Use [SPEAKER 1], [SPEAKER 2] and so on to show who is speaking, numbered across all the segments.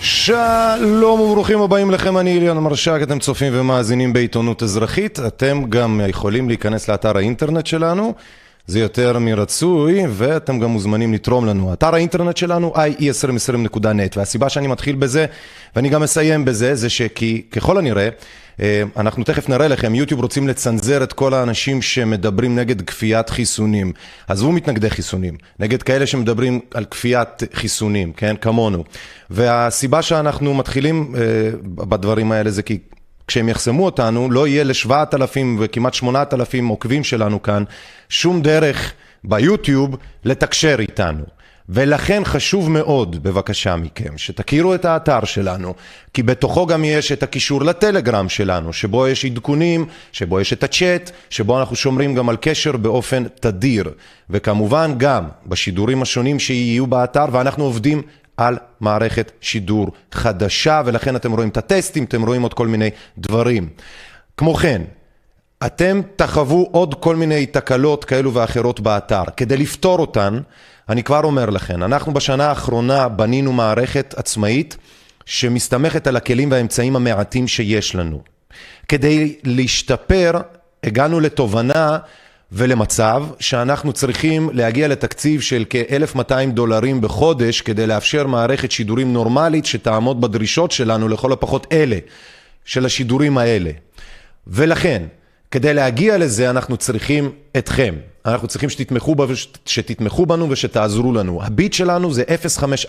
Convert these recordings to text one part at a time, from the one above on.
[SPEAKER 1] שלום וברוכים הבאים לכם, אני אליאן מרשק, אתם צופים ומאזינים בעיתונות אזרחית, אתם גם יכולים להיכנס לאתר האינטרנט שלנו, זה יותר מרצוי, ואתם גם מוזמנים לתרום לנו. אתר האינטרנט שלנו, ie2020.net, והסיבה שאני מתחיל בזה, ואני גם מסיים בזה, זה שככל הנראה, אנחנו תכף נראה לכם, יוטיוב רוצים לצנזר את כל האנשים שמדברים נגד כפיית חיסונים. עזבו מתנגדי חיסונים, נגד כאלה שמדברים על כפיית חיסונים, כן, כמונו. והסיבה שאנחנו מתחילים בדברים האלה זה כי כשהם יחסמו אותנו, לא יהיה ל7,000 וכמעט 8,000 עוקבים שלנו כאן, שום דרך ביוטיוב לתקשר איתנו. ולכן חשוב מאוד, בבקשה מכם, שתכירו את האתר שלנו, כי בתוכו גם יש את הקישור לטלגרם שלנו, שבו יש עדכונים, שבו יש את הצ'אט, שבו אנחנו שומרים גם על קשר באופן תדיר. וכמובן גם בשידורים השונים שיהיו באתר, ואנחנו עובדים על מערכת שידור חדשה, ולכן אתם רואים את הטסטים, אתם רואים עוד כל מיני דברים. כמו כן, אתם תחוו עוד כל מיני תקלות כאלו ואחרות באתר. כדי לפתור אותן, אני כבר אומר לכם, אנחנו בשנה האחרונה בנינו מערכת עצמאית שמסתמכת על הכלים והאמצעים המעטים שיש לנו. כדי להשתפר, הגענו לתובנה ולמצב שאנחנו צריכים להגיע לתקציב של כ-$1,200 בחודש כדי לאפשר מערכת שידורים נורמלית שתעמוד בדרישות שלנו, לכל הפחות אלה, של השידורים האלה. ולכן, כדי להגיע לזה אנחנו צריכים אתכם. אנחנו צריכים שתתמכו בנו ושתעזרו לנו. הביט שלנו זה 054-264-9690.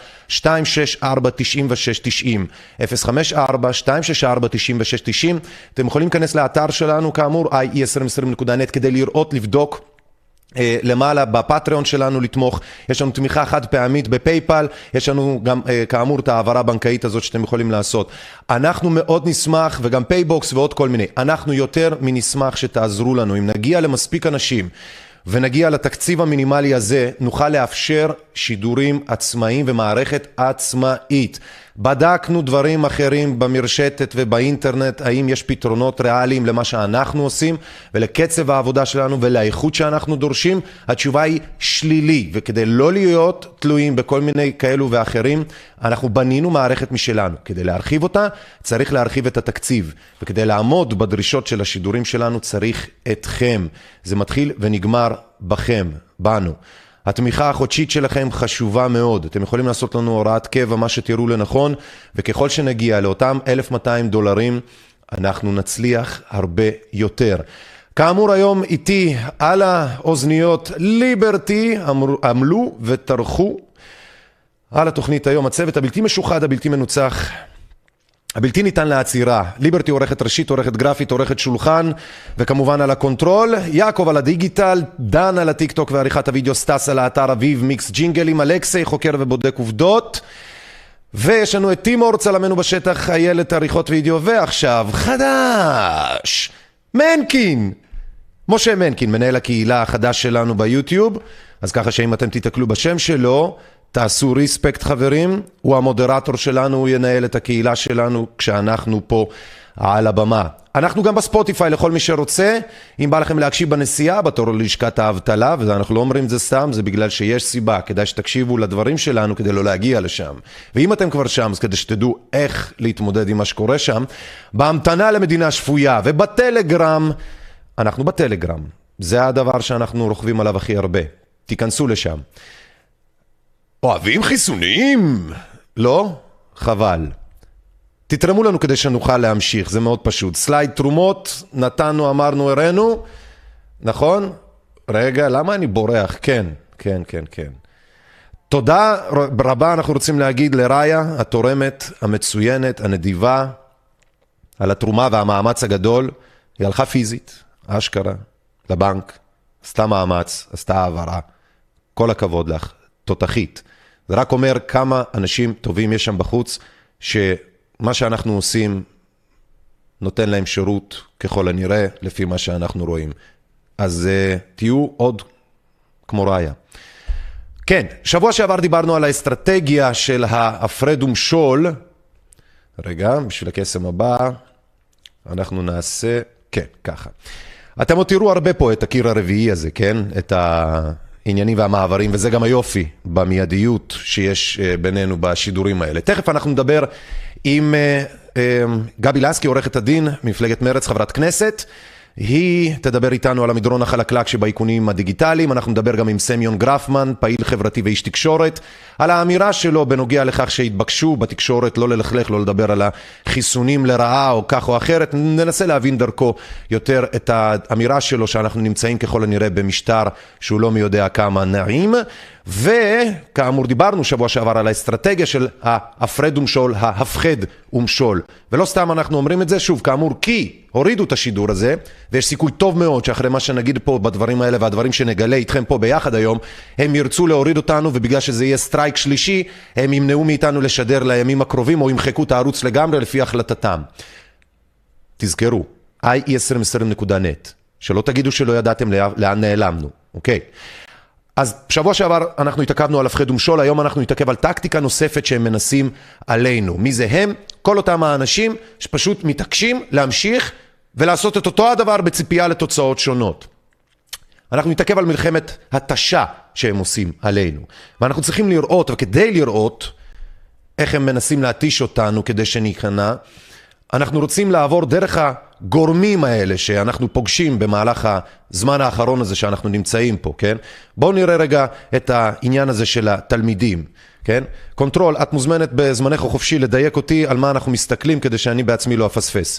[SPEAKER 1] 054-264-9690. אתם יכולים להיכנס לאתר שלנו, כאמור, ie2020.net, כדי לראות, לבדוק למעלה בפטריון שלנו לתמוך. יש לנו תמיכה חד פעמית בפייפל, יש לנו גם כאמור את העברה הבנקאית הזאת שאתם יכולים לעשות. אנחנו מאוד נשמח, וגם פייבוקס ועוד כל מיני, אנחנו יותר מנשמח שתעזרו לנו. אם נגיע למספיק אנשים ונגיע לתקציב המינימלי הזה, נוכל לאפשר שידורים עצמאיים ומערכת עצמאית. בדקנו דברים אחרים במרשתת ובאינטרנט, האם יש פתרונות ריאליים למה שאנחנו עושים ולקצב העבודה שלנו ולאיכות שאנחנו דורשים. התשובה היא שלילי, וכדי לא להיות תלויים בכל מיני כאלו ואחרים, אנחנו בנינו מערכת משלנו. כדי להרחיב אותה, צריך להרחיב את התקציב, וכדי לעמוד בדרישות של השידורים שלנו צריך אתכם. זה מתחיל ונגמר בכם, בנו. התמיכה החודשית שלכם חשובה מאוד. אתם יכולים לעשות לנו הוראת קבע, מה שתראו לנכון, וככל שנגיע לאותם $1,200, אנחנו נצליח הרבה יותר. כאמור היום איתי על האוזניות ליברטי, עמלו וטרחו על התוכנית היום. הצוות הבלתי משוחד, הבלתי מנוצח, הבלתי ניתן לעצירה. ליברטי עורכת ראשית, עורכת גרפית, עורכת שולחן, וכמובן על הקונטרול. יעקב על הדיגיטל, דן על הטיקטוק ועריכת הוידאו, סטס על האתר, אביב מיקס ג'ינגלים, אלכסי חוקר ובודק עובדות. ויש לנו את טימור, צלמנו בשטח, איילת עריכות וידאו, ועכשיו חדש, מנקין. משה מנקין, מנהל הקהילה החדש שלנו ביוטיוב, אז ככה שאם אתם תתקלו בשם שלו, תעשו ריספקט חברים, הוא המודרטור שלנו, הוא ינהל את הקהילה שלנו כשאנחנו פה על הבמה. אנחנו גם בספוטיפיי לכל מי שרוצה, אם בא לכם להקשיב בנסיעה, בתור לשכת האבטלה, ואנחנו לא אומרים זה סתם, זה בגלל שיש סיבה, כדאי שתקשיבו לדברים שלנו כדי לא להגיע לשם. ואם אתם כבר שם, אז כדי שתדעו איך להתמודד עם מה שקורה שם, בהמתנה למדינה שפויה ובטלגרם, אנחנו בטלגרם, זה הדבר שאנחנו רוכבים עליו הכי הרבה, תיכנסו לשם. אוהבים חיסונים? לא? חבל. תתרמו לנו כדי שנוכל להמשיך, זה מאוד פשוט. סלייד תרומות, נתנו, אמרנו, הראינו, נכון? רגע, למה אני בורח? כן. תודה רבה, אנחנו רוצים להגיד לראיה, התורמת, המצוינת, הנדיבה, על התרומה והמאמץ הגדול. היא הלכה פיזית, אשכרה, לבנק, עשתה מאמץ, עשתה העברה. כל הכבוד לך, תותחית. זה רק אומר כמה אנשים טובים יש שם בחוץ, שמה שאנחנו עושים נותן להם שירות ככל הנראה, לפי מה שאנחנו רואים. אז תהיו עוד כמו ראיה. כן, שבוע שעבר דיברנו על האסטרטגיה של ההפרד ומשול. רגע, בשביל הקסם הבא, אנחנו נעשה, כן, ככה. אתם עוד תראו הרבה פה את הקיר הרביעי הזה, כן? את העניינים והמעברים, וזה גם היופי במיידיות שיש בינינו בשידורים האלה. תכף אנחנו נדבר עם גבי לסקי, עורכת הדין, מפלגת מרץ, חברת כנסת. היא תדבר איתנו על המדרון החלקלק שבאיכונים הדיגיטליים. אנחנו נדבר גם עם סמיון גרפמן, פעיל חברתי ואיש תקשורת, על האמירה שלו בנוגע לכך שהתבקשו בתקשורת לא ללכלך, לא לדבר על החיסונים לרעה או כך או אחרת. ננסה להבין דרכו יותר את האמירה שלו שאנחנו נמצאים ככל הנראה במשטר שהוא לא מי יודע כמה נעים. וכאמור דיברנו שבוע שעבר על האסטרטגיה של ההפרד ומשול, ההפחד ומשול. ולא סתם אנחנו אומרים את זה, שוב, כאמור, כי הורידו את השידור הזה, ויש סיכוי טוב מאוד שאחרי מה שנגיד פה בדברים האלה והדברים שנגלה איתכם פה ביחד היום, הם ירצו להוריד אותנו, ובגלל שזה יהיה סטרייק שלישי, הם ימנעו מאיתנו לשדר לימים הקרובים, או ימחקו את הערוץ לגמרי לפי החלטתם. תזכרו, ie2020.net, שלא תגידו שלא ידעתם לאן נעלמנו, אוקיי? אז בשבוע שעבר אנחנו התעכבנו על הפחד ומשול, היום אנחנו נתעכב על טקטיקה נוספת שהם מנסים עלינו. מי זה הם? כל אותם האנשים שפשוט מתעקשים להמשיך ולעשות את אותו הדבר בציפייה לתוצאות שונות. אנחנו נתעכב על מלחמת התשה שהם עושים עלינו. ואנחנו צריכים לראות, וכדי לראות איך הם מנסים להתיש אותנו כדי שניכנע, אנחנו רוצים לעבור דרך הגורמים האלה שאנחנו פוגשים במהלך הזמן האחרון הזה שאנחנו נמצאים פה, כן? בואו נראה רגע את העניין הזה של התלמידים, כן? קונטרול, את מוזמנת בזמנך החופשי לדייק אותי על מה אנחנו מסתכלים כדי שאני בעצמי לא אפספס.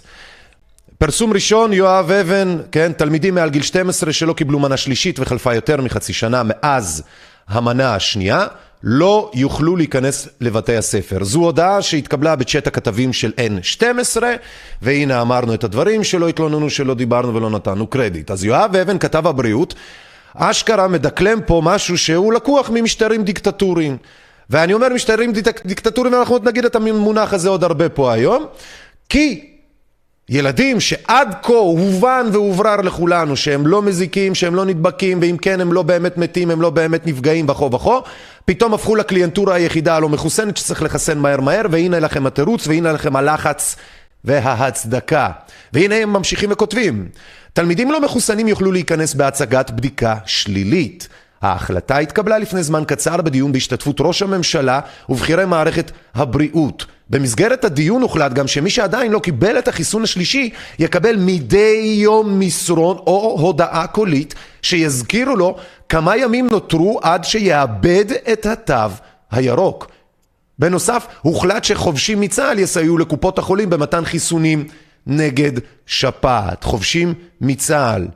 [SPEAKER 1] פרסום ראשון, יואב אבן, כן? תלמידים מעל גיל 12 שלא קיבלו מנה שלישית וחלפה יותר מחצי שנה מאז המנה השנייה, לא יוכלו להיכנס לבתי הספר. זו הודעה שהתקבלה בצ'אט הכתבים של N12, והנה אמרנו את הדברים שלא התלוננו, שלא דיברנו ולא נתנו קרדיט. אז יואב אבן, כתב הבריאות, אשכרה מדקלם פה משהו שהוא לקוח ממשטרים דיקטטוריים. ואני אומר משטרים דיקטטוריים, ואנחנו עוד נגיד את המונח הזה עוד הרבה פה היום, כי ילדים שעד כה הובן והוברר לכולנו שהם לא מזיקים, שהם לא נדבקים, ואם כן הם לא באמת מתים, הם לא באמת נפגעים וכו', פתאום הפכו לקליינטורה היחידה הלא מחוסנת שצריך לחסן מהר, והנה לכם התירוץ, והנה לכם הלחץ וההצדקה. והנה הם ממשיכים וכותבים, תלמידים לא מחוסנים יוכלו להיכנס בהצגת בדיקה שלילית. ההחלטה התקבלה לפני זמן קצר בדיון בהשתתפות ראש הממשלה ובכירי מערכת הבריאות. במסגרת הדיון הוחלט גם שמי שעדיין לא קיבל את החיסון השלישי יקבל מדי יום מסרון או הודעה קולית שיזכירו לו כמה ימים נותרו עד שיאבד את התו הירוק. בנוסף, הוחלט שחובשים מצה"ל יסייעו לקופות החולים במתן חיסונים נגד שפעת. חובשים מצה"ל.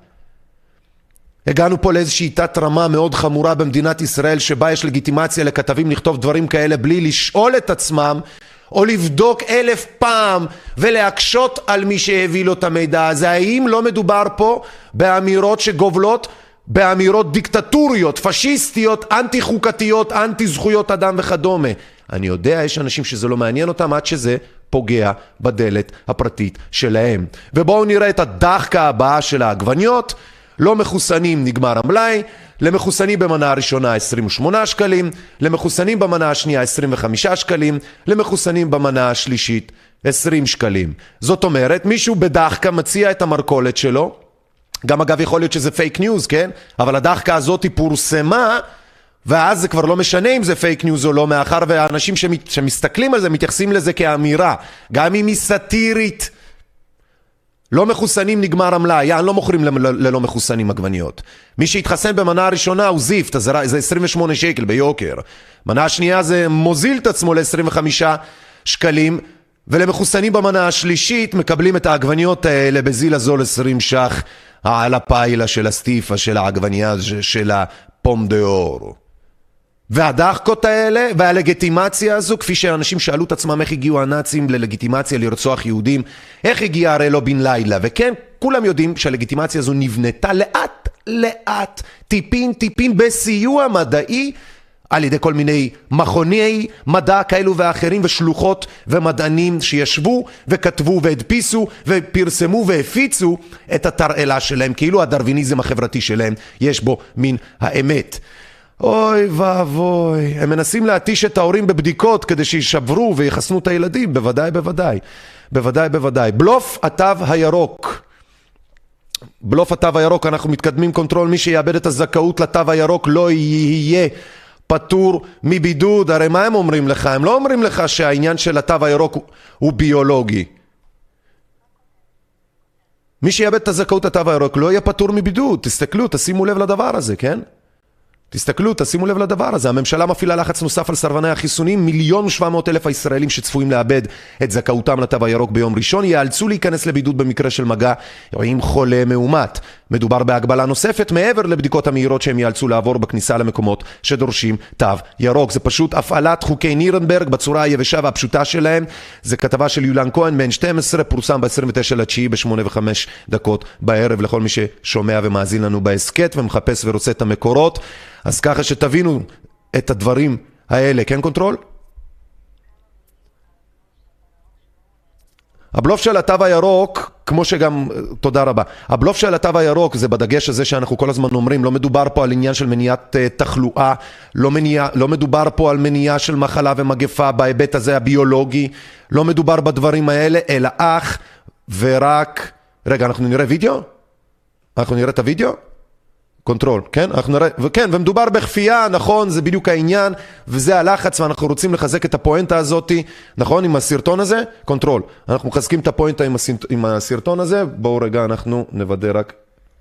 [SPEAKER 1] הגענו פה לאיזושהי תת רמה מאוד חמורה במדינת ישראל שבה יש לגיטימציה לכתבים לכתוב דברים כאלה בלי לשאול את עצמם או לבדוק 1000 פעם ולהקשות על מי שהביא לו את המידע הזה. האם לא מדובר פה באמירות שגובלות באמירות דיקטטוריות, פשיסטיות, אנטי חוקתיות, אנטי זכויות אדם וכדומה? אני יודע, יש אנשים שזה לא מעניין אותם עד שזה פוגע בדלת הפרטית שלהם. ובואו נראה את הדחקה הבאה של העגבניות. לא מחוסנים נגמר המלאי, למחוסנים במנה הראשונה 28 שקלים, למחוסנים במנה השנייה 25 שקלים, למחוסנים במנה השלישית 20 שקלים. זאת אומרת, מישהו בדחקה מציע את המרקולת שלו, גם אגב יכול להיות שזה פייק ניוז, כן? אבל הדחקה הזאת היא פורסמה, ואז זה כבר לא משנה אם זה פייק ניוז או לא, מאחר והאנשים שמסתכלים על זה מתייחסים לזה כאמירה, גם אם היא סאטירית. לא מחוסנים נגמר המלאי, לא מוכרים ללא מחוסנים עגבניות. מי שהתחסן במנה הראשונה הוא זיפט, אז זה 28 שקל ביוקר. מנה השנייה זה מוזיל את עצמו ל-25 שקלים, ולמחוסנים במנה השלישית מקבלים את העגבניות האלה בזיל הזול 20 שח על הפיילה של הסטיפה של העגבנייה של הפום דה אור. והדחקות האלה והלגיטימציה הזו, כפי שאנשים שאלו את עצמם איך הגיעו הנאצים ללגיטימציה לרצוח יהודים, איך הגיע הרי לא בן לילה, וכן, כולם יודעים שהלגיטימציה הזו נבנתה לאט לאט, טיפין טיפין בסיוע מדעי, על ידי כל מיני מכוני מדע כאלו ואחרים ושלוחות ומדענים שישבו וכתבו והדפיסו ופרסמו והפיצו את התרעלה שלהם, כאילו הדרוויניזם החברתי שלהם יש בו מן האמת. אוי ואבוי, הם מנסים להתיש את ההורים בבדיקות כדי שישברו ויחסנו את הילדים, בוודאי. בלוף התו הירוק. בלוף התו הירוק, אנחנו מתקדמים קונטרול, מי שיאבד את הזכאות לתו הירוק לא יהיה פטור מבידוד. הרי מה הם אומרים לך? הם לא אומרים לך שהעניין של התו הירוק הוא ביולוגי. מי שיאבד את הזכאות לתו הירוק לא יהיה פטור מבידוד. תסתכלו, תשימו לב לדבר הזה, כן? תסתכלו, תשימו לב לדבר הזה. הממשלה מפעילה לחץ נוסף על סרבני החיסונים. 1,700,000 הישראלים שצפויים לאבד את זכאותם לתו הירוק ביום ראשון ייאלצו להיכנס לבידוד במקרה של מגע עם חולה מאומת. מדובר בהגבלה נוספת מעבר לבדיקות המהירות שהם ייאלצו לעבור בכניסה למקומות שדורשים תו ירוק. זה פשוט הפעלת חוקי נירנברג בצורה היבשה והפשוטה שלהם. זה כתבה של יולן כהן בן 12, פורסם ב-29/9 ב-8:05 בערב לכל מי ששומע ומאזין לנו בהסקט ומחפש ורוצה את המקורות. אז ככה שתבינו את הדברים האלה, כן קונטרול? הבלוף של התו הירוק, כמו שגם, תודה רבה, הבלוף של התו הירוק זה בדגש הזה שאנחנו כל הזמן אומרים, לא מדובר פה על עניין של מניעת תחלואה, לא מדובר פה על מניעה של מחלה ומגפה בהיבט הזה הביולוגי, לא מדובר בדברים האלה, אלא אך ורק, רגע, אנחנו נראה וידאו? אנחנו נראה את הוידאו? קונטרול, כן? אנחנו נראה, וכן, ומדובר בכפייה, נכון, זה בדיוק העניין, וזה הלחץ, ואנחנו רוצים לחזק את הפואנטה הזאת, נכון, עם הסרטון הזה? קונטרול. אנחנו מחזקים את הפואנטה עם הסרטון הזה, בואו רגע, אנחנו נוודא רק.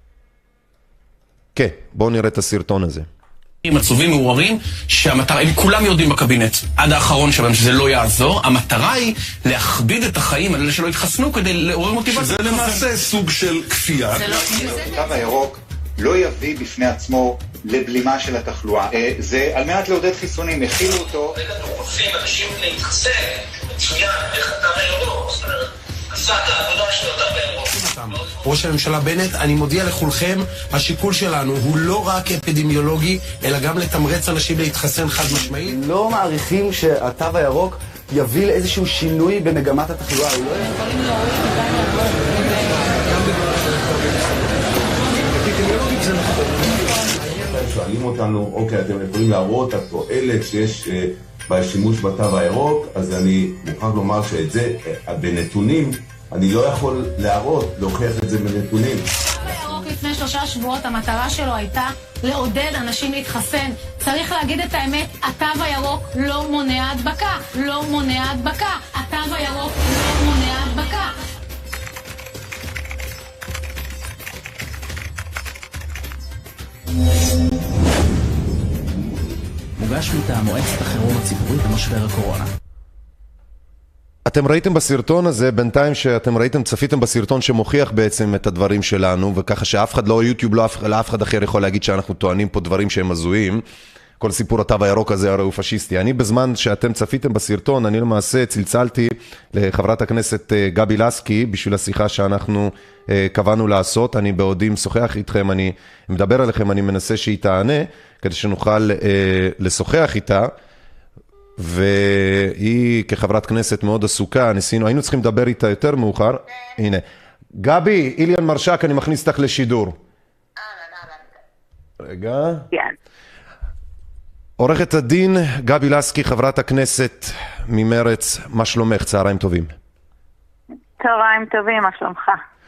[SPEAKER 1] כן, בואו נראה את הסרטון הזה.
[SPEAKER 2] עצובים מעוררים שהמטרה, הם כולם יודעים בקבינט עד האחרון שבהם שזה לא יעזור, המטרה היא להכביד את החיים על אלה שלא יתחסנו כדי לעורר מוטיבציה.
[SPEAKER 3] שזה למעשה סוג של כפייה.
[SPEAKER 4] התו הירוק לא יביא בפני עצמו לבלימה של התחלואה. זה על מנת לעודד חיסונים, הכילו אותו.
[SPEAKER 5] אנחנו חושבים אנשים להתחסן, מצוין, איך התו הירוק, עשה את העבודה של התו הירוק.
[SPEAKER 6] ראש הממשלה בנט, אני מודיע לכולכם, השיקול שלנו הוא לא רק אפידמיולוגי, אלא גם לתמרץ אנשים להתחסן חד משמעית.
[SPEAKER 7] לא מעריכים שהתו הירוק יביא לאיזשהו שינוי במגמת התחלואה.
[SPEAKER 8] שואלים אותנו, אוקיי, אתם יכולים להראות את התועלת שיש בשימוש בתו הירוק, אז אני מוכרח לומר שאת זה, בנתונים, אני לא יכול להוכיח את זה בנתונים.
[SPEAKER 9] התו הירוק לפני 3 שבועות, המטרה שלו הייתה לעודד אנשים להתחסן. צריך להגיד את האמת, התו הירוק לא מונע הדבקה. לא מונע הדבקה. התו הירוק לא מונע הדבקה.
[SPEAKER 10] מוגש מטעם מועצת החירום הציבורית במשבר הקורונה.
[SPEAKER 1] אתם ראיתם בסרטון הזה, בינתיים שאתם ראיתם, צפיתם בסרטון שמוכיח בעצם את הדברים שלנו, וככה שאף אחד, לא יוטיוב, לא אף אחד אחר יכול להגיד שאנחנו טוענים פה דברים שהם הזויים. כל סיפור התו הירוק הזה הרי הוא פשיסטי. אני בזמן שאתם צפיתם בסרטון, אני למעשה צלצלתי לחברת הכנסת גבי לסקי בשביל השיחה שאנחנו קבענו לעשות. אני בעודי משוחח איתכם, אני מדבר עליכם, אני מנסה שהיא תענה כדי שנוכל לשוחח איתה, והיא כחברת כנסת מאוד עסוקה, היינו צריכים לדבר איתה יותר מאוחר. הנה, גבי, איליאן מרשק, אני מכניס אותך לשידור. רגע.
[SPEAKER 11] כן.
[SPEAKER 1] עורכת הדין גבי לסקי, חברת הכנסת ממרץ, מה שלומך? צהריים טובים.
[SPEAKER 11] צהריים טובים, מה שלומך?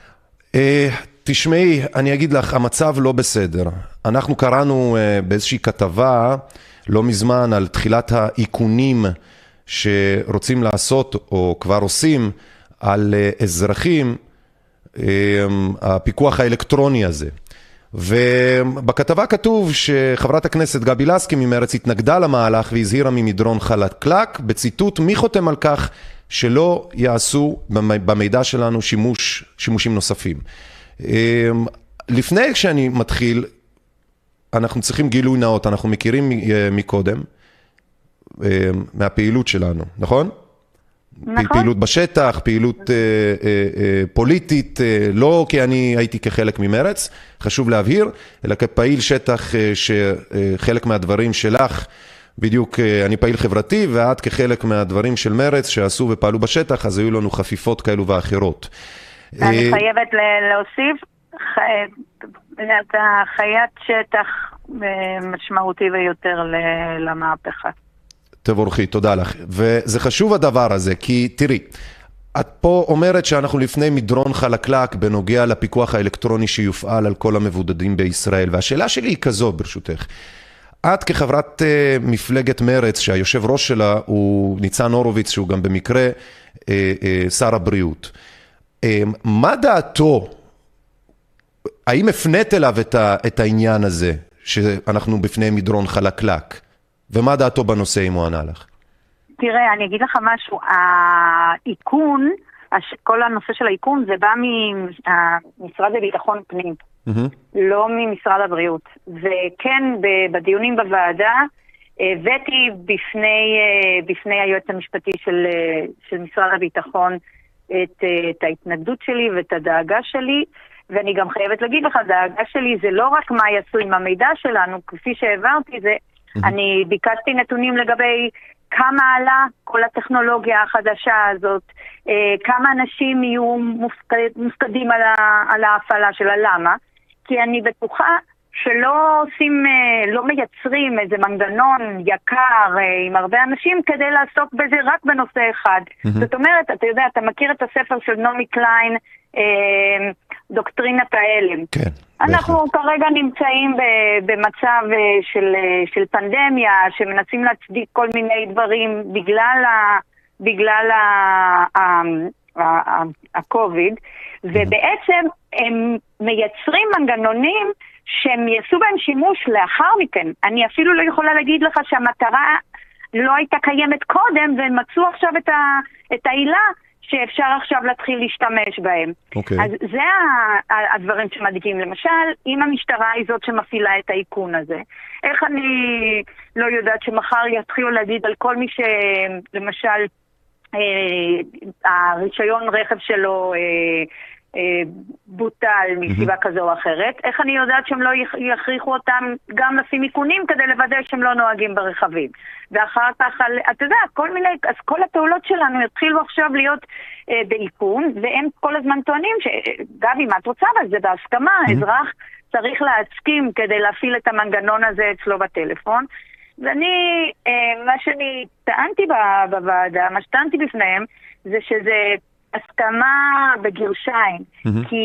[SPEAKER 1] תשמעי, אני אגיד לך, המצב לא בסדר. אנחנו קראנו באיזושהי כתבה לא מזמן על תחילת העיקונים שרוצים לעשות או כבר עושים על אזרחים, הפיקוח האלקטרוני הזה. ובכתבה כתוב שחברת הכנסת גבי לסקי ממרץ התנגדה למהלך והזהירה ממדרון חלקלק, בציטוט, מי חותם על כך שלא יעשו במידע שלנו שימושים נוספים. לפני שאני מתחיל, אנחנו צריכים גילוי נאות, אנחנו מכירים מקודם מהפעילות שלנו, נכון?
[SPEAKER 11] נכון.
[SPEAKER 1] פעילות בשטח, פעילות פוליטית, לא כי אני הייתי כחלק ממרץ, חשוב להבהיר, אלא כפעיל שטח שחלק מהדברים שלך, בדיוק אני פעיל חברתי, ואת כחלק מהדברים של מרץ שעשו ופעלו בשטח, אז היו לנו חפיפות כאלו ואחרות.
[SPEAKER 11] אני חייבת להוסיף, אתה חיית שטח משמעותי ויותר למהפכה.
[SPEAKER 1] תבורכי, תודה לך. וזה חשוב הדבר הזה, כי תראי, את פה אומרת שאנחנו לפני מדרון חלקלק בנוגע לפיקוח האלקטרוני שיופעל על כל המבודדים בישראל, והשאלה שלי היא כזו ברשותך. את כחברת מפלגת מרץ שהיושב ראש שלה הוא ניצן הורוביץ שהוא גם במקרה שר הבריאות. מה דעתו? האם הפנית אליו את העניין הזה שאנחנו בפני מדרון חלקלק? ומה דעתו בנושא אם הוא ענה לך?
[SPEAKER 11] תראה, אני אגיד לך משהו. העיקון, כל הנושא של העיקון זה בא ממשרד לביטחון פנים. לא ממשרד הבריאות. וכן, בדיונים בוועדה, הבאתי בפני היועץ המשפטי של משרד הביטחון את ההתנגדות שלי ואת הדאגה שלי, ואני גם חייבת להגיד לך, הדאגה שלי זה לא רק מה יעשו עם המידע שלנו, כפי שהעברתי, אני ביקשתי נתונים לגבי כמה עלה כל הטכנולוגיה החדשה הזאת, כמה אנשים יהיו מופקדים על ההפעלה שלה. למה? כי אני בטוחה שלא מייצרים איזה מנגנון יקר עם הרבה אנשים כדי לעסוק בזה רק בנושא אחד. זאת אומרת, אתה יודע, אתה מכיר את הספר של נעמי קליין, דוקטרינת ההלם. כן. אנחנו כרגע נמצאים במצב של פנדמיה, שמנסים להצדיק כל מיני דברים בגלל הקוביד, ובעצם הם מייצרים מנגנונים שהם יעשו בהם שימוש לאחר מכן. אני אפילו לא יכולה להגיד לך שהמטרה לא הייתה קיימת קודם, והם מצאו עכשיו את העילה שאפשר עכשיו להתחיל להשתמש בהם. אז זה הדברים שמדגיעים. למשל, אם המשטרה היא זאת שמפעילה את האיכון הזה, איך אני לא יודעת שמחר יתחילו להגיד על כל מי שלמשל הרישיון רכב שלו בוטל מסיבה כזו או אחרת, איך אני יודעת שהם לא יכריחו אותם גם לשים איכונים כדי לוודא שהם לא נוהגים ברכבים. ואחר כך, אתה יודע, אז כל הפעולות שלנו יתחילו עכשיו להיות באיכון, והם כל הזמן טוענים שגם אם את רוצה, אבל זה בהסכמה, האזרח צריך להסכים כדי להפעיל את המנגנון הזה אצלו בטלפון. ואני, מה שאני טענתי בוועדה, מה שטענתי בפניהם, זה שזה הסכמה בגרשיים, כי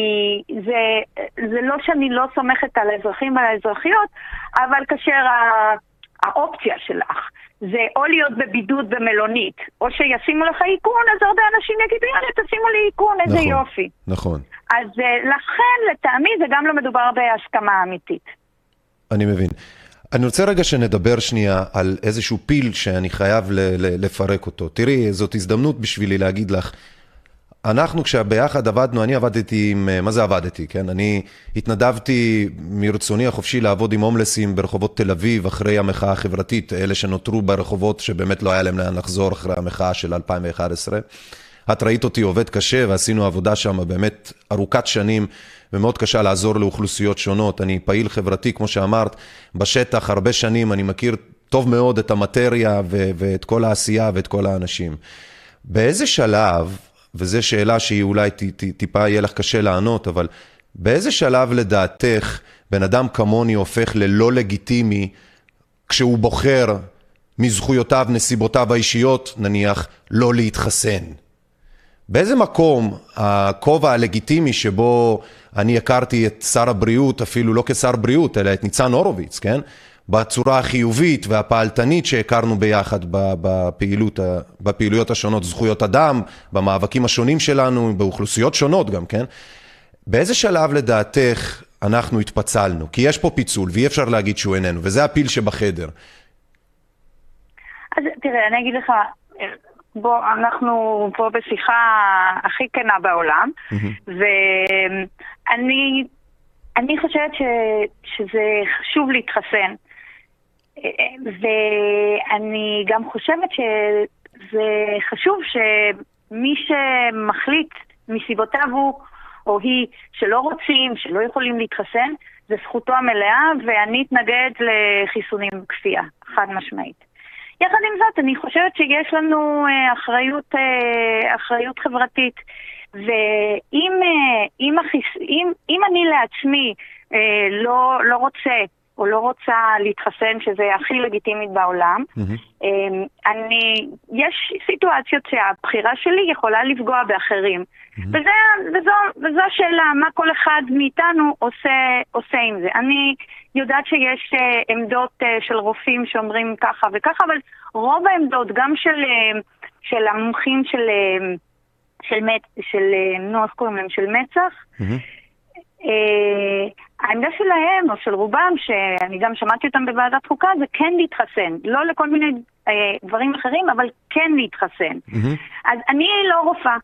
[SPEAKER 11] זה לא שאני לא סומכת על האזרחים ועל האזרחיות, אבל כאשר האופציה שלך זה או להיות בבידוד במלונית, או שישימו לך איכון, אז הרבה אנשים יגידו, יאללה, תשימו לי איכון, איזה יופי.
[SPEAKER 1] נכון.
[SPEAKER 11] אז לכן, לטעמי, זה גם לא מדובר בהסכמה אמיתית.
[SPEAKER 1] אני מבין. אני רוצה רגע שנדבר שנייה על איזשהו פיל שאני חייב לפרק אותו. תראי, זאת הזדמנות בשבילי להגיד לך, אנחנו כשביחד עבדנו, אני עבדתי עם, מה זה עבדתי, כן? אני התנדבתי מרצוני החופשי לעבוד עם הומלסים ברחובות תל אביב אחרי המחאה החברתית, אלה שנותרו ברחובות שבאמת לא היה להם לאן לחזור אחרי המחאה של 2011. את ראית אותי עובד קשה ועשינו עבודה שם באמת ארוכת שנים ומאוד קשה לעזור לאוכלוסיות שונות. אני פעיל חברתי, כמו שאמרת, בשטח הרבה שנים, אני מכיר טוב מאוד את המטריה ואת כל העשייה ואת כל האנשים. באיזה שלב, וזו שאלה שהיא אולי טיפה יהיה לך קשה לענות, אבל באיזה שלב לדעתך בן אדם כמוני הופך ללא לגיטימי כשהוא בוחר מזכויותיו, נסיבותיו האישיות, נניח, לא להתחסן? באיזה מקום הכובע הלגיטימי שבו אני הכרתי את שר הבריאות, אפילו לא כשר בריאות, אלא את ניצן הורוביץ, כן? בצורה החיובית והפעלתנית שהכרנו ביחד בפעילויות השונות, זכויות אדם, במאבקים השונים שלנו, באוכלוסיות שונות גם, כן? באיזה שלב לדעתך אנחנו התפצלנו? כי יש פה פיצול ואי אפשר להגיד שהוא איננו, וזה הפיל שבחדר.
[SPEAKER 11] אז תראה, אני אגיד לך, אנחנו פה בשיחה הכי כנה בעולם, ואני חושבת שזה חשוב להתחסן, ואני גם חושבת שזה חשוב שמי שמחליט מסיבותיו הוא או היא שלא רוצים, שלא יכולים להתחסן, זה זכותו המלאה, ואני אתנגד לחיסונים בכפייה, חד משמעית. יחד עם זאת, אני חושבת שיש לנו אחריות חברתית, ואם אני לעצמי לא רוצה או לא רוצה להתחסן, שזה הכי לגיטימית בעולם. יש סיטואציות שהבחירה שלי יכולה לפגוע באחרים. וזו השאלה, מה כל אחד מאיתנו עושה עם זה. אני יודעת שיש עמדות של רופאים שאומרים ככה וככה, אבל רוב העמדות, גם של המומחים של מצח, העמדה שלהם, או של רובם, שאני גם שמעתי אותם בוועדת חוקה, זה כן להתחסן. לא לכל מיני דברים אחרים, אבל כן להתחסן. אז אני לא רופאה.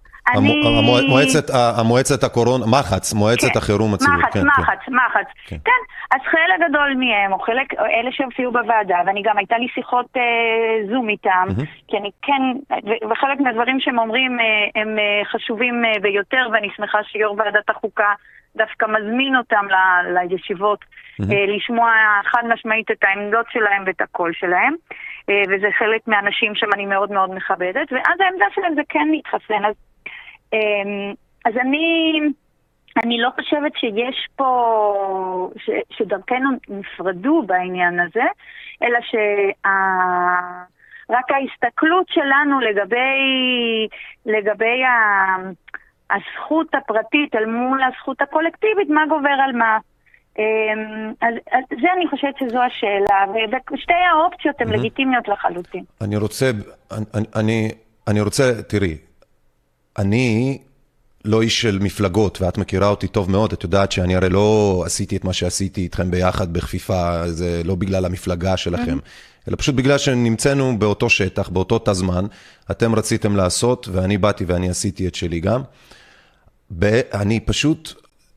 [SPEAKER 1] מועצת הקורונה, מחץ, מועצת החירום הציבורית.
[SPEAKER 11] מחץ. כן, אז חלק גדול מהם, או חלק, אלה שהופיעו בוועדה, ואני גם הייתה לי שיחות זום איתם, כי אני כן, וחלק מהדברים שהם אומרים הם חשובים ביותר, ואני שמחה שיו"ר ועדת החוקה דווקא מזמין אותם לישיבות, לשמוע חד משמעית את העמדות שלהם ואת הקול שלהם, וזה חלק מהאנשים שאני מאוד מאוד מכבדת, ואז העמדה שלהם זה כן להתחסן. אז אני לא חושבת שיש פה, שדרכנו נפרדו בעניין הזה, אלא רק ההסתכלות שלנו לגבי הזכות הפרטית אל מול הזכות הקולקטיבית, מה גובר על מה. אז זה אני חושבת שזו השאלה, ושתי האופציות הן לגיטימיות לחלוטין.
[SPEAKER 1] אני רוצה, תראי, אני לא איש של מפלגות, ואת מכירה אותי טוב מאוד, את יודעת שאני הרי לא עשיתי את מה שעשיתי איתכם ביחד בכפיפה, זה לא בגלל המפלגה שלכם, אלא פשוט בגלל שנמצאנו באותו שטח, באותו תזמן, אתם רציתם לעשות, ואני באתי ואני עשיתי את שלי גם. אני פשוט,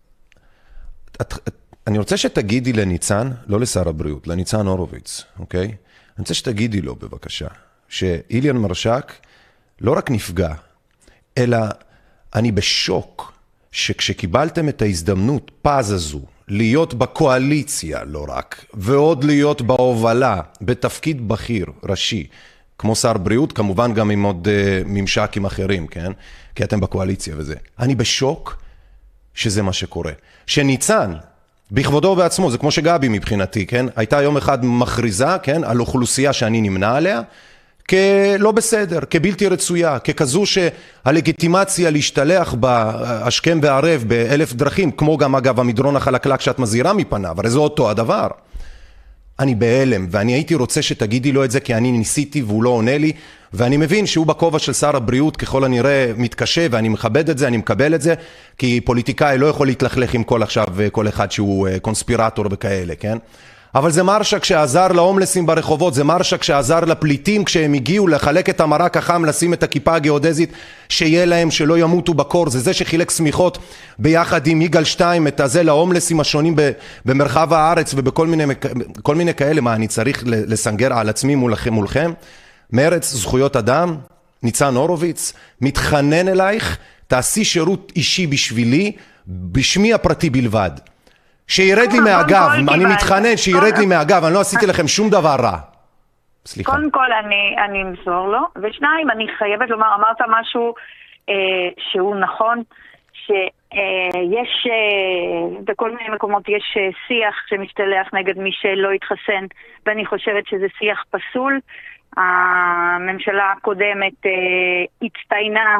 [SPEAKER 1] אני רוצה שתגידי לניצן, לא לשר הבריאות, לניצן הורוביץ, אוקיי? אני רוצה שתגידי לו בבקשה, שאיליאן מרשק לא רק נפגע, אלא אני בשוק שכשקיבלתם את ההזדמנות פז הזו, להיות בקואליציה לא רק, ועוד להיות בהובלה, בתפקיד בכיר, ראשי, כמו שר בריאות, כמובן גם עם עוד ממשקים אחרים, כן? כי אתם בקואליציה וזה. אני בשוק שזה מה שקורה. שניצן, בכבודו ובעצמו, זה כמו שגבי מבחינתי, כן? הייתה יום אחד מכריזה, כן? על אוכלוסייה שאני נמנע עליה, כלא בסדר, כבלתי רצויה, ככזו שהלגיטימציה להשתלח בהשכם והערב באלף דרכים, כמו גם אגב המדרון החלקלק שאת מזהירה מפניו, הרי זה אותו הדבר. אני בהלם, ואני הייתי רוצה שתגידי לו את זה, כי אני ניסיתי והוא לא עונה לי, ואני מבין שהוא בכובע של שר הבריאות ככל הנראה מתקשה, ואני מכבד את זה, אני מקבל את זה, כי פוליטיקאי לא יכול להתלכלך עם כל עכשיו, כל אחד שהוא קונספירטור וכאלה, כן? אבל זה מרשק שעזר להומלסים ברחובות, זה מרשק שעזר לפליטים כשהם הגיעו לחלק את המרק החם, לשים את הכיפה הגיאודזית, שיהיה להם, שלא ימותו בקור, זה שחילק סמיכות ביחד עם יגאל שתיים, את הזה להומלסים השונים במרחב הארץ ובכל מיני כאלה. מה, אני צריך לסנגר על עצמי מולכם? מרץ, זכויות אדם, ניצן הורוביץ, מתחנן אלייך, תעשי שירות אישי בשבילי, בשמי הפרטי בלבד. שירד לי מהגב, אני מתחנן שירד לי מהגב, אני לא עשיתי לכם שום דבר רע. סליחה.
[SPEAKER 11] קודם כל אני אמסור לו, ושניים, אני חייבת לומר, אמרת משהו שהוא נכון, שיש בכל מיני מקומות יש שיח שמשתלח נגד מי שלא יתחסן, ואני חושבת שזה שיח פסול. הממשלה הקודמת הצטיינה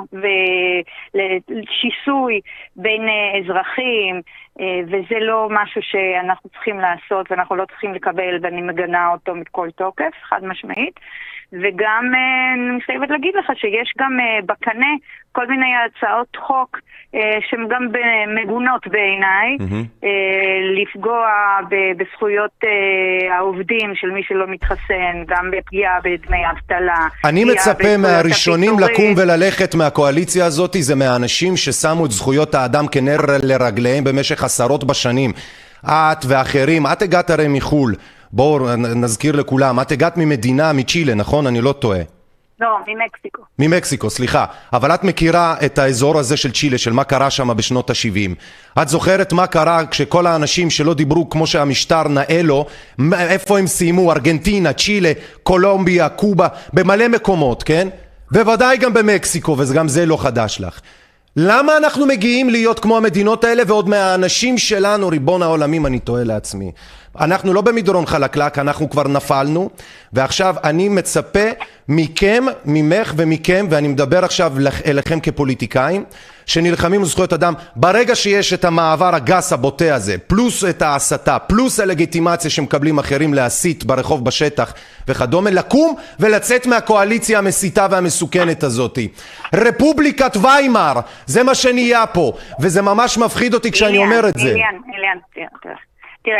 [SPEAKER 11] לשיסוי בין אזרחים, וזה לא משהו שאנחנו צריכים לעשות ואנחנו לא צריכים לקבל, ואני מגנה אותו מכל תוקף, חד משמעית. וגם אני חייבת להגיד לך שיש גם בקנה כל מיני הצעות חוק שהן גם מגונות בעיניי, לפגוע בזכויות העובדים של מי שלא מתחסן, גם בפגיעה בדמי אבטלה.
[SPEAKER 1] אני מצפה מהראשונים לקום וללכת מהקואליציה הזאת, זה מהאנשים ששמו את זכויות האדם כנר לרגליהם במשך עשרות בשנים. את ואחרים, את הגעת הרי מחול, בואו נזכיר לכולם, את הגעת ממדינה, מצ'ילה, נכון? אני לא טועה.
[SPEAKER 11] לא, ממקסיקו.
[SPEAKER 1] ממקסיקו, סליחה. אבל את מכירה את האזור הזה של צ'ילה, של מה קרה שם בשנות ה-70. את זוכרת מה קרה כשכל האנשים שלא דיברו כמו שהמשטר נאה לו, איפה הם סיימו? ארגנטינה, צ'ילה, קולומביה, קובה, במלא מקומות, כן? בוודאי גם במקסיקו, וגם זה לא חדש לך. למה אנחנו מגיעים להיות כמו המדינות האלה, ועוד מהאנשים שלנו, ריבון העולמים, אני טועה לעצמי. אנחנו לא במדרון חלקלק, אנחנו כבר נפלנו, ועכשיו אני מצפה מכם, ממך ומכם, ואני מדבר עכשיו אליכם כפוליטיקאים, שנלחמים לזכויות אדם, ברגע שיש את המעבר הגס הבוטה הזה, פלוס את ההסתה, פלוס הלגיטימציה שמקבלים אחרים להסית ברחוב בשטח וכדומה, לקום ולצאת מהקואליציה המסיתה והמסוכנת הזאת. רפובליקת ויימר, זה מה שנהיה פה, וזה ממש מפחיד אותי כשאני אומר את זה.
[SPEAKER 11] אליאן, תראה,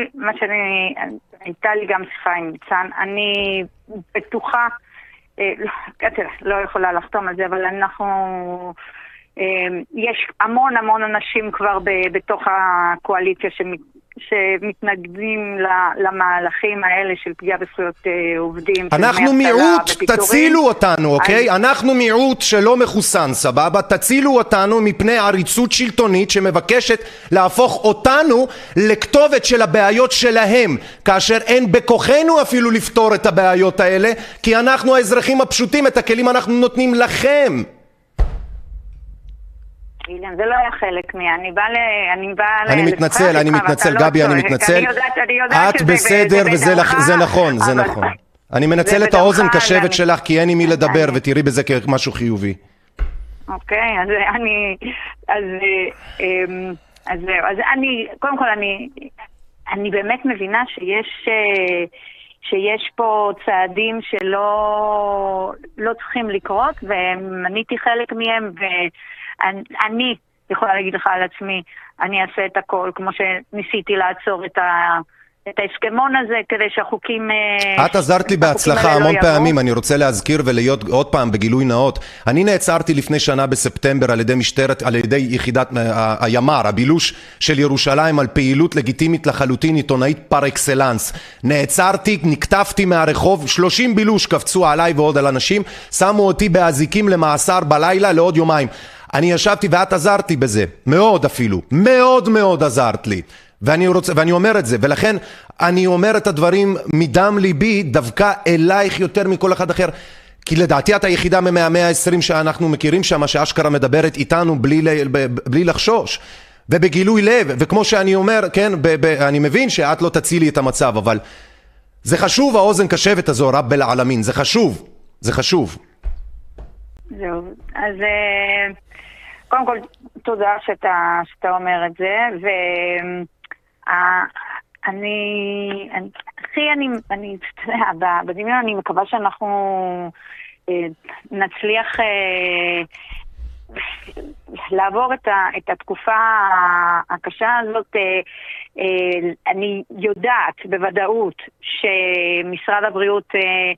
[SPEAKER 11] הייתה לי גם שיחה עם ניצן, אני בטוחה, לא יכולה לחתום על זה, אבל יש המון אנשים כבר בתוך הקואליציה שמתנגדים למהלכים האלה של פגיעה בזכויות עובדים.
[SPEAKER 1] אנחנו מיעוט, תצילו אותנו, אוקיי? אנחנו מיעוט שלא מחוסן, סבבה? תצילו אותנו מפני עריצות שלטונית שמבקשת להפוך אותנו לכתובת של הבעיות שלהם, כאשר אין בכוחנו אפילו לפתור את הבעיות האלה, כי אנחנו האזרחים הפשוטים, את הכלים אנחנו נותנים לכם.
[SPEAKER 11] זה לא היה חלק
[SPEAKER 1] אני מתנצל, גבי, אני מתנצל. את בסדר וזה נכון, זה נכון. אני מנצל את האוזן קשבת שלך כי אין עם מי לדבר ותראי בזה כמשהו חיובי.
[SPEAKER 11] אוקיי, אז קודם כל אני באמת מבינה שיש פה צעדים שלא צריכים לקרות, ומניתי חלק מהם, אני יכולה להגיד לך על עצמי, אני אעשה את הכל, כמו שניסיתי לעצור את ההסכמון הזה, כדי שהחוקים...
[SPEAKER 1] את עזרת לי בהצלחה המון פעמים, אני רוצה להזכיר ולהיות עוד פעם בגילוי נאות. אני נעצרתי לפני שנה בספטמבר על ידי יחידת הימ"ר, הבילוש של ירושלים, על פעילות לגיטימית לחלוטין, עיתונאית פר אקסלנס. נעצרתי, נקטפתי מהרחוב, 30 בילוש קפצו עליי ועוד על אנשים, שמו אותי באזיקים למאסר בלילה לעוד יומיים. אני ישבתי ואת עזרת לי בזה, מאוד אפילו, מאוד עזרת לי. ואני אומר את זה, ולכן אני אומר את הדברים מדם ליבי דווקא אלייך יותר מכל אחד אחר, כי לדעתי את היחידה מ-120 שאנחנו מכירים שם, שאשכרה מדברת איתנו בלי לחשוש ובגילוי לב, וכמו שאני אומר, כן, אני מבין שאת לא תצילי את המצב, אבל זה חשוב, האוזן קשבת הזו, רב אלעלמין, זה חשוב, זה חשוב.
[SPEAKER 11] זהו, אז קודם כל תודה שאתה אומר את זה, בדמיון אני מקווה שאנחנו נצליח לעבור את התקופה הקשה הזאת. אני יודעת בוודאות שמשרד הבריאות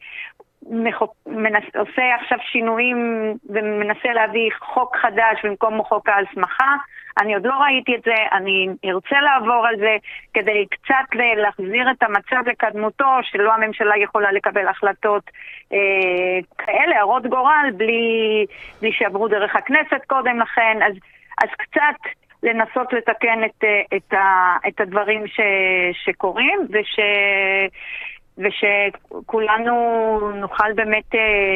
[SPEAKER 11] עושה עכשיו שינויים ומנסה להביא חוק חדש במקום חוק ההסמכה. אני עוד לא ראיתי את זה, אני ארצה לעבור על זה כדי קצת להחזיר את המצב לקדמותו, שלא הממשלה יכולה לקבל החלטות כאלה, הרות גורל, בלי שעברו דרך הכנסת קודם לכן, אז קצת לנסות לתקן את הדברים שקורים, ושכולנו נוכל באמת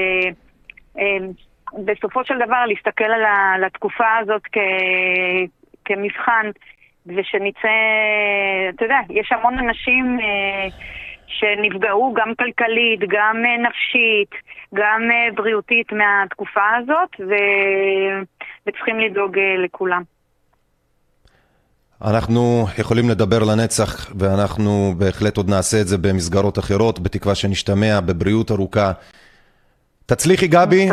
[SPEAKER 11] בסופו של דבר להסתכל על התקופה הזאת כמבחן, ושנצא, אתה יודע, יש המון אנשים שנפגעו גם כלכלית, גם נפשית, גם בריאותית מהתקופה הזאת, וצריכים לדאוג לכולם.
[SPEAKER 1] אנחנו יכולים לדבר לנצח, ואנחנו בהחלט עוד נעשה את זה במסגרות אחרות, בתקווה שנשתמע בבריאות ארוכה. תצליחי גבי,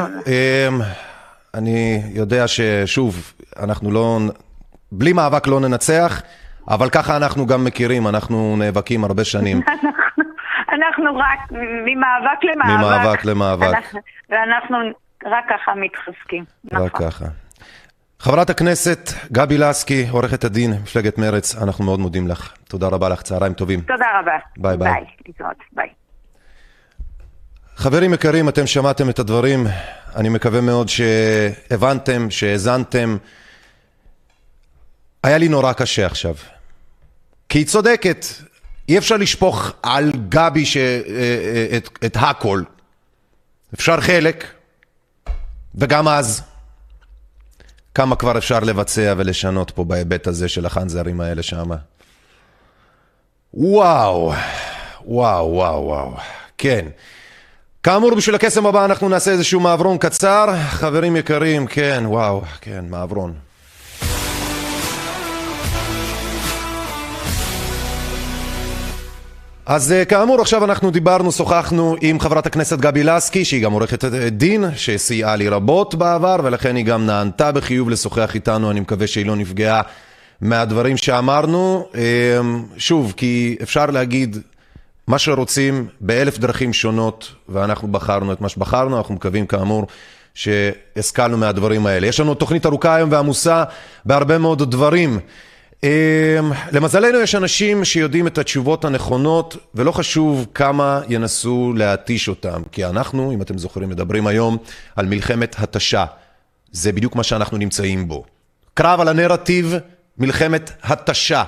[SPEAKER 1] אני יודע ששוב, אנחנו לא, בלי מאבק לא ננצח, אבל ככה אנחנו גם מכירים, אנחנו נאבקים הרבה שנים.
[SPEAKER 11] אנחנו רק ממאבק למאבק.
[SPEAKER 1] ממאבק למאבק.
[SPEAKER 11] ואנחנו רק ככה מתחזקים.
[SPEAKER 1] רק ככה. חברת הכנסת גבי לסקי, עורכת הדין, מפלגת מרץ, אנחנו מאוד מודים לך. תודה רבה לך, צהריים טובים.
[SPEAKER 11] תודה רבה.
[SPEAKER 1] ביי ביי.
[SPEAKER 11] ביי, להתראות, ביי.
[SPEAKER 1] חברים יקרים, אתם שמעתם את הדברים, אני מקווה מאוד שהבנתם, שהזנתם. היה לי נורא קשה עכשיו, כי היא צודקת, אי אפשר לשפוך על גבי את הכל, אפשר חלק, וגם אז, כמה כבר אפשר לבצע ולשנות פה בהיבט הזה של החנזרים האלה שם. וואו, וואו, וואו, וואו. כן. כאמור, בשביל הקסם הבא אנחנו נעשה איזשהו מעברון קצר. חברים יקרים, כן, וואו, כן, מעברון. אז כאמור, עכשיו אנחנו שוחחנו עם חברת הכנסת גבי לסקי, שהיא גם עורכת דין, שסייעה לי רבות בעבר, ולכן היא גם נענתה בחיוב לשוחח איתנו. אני מקווה שהיא לא נפגעה מהדברים שאמרנו. שוב, כי אפשר להגיד מה שרוצים באלף דרכים שונות, ואנחנו בחרנו את מה שבחרנו. אנחנו מקווים כאמור שהשכלנו מהדברים האלה. יש לנו תוכנית ארוכה היום ועמוסה בהרבה מאוד דברים. למזלנו יש אנשים שיודעים את התשובות הנכונות, ולא חשוב כמה ינסו להתיש אותם, כי אנחנו, אם אתם זוכרים, מדברים היום על מלחמת התשה. זה בדיוק מה שאנחנו נמצאים בו. קרב על הנרטיב, מלחמת התשה.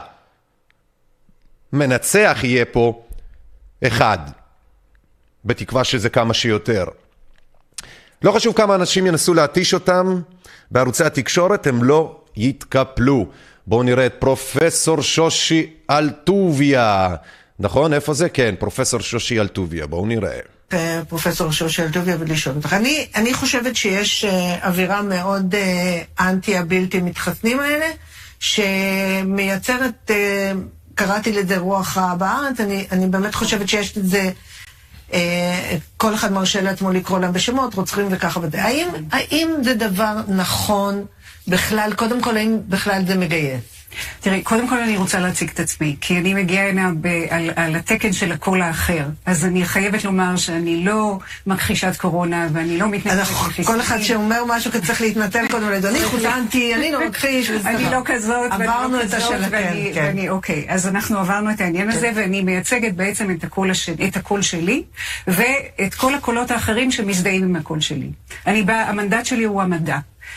[SPEAKER 1] מנצח יהיה פה אחד, בתקווה שזה כמה שיותר. לא חשוב כמה אנשים ינסו להתיש אותם, בערוצי התקשורת הם לא יתקפלו. בואו נראה את פרופסור שושי אלטוביה. נכון? איפה זה? כן, פרופסור שושי אלטוביה. בואו נראה.
[SPEAKER 12] פרופסור שושי אלטוביה, ולשאול אותך. אני חושבת שיש אווירה מאוד אנטי הבלתי מתחסנים האלה, שמייצרת, קראתי לזה רוח רעה בארץ. אני באמת חושבת שיש לזה, כל אחד מרשה לעצמו לקרוא להם בשמות, רוצחים וככה וזה. האם זה דבר נכון בכלל, קודם כל, האם בכלל זה מגייס?
[SPEAKER 13] תראי, קודם כל אני רוצה להציג את עצמי, כי אני מגיעה הנה על התקן של הקול האחר, אז אני חייבת לומר שאני לא מכחישת קורונה, ואני לא מתנתקת מחיסונים.
[SPEAKER 12] כל אחד שאומר משהו צריך להתנתק קודם לדעת, אני חוסנתי, אני לא מכחיש,
[SPEAKER 13] אני לא כזאת,
[SPEAKER 12] עברנו את השאלה, כן.
[SPEAKER 13] אוקיי, אז אנחנו עברנו את העניין הזה, ואני מייצגת בעצם את הקול שלי, ואת כל הקולות האחרים שמזדהים עם הקול שלי. המנדט שלי הוא המדע.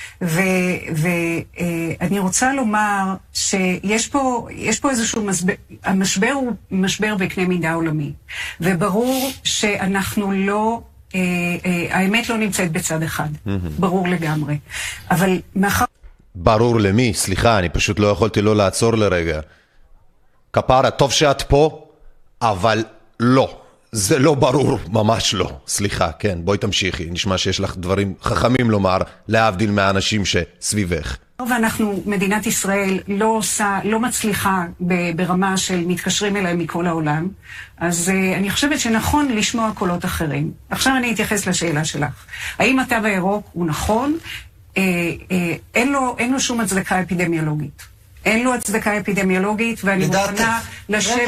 [SPEAKER 13] ואני רוצה לומר שיש פה איזשהו המשבר הוא משבר בקנה מידה עולמי, וברור שאנחנו לא, האמת לא נמצאת בצד אחד, ברור לגמרי, אבל מאחר...
[SPEAKER 1] ברור למי? סליחה, אני פשוט לא יכולתי לא לעצור לרגע. כפרה, טוב שאת פה, אבל לא. זה לא ברור, ממש לא. סליחה, כן, בואי תמשיכי. נשמע שיש לך דברים חכמים לומר, להבדיל מהאנשים שסביבך.
[SPEAKER 13] ואנחנו, מדינת ישראל, לא מצליחה ברמה של מתקשרים אליהם מכל העולם, אז אני חושבת שנכון לשמוע קולות אחרים. עכשיו אני אתייחס לשאלה שלך. האם התו הירוק הוא נכון? אין לו שום הצדקה אפידמיולוגית. אין לו הצדקה אפידמיולוגית, ואני מוכנה לשבת...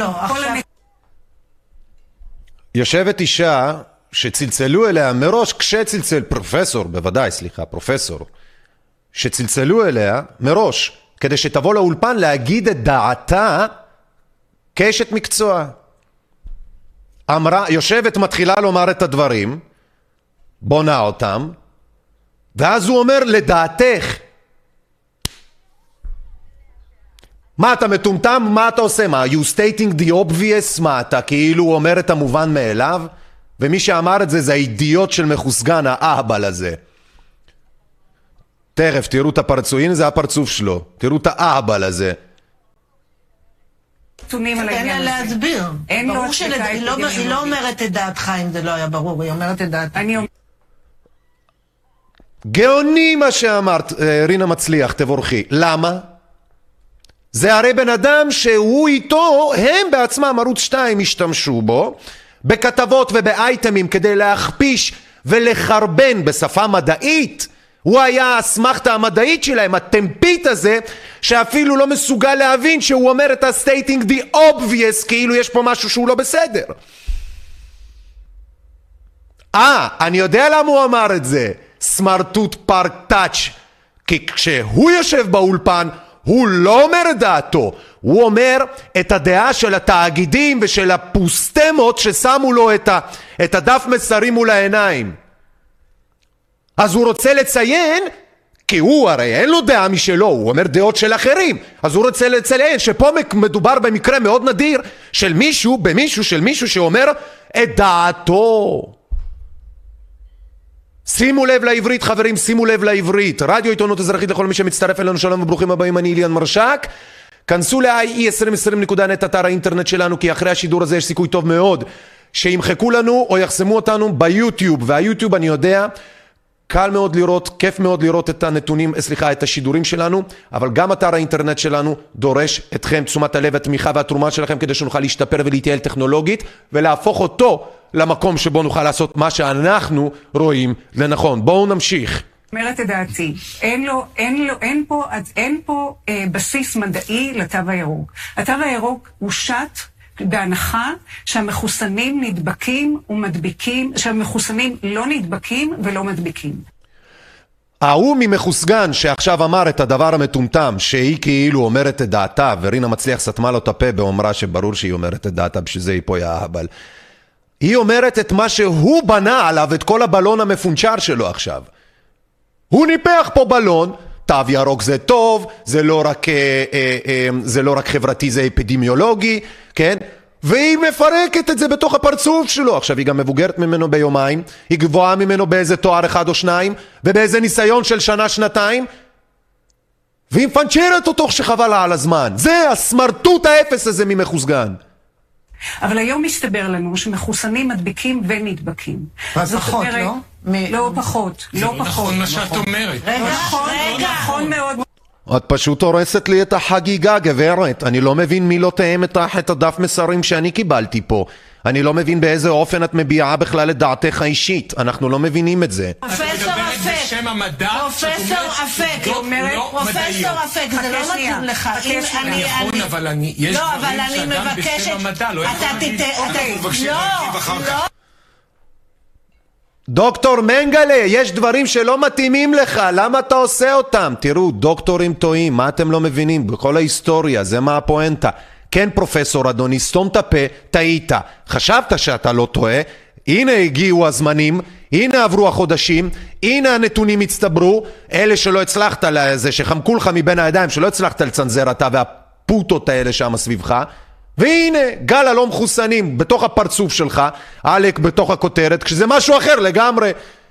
[SPEAKER 1] יושבת אישה שצלצלו אליה מראש, כשצלצל פרופסור, בוודאי, סליחה, פרופסור, שצלצלו אליה מראש, כדי שתבוא לאולפן להגיד את דעתה כאשת מקצוע. יושבת מתחילה לומר את הדברים, בונה אותם, ואז הוא אומר, לדעתך, מה אתה מטומטם? מה אתה עושה? מה? You stating the obvious? מה אתה כאילו אומר את המובן מאליו? ומי שאמר את זה זה האידיוט של מחוסגן, האהבל הזה. תכף, תראו את הפרצוף, הנה זה הפרצוף שלו, תראו את האהבל הזה.
[SPEAKER 12] תן לה להסביר. ברור שהיא לא אומרת את דעתך אם זה לא היה ברור, היא אומרת את דעתך.
[SPEAKER 1] גאוני מה שאמרת, רינה מצליח, תבורכי. למה? זה הרי בן אדם שהוא איתו, הם בעצמם ערוץ 2 השתמשו בו, בכתבות ובאייטמים כדי להכפיש ולחרבן בשפה מדעית. הוא היה האסמכתה המדעית שלהם, הטמפית הזה, שאפילו לא מסוגל להבין שהוא אומר את ה-stating the obvious, כאילו יש פה משהו שהוא לא בסדר. אני יודע למה הוא אמר את זה, סמרטוט פארק טאץ', כי כשהוא יושב באולפן, הוא לא אומר את דעתו, הוא אומר את הדעה של התאגידים ושל הפוסטמות ששמו לו את הדף מסרים מול העיניים. אז הוא רוצה לציין, כי הוא הרי אין לו דעה משלו, הוא אומר דעות של אחרים, אז הוא רוצה לציין שפה מדובר במקרה מאוד נדיר של מישהו שאומר את דעתו. שימו לב לעברית חברים, שימו לב לעברית. רדיו עיתונות אזרחית לכל מי שמצטרף אלינו, שלום וברוכים הבאים, אני איליאן מרשק. כנסו ל-ie2020.net, אתר האינטרנט שלנו, כי אחרי השידור הזה יש סיכוי טוב מאוד שימחקו לנו או יחסמו אותנו ביוטיוב, והיוטיוב אני יודע, קל מאוד לראות, כיף מאוד לראות את הנתונים, את השידורים שלנו, אבל גם אתר האינטרנט שלנו דורש אתכם, תשומת הלב, התמיכה והתרומה שלכם, כדי שנוכל להשתפר ולהתייעל טכנולוגית, ולהפוך אותו למקום שבו נוכל לעשות מה שאנחנו רואים לנכון. בואו נמשיך.
[SPEAKER 13] אומרת את דעתי, אין פה בסיס מדעי לתו הירוק. התו הירוק הוא שט בהנחה שהמחוסנים נדבקים ומדביקים, שהמחוסנים לא נדבקים ולא מדביקים.
[SPEAKER 1] ההוא ממחוסגן שעכשיו אמר את הדבר המטומטם, שהיא כאילו אומרת את דעתה, ורינה מצליח סתמה לו את הפה באומרה שברור שהיא אומרת את דעתה, בשביל זה היא פה יהבל. היא אומרת את מה שהוא בנה עליו, את כל הבלון המפונצ'ר שלו עכשיו. הוא ניפח פה בלון, תו ירוק זה טוב, זה לא רק חברתי, זה אפידמיולוגי, כן? והיא מפרקת את זה בתוך הפרצוף שלו. עכשיו היא גם מבוגרת ממנו ביומיים, היא גבוהה ממנו באיזה תואר 1 או 2, ובאיזה ניסיון של שנה, שנתיים, והיא מפנצ'רת אותו שחבל על הזמן. זה הסמרטוט האפס הזה ממחוסגן.
[SPEAKER 13] אבל היום מסתבר לנו שמחוסנים מדביקים ונדבקים.
[SPEAKER 12] פחות, לא?
[SPEAKER 13] לא פחות, לא פחות.
[SPEAKER 2] נכון מה שאת אומרת.
[SPEAKER 13] נכון מאוד.
[SPEAKER 1] את פשוט הורסת לי את החגיגה, גברת. אני לא מבין מי לא תאם את הדף מסרים שאני קיבלתי פה. אני לא מבין באיזה אופן את מביעה בכלל את דעתך האישית. אנחנו לא מבינים את זה.
[SPEAKER 2] פרופסור
[SPEAKER 12] אפק, פרופסור אפק, זה לא מתאים לך.
[SPEAKER 2] נכון, אבל יש דברים שאדם בשם המדע לא יכול להגיד.
[SPEAKER 12] לא.
[SPEAKER 1] דוקטור מנגלה, יש דברים שלא מתאימים לך, למה אתה עושה אותם? תראו, דוקטורים טועים, מה אתם לא מבינים? בכל ההיסטוריה, זה מה הפואנטה. כן פרופסור אדוני, סתום את הפה, טעית. חשבת שאתה לא טועה, הנה הגיעו הזמנים, הנה עברו החודשים, הנה הנתונים הצטברו, אלה שלא הצלחת לזה, שחמקו לך מבין הידיים, שלא הצלחת לצנזר אתה והפוטות האלה שם סביבך, והנה גל הלא מחוסנים בתוך הפרצוף שלך, עלק בתוך הכותרת, כשזה משהו אחר לגמרי.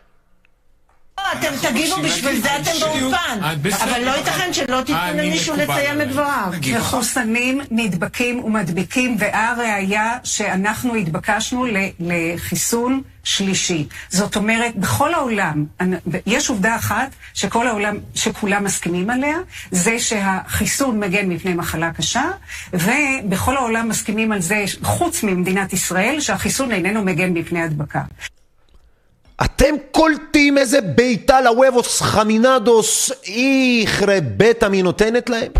[SPEAKER 12] אתם תגידו, בשביל זה אתם באופן, אבל לא ייתכן שלא תיתנו למישהו לציין את דבריו.
[SPEAKER 13] מחוסנים, נדבקים ומדביקים, והראיה שאנחנו התבקשנו לחיסון שלישי. זאת אומרת, בכל העולם, יש עובדה אחת שכל העולם, שכולם מסכימים עליה, זה שהחיסון מגן מפני מחלה קשה, ובכל העולם מסכימים על זה, חוץ ממדינת ישראל, שהחיסון איננו מגן מפני הדבקה.
[SPEAKER 1] אתם קולטים איזה ביתה לוובוס חמינדוס איכרה בטה מי נותנת להם?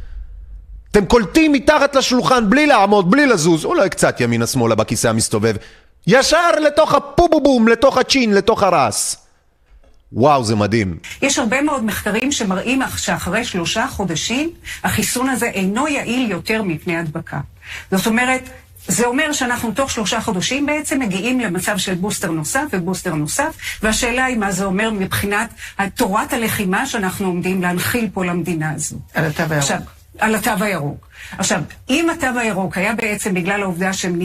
[SPEAKER 1] אתם קולטים מתחת לשולחן בלי לעמוד, בלי לזוז, אולי קצת ימינה שמאלה בכיסא המסתובב, ישר לתוך הפובובום, לתוך הצ'ין, לתוך הרס. וואו, זה מדהים.
[SPEAKER 13] יש הרבה מאוד מחקרים שמראים שאחרי 3 חודשים החיסון הזה אינו יעיל יותר מפני הדבקה. זאת אומרת, זה אומר שאנחנו תוך 3 חודשים בעצם מגיעים למצב של בוסטר נוסף ובוסטר נוסף, והשאלה היא מה זה אומר מבחינת תורת הלחימה שאנחנו עומדים להנחיל פה למדינה הזו.
[SPEAKER 12] על התו הירוק.
[SPEAKER 13] עכשיו, על התו הירוק. עכשיו, אם התו הירוק היה בעצם בגלל העובדה שהם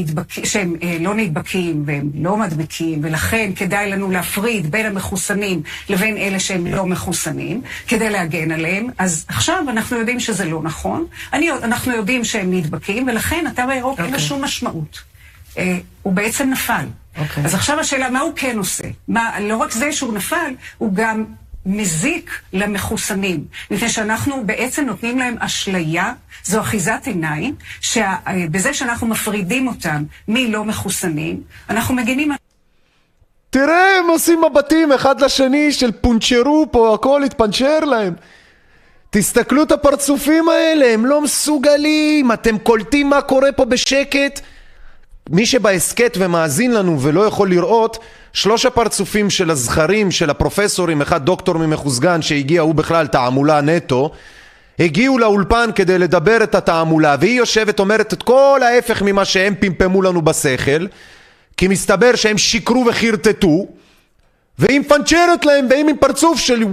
[SPEAKER 13] לא נדבקים והם לא מדבקים, ולכן כדאי לנו להפריד בין המחוסנים לבין אלה שהם לא מחוסנים, כדי להגן עליהם, אז עכשיו אנחנו יודעים שזה לא נכון, אנחנו יודעים שהם נדבקים, ולכן התו הירוק אין לו שום משמעות. הוא בעצם נפל. אז עכשיו השאלה, מה הוא כן עושה? לא רק זה שהוא נפל, הוא גם מזיק למחוסנים, מפני שאנחנו בעצם נותנים להם אשליה, זו אחיזת עיניים, שבזה שאנחנו מפרידים אותם מלא מחוסנים, אנחנו מגינים...
[SPEAKER 1] תראה, הם עושים מבטים אחד לשני של פונצ'רו פה, הכל התפנצ'ר להם. תסתכלו את הפרצופים האלה, הם לא מסוגלים, אתם קולטים מה קורה פה בשקט? מי שבעסקט ומאזין לנו ולא יכול לראות, 3 הפרצופים של הזכרים, של הפרופסורים, אחד דוקטור ממחוסגן שהגיע, הוא בכלל תעמולה נטו, הגיעו לאולפן כדי לדבר את התעמולה, והיא יושבת אומרת את כל ההפך ממה שהם פמפמו לנו בשכל, כי מסתבר שהם שיקרו וחרטטו, והיא מפנצ'רת להם, והם עם פרצוף של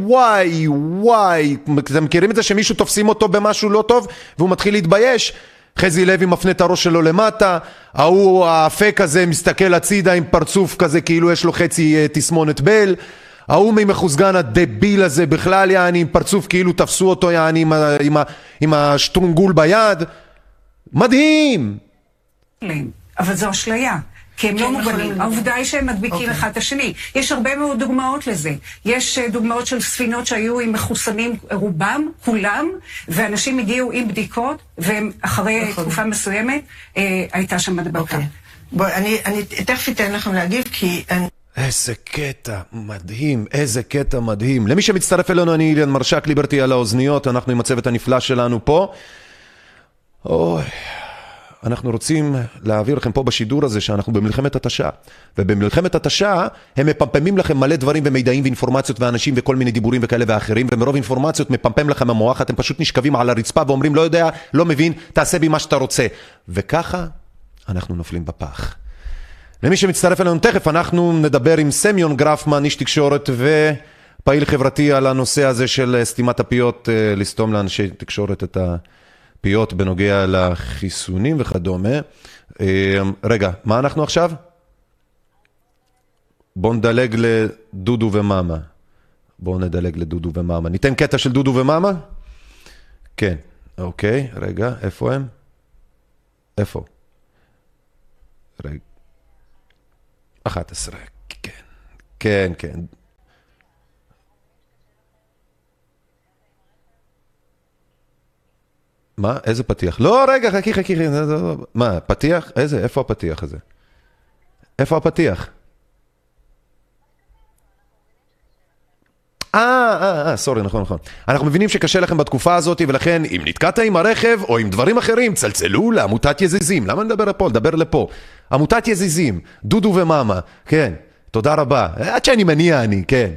[SPEAKER 1] וואי, אתם מכירים את זה שמישהו תופסים אותו במשהו לא טוב, והוא מתחיל להתבייש, חזי לוי מפנה את הראש שלו למטה, ההוא האפק הזה מסתכל הצידה עם פרצוף כזה כאילו יש לו חצי תסמונת בל, ההוא ממחוסגן הדביל הזה בכלל יעני עם פרצוף כאילו תפסו אותו יעני עם השטרונגול ביד. מדהים.
[SPEAKER 13] אבל זו אשליה. כי הם לא מוגנים. העובדה היא שהם מדביקים אחד את השני. יש הרבה מאוד דוגמאות לזה. יש דוגמאות של ספינות שהיו עם מחוסנים רובם, כולם, ואנשים הגיעו עם בדיקות, והם אחרי תקופה מסוימת הייתה שם הדבקה.
[SPEAKER 12] בואי, אני תכף אתן לכם להגיב, כי...
[SPEAKER 1] איזה קטע מדהים, איזה קטע מדהים. למי שמצטרף אלינו, אני אילן מרשק, ליברטי על האוזניות, אנחנו עם הצוות הנפלא שלנו פה. אוי... אנחנו רוצים להעביר לכם פה בשידור הזה שאנחנו במלחמת התשה. ובמלחמת התשה הם מפמפמים לכם מלא דברים ומידעים ואינפורמציות ואנשים וכל מיני דיבורים וכאלה ואחרים, ומרוב אינפורמציות מפמפם לכם המוח, אתם פשוט נשכבים על הרצפה ואומרים לא יודע, לא מבין, תעשה בי מה שאתה רוצה. וככה אנחנו נופלים בפח. למי שמצטרף אלינו תכף, אנחנו נדבר עם סמיון גרפמן, איש תקשורת ופעיל חברתי על הנושא הזה של סתימת הפיות, לסתום לאנשי תקשורת את פיות בנוגע לחיסונים וכדומה. רגע, מה אנחנו עכשיו? בואו נדלג לדודו ומאמה. בואו נדלג לדודו ומאמה. ניתן קטע של דודו ומאמה? כן, אוקיי, רגע, איפה הם? איפה? רגע. 11, כן, כן, כן. מה? איזה פתיח? לא, רגע, חכי. מה, פתיח? איזה? איפה הפתיח הזה? איפה הפתיח? סורי, נכון. אנחנו מבינים שקשה לכם בתקופה הזאת, ולכן אם נתקעת עם הרכב או עם דברים אחרים, צלצלו לעמותת יזיזים. למה נדבר לפה? נדבר לפה. עמותת יזיזים, דודו ומאמה. כן, תודה רבה. עד שאני מניע אני, כן.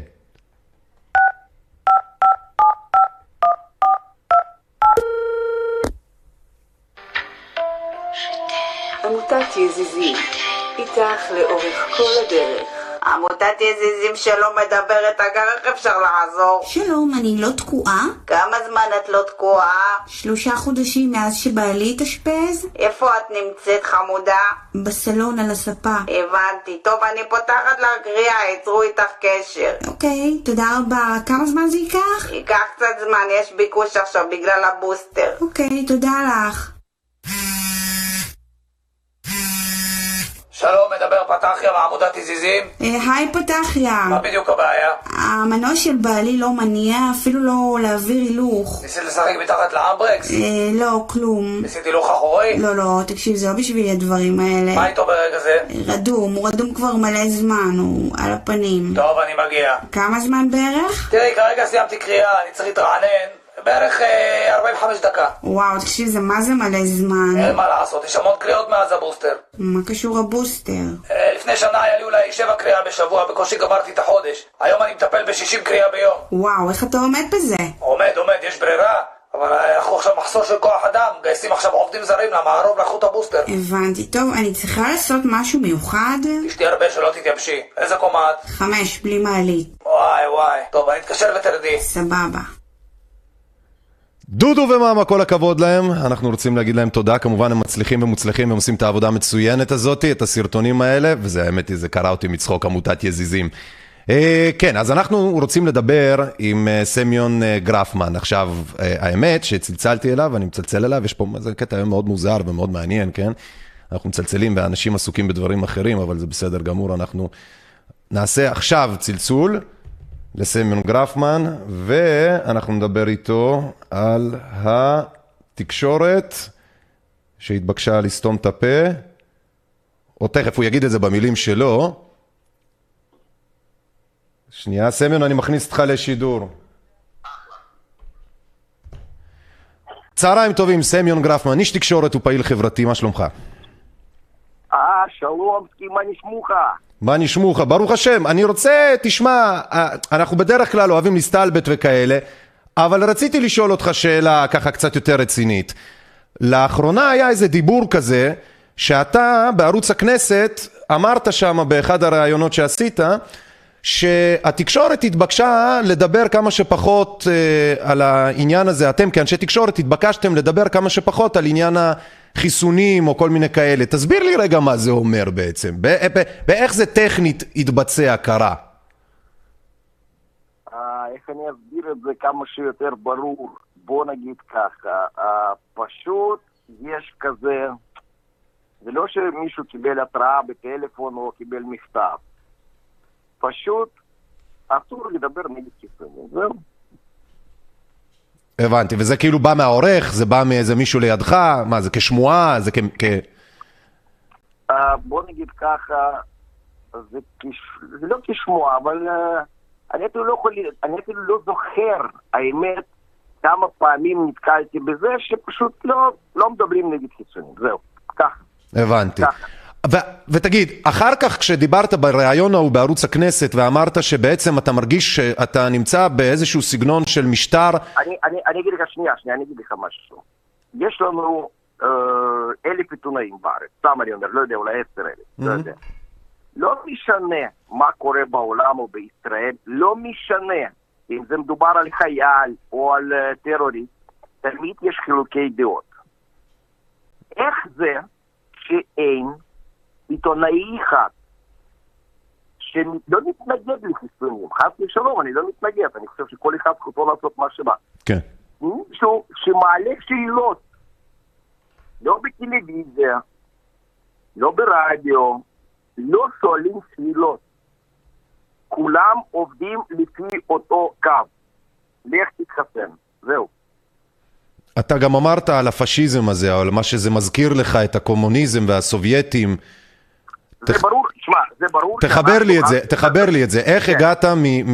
[SPEAKER 14] עמותת יזיזים, איתך לאורך כל הדרך. עמותת יזיזים שלא מדברת, אגר איך אפשר לעזור?
[SPEAKER 15] שלום, אני לא תקועה?
[SPEAKER 14] כמה זמן את לא תקועה?
[SPEAKER 15] 3 חודשים מאז שבעלי התאשפז.
[SPEAKER 14] איפה את נמצאת חמודה?
[SPEAKER 15] בסלון על הספה.
[SPEAKER 14] הבנתי, טוב אני פותחת לך גריעה, יצרו איתך קשר.
[SPEAKER 15] אוקיי, תודה רבה. כמה זמן זה ייקח?
[SPEAKER 14] ייקח קצת זמן, יש ביקוש עכשיו בגלל הבוסטר.
[SPEAKER 15] אוקיי, תודה לך.
[SPEAKER 16] שלום, מדבר פתחיה מעמותת יזיזים.
[SPEAKER 15] היי פתחיה.
[SPEAKER 16] מה בדיוק הבעיה?
[SPEAKER 15] המנוע של בעלי לא מניע, אפילו לא להעביר הילוך.
[SPEAKER 16] ניסית לשחק מתחת לאמברקס?
[SPEAKER 15] לא, כלום.
[SPEAKER 16] ניסית הילוך אחורי?
[SPEAKER 15] לא, תקשיב, זה לא בשביל הדברים האלה.
[SPEAKER 16] מה איתו ברגע זה?
[SPEAKER 15] הוא רדום כבר מלא זמן, הוא על הפנים.
[SPEAKER 16] טוב, אני מגיע.
[SPEAKER 15] כמה זמן בערך?
[SPEAKER 16] תראי, כרגע סיימתי קריאה, אני צריך להתרענן. בערך 45 דקה.
[SPEAKER 15] וואו, תקשיב, זה מה זה מלא זמן?
[SPEAKER 16] אין מה לעשות, יש המון קריאות מאז הבוסטר.
[SPEAKER 15] מה קשור הבוסטר?
[SPEAKER 16] לפני שנה היה לי אולי 7 קריאה בשבוע, בקושי גמרתי את החודש. היום אני מטפל ב-60 קריאה ביום.
[SPEAKER 15] וואו, איך אתה עומד בזה?
[SPEAKER 16] עומד, יש ברירה. אבל אנחנו עכשיו מחסור של כוח אדם, גייסים עכשיו עובדים זרים, למה הרוב לקחו את הבוסטר.
[SPEAKER 15] הבנתי, טוב, אני צריכה לעשות משהו מיוחד?
[SPEAKER 16] תשתי הרבה שלא תתייבשי. איזה קומה את?
[SPEAKER 15] 5, בלי מעלית.
[SPEAKER 16] וואי, טוב, אני אתקשר ותרדי.
[SPEAKER 15] סבבה.
[SPEAKER 1] דודו ומאמה, כל הכבוד להם. אנחנו רוצים להגיד להם תודה, כמובן הם מצליחים ומוצלחים, הם עושים את העבודה המצוינת הזאת, את הסרטונים האלה, וזה האמת היא, זה קרה אותי מצחוק, עמותת יזיזים. כן, אז אנחנו רוצים לדבר עם סמיון גרפמן. עכשיו, האמת שצלצלתי אליו, אני מצלצל אליו, יש פה קטע מאוד מוזר ומאוד מעניין, כן? אנחנו מצלצלים ואנשים עסוקים בדברים אחרים, אבל זה בסדר גמור, אנחנו נעשה עכשיו צלצול לסמיון גרפמן, ואנחנו נדבר איתו על התקשורת שהתבקשה לסתום את הפה, או תכף הוא יגיד את זה במילים שלו. שנייה, סמיון, אני מכניס אותך לשידור. צהריים טובים, סמיון גרפמן, איש תקשורת ופעיל חברתי, מה שלומך?
[SPEAKER 17] שלום, מה נשמוך?
[SPEAKER 1] מה נשמוך? ברוך השם. אני רוצה, תשמע, אנחנו בדרך כלל אוהבים להסתלבט וכאלה, אבל רציתי לשאול אותך שאלה ככה קצת יותר רצינית. לאחרונה היה איזה דיבור כזה, שאתה בערוץ הכנסת אמרת שם באחד הראיונות שעשית, שהתקשורת התבקשה לדבר כמה שפחות על העניין הזה. אתם כאנשי תקשורת התבקשתם לדבר כמה שפחות על עניין החיסונים או כל מיני כאלה. תסביר לי רגע מה זה אומר בעצם. באיך זה טכנית התבצע, קרה?
[SPEAKER 17] איך אני אסביר את זה כמה שיותר ברור? בוא נגיד ככה, פשוט יש כזה, זה לא שמישהו קיבל התראה בטלפון או קיבל מכתב. פשוט אסור לדבר נגד חיסונים, זהו.
[SPEAKER 1] הבנתי, וזה כאילו בא מהעורך, זה בא מאיזה מישהו לידך, מה זה כשמועה, זה
[SPEAKER 17] בוא נגיד ככה, זה לא כשמועה, אבל אני אפילו לא זוכר, האמת, כמה פעמים נתקלתי בזה שפשוט לא מדברים נגד חיסונים, זהו, ככה.
[SPEAKER 1] הבנתי. ותגיד, אחר כך כשדיברת בראיון ההוא בערוץ הכנסת ואמרת שבעצם אתה מרגיש שאתה נמצא באיזשהו סגנון של משטר...
[SPEAKER 17] אני אגיד לך שנייה, אני אגיד לך משהו. יש לנו 1,000 עיתונאים בארץ, סתם אני אומר, לא יודע, אולי 10,000, לא יודע. לא משנה מה קורה בעולם או בישראל, לא משנה אם זה מדובר על חייל או על טרוריסט, תמיד יש חילוקי דעות. איך זה שאין עיתונאי אחד שלא מתנגד לחיסונים, חס ושלום, אני לא מתנגד, אני חושב שכל אחד זכותו לעשות מה שבא.
[SPEAKER 1] כן.
[SPEAKER 17] מישהו שמעלה שאלות, לא בטלוויזיה, לא ברדיו, לא שואלים שאלות. כולם עובדים לפי אותו קו. לך תתחסן, זהו.
[SPEAKER 1] אתה גם אמרת על הפשיזם הזה, על מה שזה מזכיר לך, את הקומוניזם והסובייטים.
[SPEAKER 17] זה ברור, תשמע, זה ברור.
[SPEAKER 1] תחבר לי את זה. איך הגעת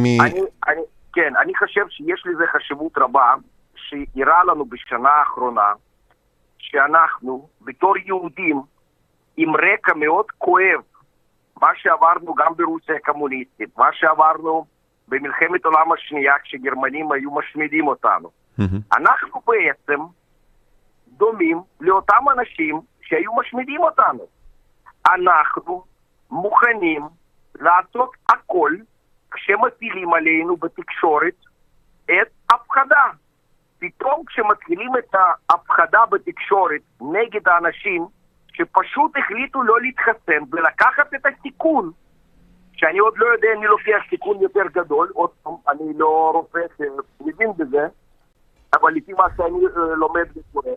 [SPEAKER 17] כן, אני חושב שיש לזה חשיבות רבה, שיראה לנו בשנה האחרונה, שאנחנו, בתור יהודים, עם רקע מאוד כואב, מה שעברנו גם ברוסיה הקומוניסטית, מה שעברנו במלחמת העולם השנייה, כשגרמנים היו משמידים אותנו. אנחנו בעצם דומים לאותם אנשים שהיו משמידים אותנו. אנחנו מוכנים לעשות הכל כשמטילים עלינו בתקשורת את הפחדה. פתאום כשמתחילים את ההפחדה בתקשורת נגד האנשים שפשוט החליטו לא להתחסן ולקחת את הסיכון, שאני עוד לא יודע אם אני לוקח סיכון יותר גדול, עוד פעם, אני לא רופא שמבין בזה, אבל לפי מה שאני לומד וקורא,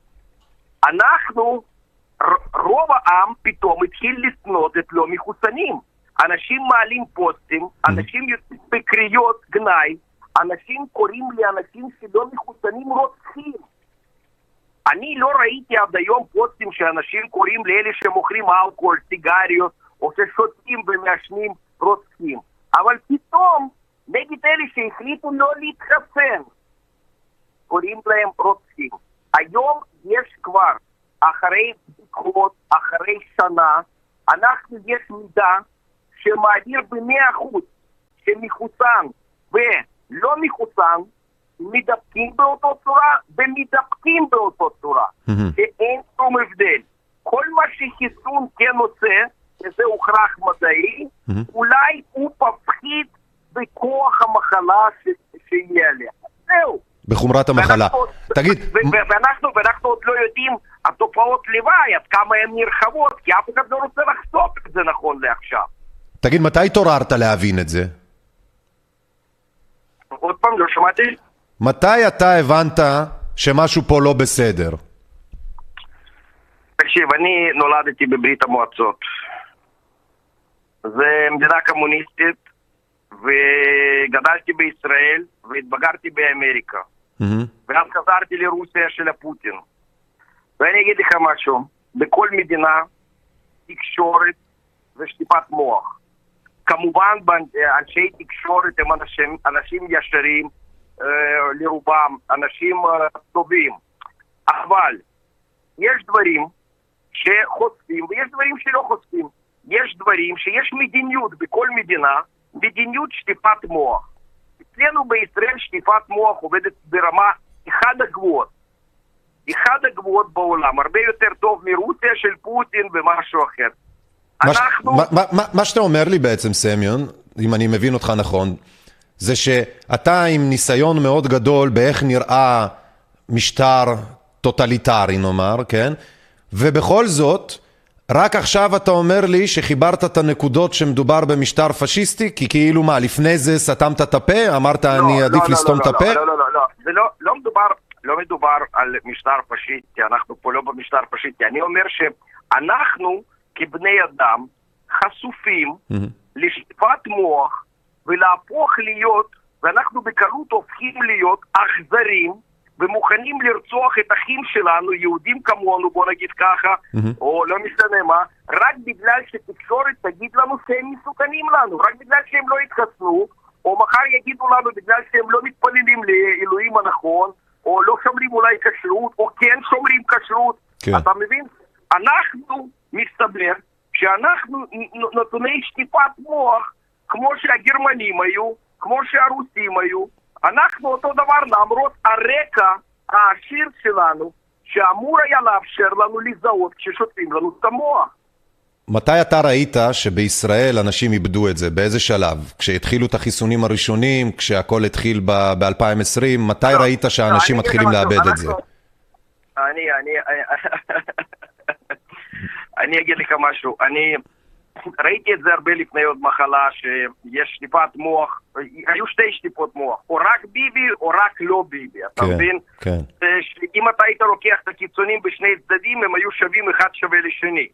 [SPEAKER 17] אנחנו, רוב העם פתאום התחיל לסנות את לא מחוסנים. אנשים מעלים פוסטים, אנשים יוצאים בקריאות גנאי, אנשים קוראים לאנשים שלא מחוסנים רוצחים. אני לא ראיתי עד היום פוסטים שאנשים קוראים לאלה שמוכרים אלכוהול, סיגריות, או ששותים ומעשנים רוצחים. אבל פתאום, נגד אלה שהחליטו לא להתחסן, קוראים להם רוצחים. היום יש כבר, אחרי בדיקות, אחרי שנה, אנחנו יש מידע שמעביר ב100% שמחוסן ולא מחוסן, מדבקים באותו צורה ומדבקים באותו צורה. שאין שום הבדל. כל מה שחיסון כן עושה, וזה הוכרח מדעי, אולי הוא מפחית בכוח המחלה שיהיה עליה. זהו.
[SPEAKER 1] בחומרת המחלה. תגיד...
[SPEAKER 17] ואנחנו עוד לא יודעים התופעות לוואי, עד כמה הן נרחבות, כי אף אחד לא רוצה לחשוף את זה נכון לעכשיו.
[SPEAKER 1] תגיד, מתי התעוררת להבין את זה?
[SPEAKER 17] עוד פעם, לא שמעתי?
[SPEAKER 1] מתי אתה הבנת שמשהו פה לא בסדר?
[SPEAKER 17] תקשיב, אני נולדתי בברית המועצות. זה מדינה קומוניסטית, וגדלתי בישראל, והתבגרתי באמריקה. ואז חזרתי לרוסיה של הפוטין. ואני אגיד לך משהו, בכל מדינה תקשורת ושטיפת מוח. כמובן, אנשי תקשורת הם אנשים ישרים, לרובם, אנשים טובים. אבל יש דברים שחושפים ויש דברים שלא חושפים. יש דברים שיש מדיניות בכל מדינה, מדיניות שטיפת מוח. אצלנו בישראל שטיפת מוח עובדת ברמה אחד הגבוהות בעולם, הרבה יותר טוב מרוסיה של פוטין ומשהו אחר.
[SPEAKER 1] מה שאתה אומר לי בעצם, סמיון, אם אני מבין אותך נכון, זה שאתה עם ניסיון מאוד גדול באיך נראה משטר טוטליטרי, נאמר, כן? ובכל זאת, רק עכשיו אתה אומר לי שחיברת את הנקודות שמדובר במשטר פשיסטי, כי כאילו מה, לפני זה סתמת את הפה? אמרת אני עדיף לסתום את הפה?
[SPEAKER 17] לא, זה לא מדובר על משטר פשיסטי, אנחנו פה לא במשטר פשיסטי. אני אומר שאנחנו כבני אדם חשופים לשטיפת מוח ולהפוך להיות, ואנחנו בקלות הופכים להיות אכזרים ומוכנים לרצוח את אחים שלנו, יהודים כמונו, בוא נגיד ככה, או לא משנה מה, רק בגלל שתקשורת תגיד לנו שהם מסוכנים לנו, רק בגלל שהם לא התחסנו, או מחר יגידו לנו בגלל שהם לא מתפללים לאלוהים הנכון, או לא שומרים אולי כשרות, או כן שומרים כשרות. אתה מבין? אנחנו מסתבר שאנחנו נתוני שטיפת מוח, כמו שהגרמנים היו, כמו שהרוסים היו, אנחנו אותו דבר, למרות הרקע העשיר שלנו, שאמור היה לאפשר לנו לזהות כששוטפים לנו את המוח.
[SPEAKER 1] מתי אתה ראית שבישראל אנשים איבדו את זה? באיזה שלב? כשהתחילו את החיסונים הראשונים, כשהכל התחיל ב-2020, מתי ראית שאנשים מתחילים לאבד את זה?
[SPEAKER 17] אני אגיד לך משהו. ראיתי את זה הרבה לפני עוד מחלה, שיש שטיפת מוח, היו שתי שטיפות מוח, או רק ביבי או רק לא ביבי, אתה מבין?
[SPEAKER 1] כן.
[SPEAKER 17] אם אתה היית לוקח את הקיצונים בשני צדדים, הם היו שווים אחד שווה לשני.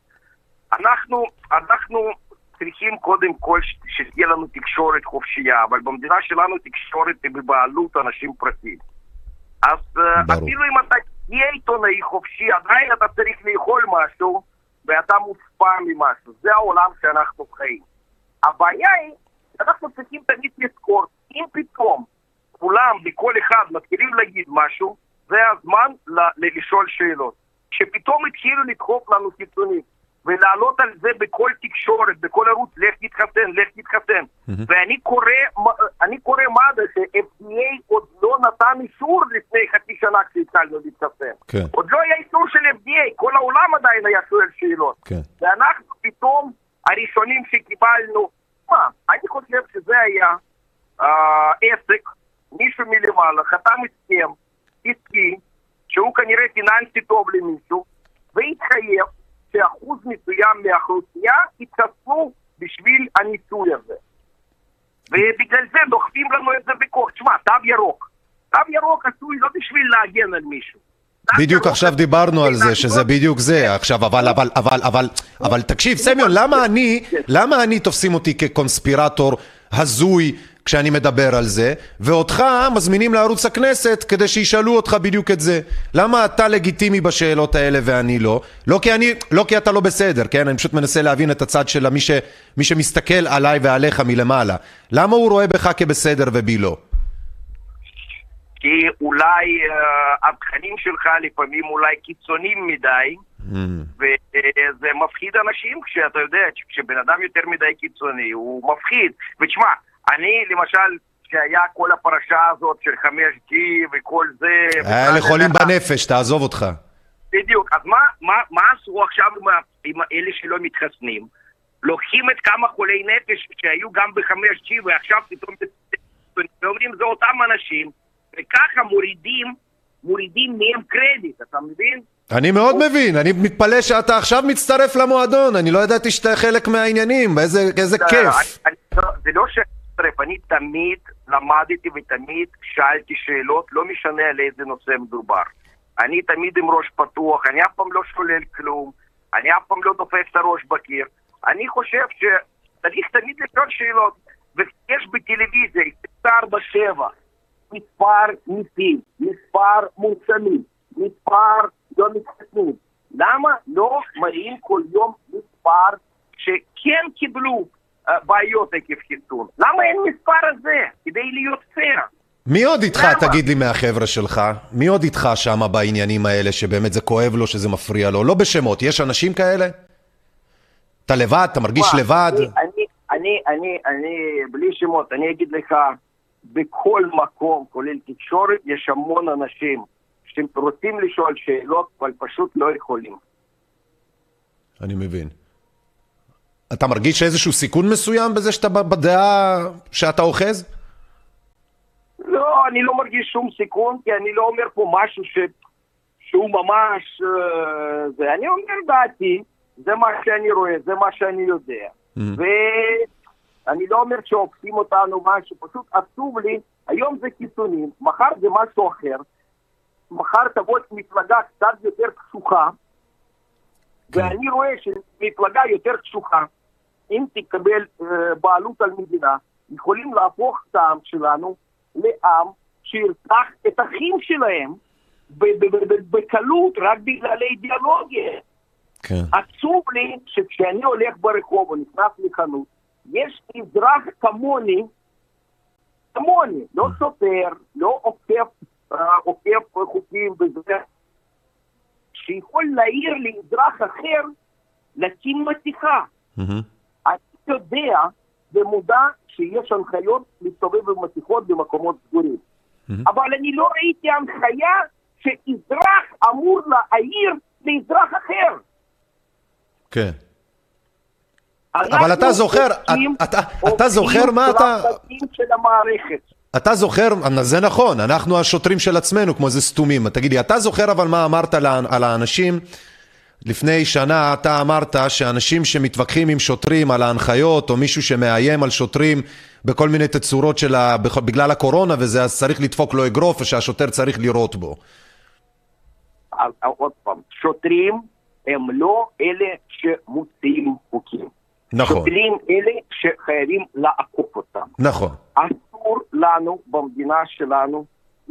[SPEAKER 17] אנחנו צריכים קודם כל שתהיה לנו תקשורת חופשייה, אבל במדינה שלנו תקשורת היא בבעלות אנשים פרטיים. אז אפילו אם אתה תהיה עיתונאי חופשי, עדיין אתה צריך לאכול משהו, ואתה מושפע ממשהו. זה העולם שאנחנו חיים. הבעיה היא, אנחנו צריכים תמיד לזכור, אם פתאום כולם בכל אחד מתחילים להגיד משהו, זה הזמן לשאול שאלות. כשפתאום התחילו לדחוף לנו קיצונים, ולעלות על זה בכל תקשורת, בכל ערוץ, לך תתחתן. ואני קורא מד"א ש-FDA עוד לא נתן אישור לפני חצי שנה כשהתחלנו להתחתן. עוד לא היה אישור של FDA, כל העולם עדיין היה שואל שאלות. ואנחנו פתאום הראשונים שקיבלנו, אני חושב שזה היה עסק, מישהו מלמעלה, חתם הסכם, עסקי, שהוא כנראה פיננסי טוב למישהו, והתחייב שאחוז מסוים מהאוכלוסייה התחסנו בשביל הניסוי הזה. ובגלל זה דוחפים לנו את זה בכוח. תשמע, תו ירוק עשוי לא בשביל להגן על מישהו.
[SPEAKER 1] בדיוק עכשיו דיברנו על זה, שזה בדיוק זה. עכשיו, אבל תקשיב, סמיון, למה אני תופסים אותי כקונספירטור הזוי כשאני מדבר על זה, ואותך מזמינים לערוץ הכנסת כדי שישאלו אותך בדיוק את זה? למה אתה לגיטימי בשאלות האלה ואני לא? לא כי אתה לא בסדר, כן? אני פשוט מנסה להבין את הצד של מי שמסתכל עליי ועליך מלמעלה. למה הוא רואה בך כבסדר ובי לא?
[SPEAKER 17] כי אולי התכנים שלך לפעמים אולי קיצוניים מדי, וזה מפחיד אנשים, כשאתה יודע, כשבן אדם יותר מדי קיצוני, הוא מפחיד. ותשמע, אני למשל, שהיה כל הפרשה הזאת של 5G וכל זה...
[SPEAKER 1] לחולים בנפש, תעזוב אותך.
[SPEAKER 17] בדיוק, אז מה עשו עכשיו עם אלה שלא מתחסנים? לוקחים את כמה חולי נפש שהיו גם ב-5G ועכשיו פתאום... ואומרים, זה אותם אנשים, וככה מורידים מהם קרדיט, אתה מבין?
[SPEAKER 1] אני מאוד מבין, אני מתפלא שאתה עכשיו מצטרף למועדון, אני לא ידעתי שאתה חלק מהעניינים, איזה כיף.
[SPEAKER 17] זה לא שמצטרף, אני תמיד למדתי ותמיד שאלתי שאלות, לא משנה על איזה נושא מדובר. אני תמיד עם ראש פתוח, אני אף פעם לא שולל כלום, אני אף פעם לא דופק את הראש בקיר. אני חושב שצריך תמיד לשאול שאלות, ויש בטלוויזיה, 4/7, מספר ניסים, מספר מונשמים, מספר לא מתחסנים. למה לא מראים כל יום מספר שכן קיבלו בעיות עקב חיסון? למה אין מספר הזה? כדי להיות פייר.
[SPEAKER 1] מי עוד איתך, תגיד לי, מהחבר'ה שלך? מי עוד איתך שם בעניינים האלה שבאמת זה כואב לו, שזה מפריע לו? לא בשמות, יש אנשים כאלה? אתה לבד? אתה מרגיש לבד?
[SPEAKER 17] אני בלי שמות, אני אגיד לך, בכל מקום, כולל תקשורת, יש המון אנשים שרוצים לשאול שאלות, אבל פשוט לא יכולים.
[SPEAKER 1] אני מבין. אתה מרגיש איזשהו סיכון מסוים בזה שאתה בדעה שאתה אוחז?
[SPEAKER 17] לא, אני לא מרגיש שום סיכון, כי אני לא אומר פה משהו שהוא ממש... אני אומר דעתי, זה מה שאני רואה, זה מה שאני יודע. ואני לא אומר שעוקפים אותנו משהו, פשוט עצוב לי, היום זה קיצונים, מחר זה משהו אחר, מחר תבוא מפלגה קצת יותר קשוחה, ואני רואה שמפלגה יותר קשוחה, אם תקבל בעלות על מדינה, יכולים להפוך את העם שלנו לעם שירצח את אחים שלהם בקלות רק בגלל האידיאולוגיה. עצוב לי שכשאני הולך ברחוב או נכנס לחנות, יש אזרח כמוני, לא סופר, לא עוקף חוקים וזה, שיכול להעיר לאזרח אחר לשים מסכה. אני יודע ומודע שיש הנחיות להסתובב במסכות במקומות סגורים. אבל אני לא ראיתי הנחיה שאזרח אמור להעיר לאזרח אחר.
[SPEAKER 1] כן. אבל אתה זוכר, אתה זוכר מה אתה זוכר, זה נכון, אנחנו השוטרים של עצמנו כמו זה סתומים. תגידי, אתה זוכר אבל מה אמרת על האנשים לפני שנה? אתה אמרת שאנשים שמתווכחים עם שוטרים על ההנחיות או מישהו שמאיים על שוטרים בכל מיני תצורות בגלל הקורונה וזה, אז צריך לדפוק לו אגרוף ושהשוטר צריך לראות בו.
[SPEAKER 17] עוד פעם, שוטרים הם לא אלה שמוציאים חוקים.
[SPEAKER 1] נכון.
[SPEAKER 17] שוטרים אלה שחייבים לעקוף אותם.
[SPEAKER 1] נכון.
[SPEAKER 17] אסור לנו במדינה שלנו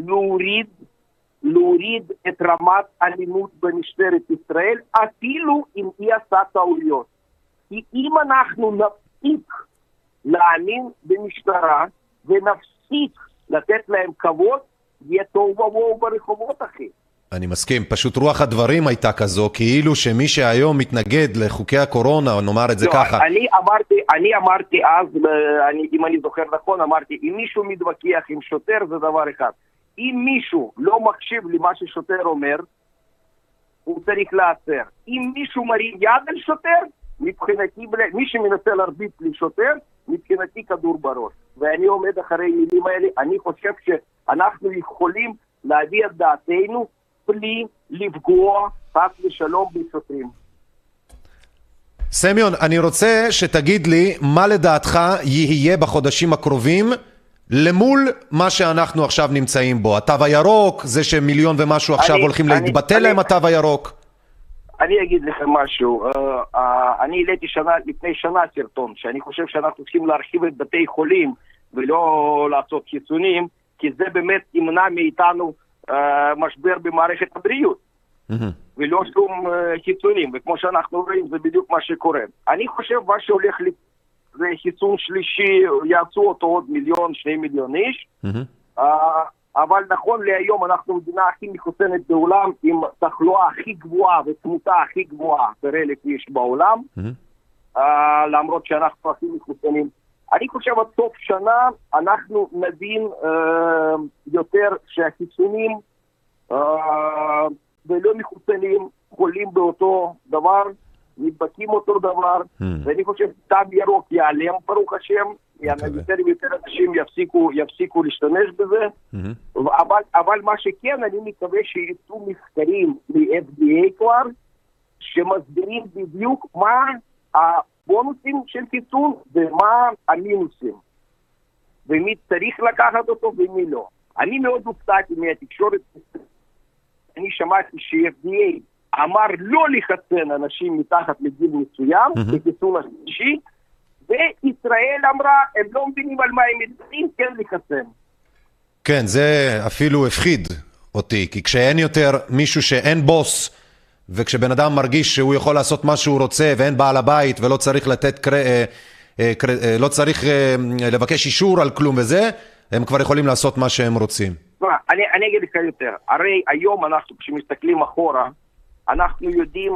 [SPEAKER 17] להוריד את רמת אלימות במשטרת ישראל, אפילו אם היא עשה טעויות. כי אם אנחנו נפסיק להאמין במשטרה ונפסיק לתת להם כבוד, יהיה תוהו ובוהו ברחובות אחי.
[SPEAKER 1] אני מסכים, פשוט רוח הדברים הייתה כזו, כאילו שמי שהיום מתנגד לחוקי הקורונה, נאמר את זה ככה.
[SPEAKER 17] אני אמרתי אז, אם אני זוכר נכון, אמרתי, אם מישהו מתווכח עם שוטר זה דבר אחד. אם מישהו לא מקשיב למה ששוטר אומר, הוא צריך לעצר. אם מישהו מרים יד על שוטר, מבחינתי, מי שמנסה להרביץ לשוטר, מבחינתי כדור בראש. ואני עומד אחרי מילים האלה, אני חושב שאנחנו יכולים להביא את דעתנו, בלי לפגוע חס ושלום בשוטרים.
[SPEAKER 1] סמיון, אני רוצה שתגיד לי מה לדעתך יהיה בחודשים הקרובים למול מה שאנחנו עכשיו נמצאים בו. התו הירוק, זה שמיליון ומשהו עכשיו הולכים להתבטל להם התו הירוק.
[SPEAKER 17] אני אגיד לכם משהו. אני העליתי לפני שנה סרטון, שאני חושב שאנחנו צריכים להרחיב את בתי חולים ולא לעשות חיסונים, כי זה באמת ימנע מאיתנו משבר במערכת הבריאות, ולא שום חיסונים, וכמו שאנחנו רואים זה בדיוק מה שקורה. אני חושב מה שהולך זה חיסון שלישי, יעשו אותו עוד 1-2 מיליון איש, אבל נכון להיום אנחנו מדינה הכי מחוסנת בעולם, עם תחלואה הכי גבוהה ותמותה הכי גבוהה per 1,000 איש בעולם, למרות שאנחנו הכי מחוסנים. אני חושב עד סוף שנה אנחנו נבין יותר שהחיסונים ולא מחוסנים חולים באותו דבר, נדבקים אותו דבר, ואני חושב תו ירוק ייעלם ברוך השם, יותר ויותר אנשים יפסיקו להשתמש בזה, אבל מה שכן אני מקווה שיצאו מחקרים מ-FDA כבר, שמסבירים בדיוק מה הבונוסים של חיסון ומה המינוסים, ומי צריך לקחת אותו ומי לא. אני מאוד הופתעתי מהתקשורת, אני שמעתי ש-FDA אמר לא לחסן אנשים מתחת לגיל מסוים בחיסון השלישי, וישראל אמרה הם לא מבינים על מה הם מדברים, כן לחסן.
[SPEAKER 1] כן, זה אפילו הפחיד אותי, כי כשאין יותר מישהו שאין בוס, וכשבן אדם מרגיש שהוא יכול לעשות מה שהוא רוצה ואין בעל הבית ולא צריך לא צריך לבקש אישור על כלום וזה, הם כבר יכולים לעשות מה שהם רוצים.
[SPEAKER 17] אני אגיד לך יותר, הרי היום אנחנו כשמסתכלים אחורה, אנחנו יודעים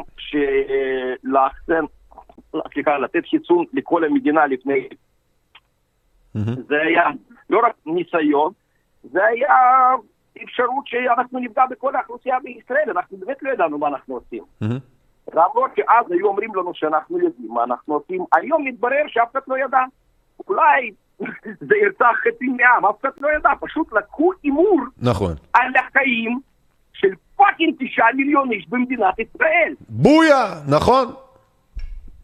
[SPEAKER 17] לתת חיסון לכל המדינה לפני, זה היה לא רק ניסיון, זה היה אפשרות שאנחנו נפגע בכל האוכלוסייה בישראל, אנחנו באמת לא ידענו מה אנחנו עושים. למרות שאז היו אומרים לנו שאנחנו יודעים מה אנחנו עושים, היום מתברר שאף אחד לא ידע. אולי זה ירצח חצי מעם, אף אחד לא ידע, פשוט לקחו אימור על החיים של פאקינג 9 מיליון איש במדינת ישראל.
[SPEAKER 1] בויה, נכון.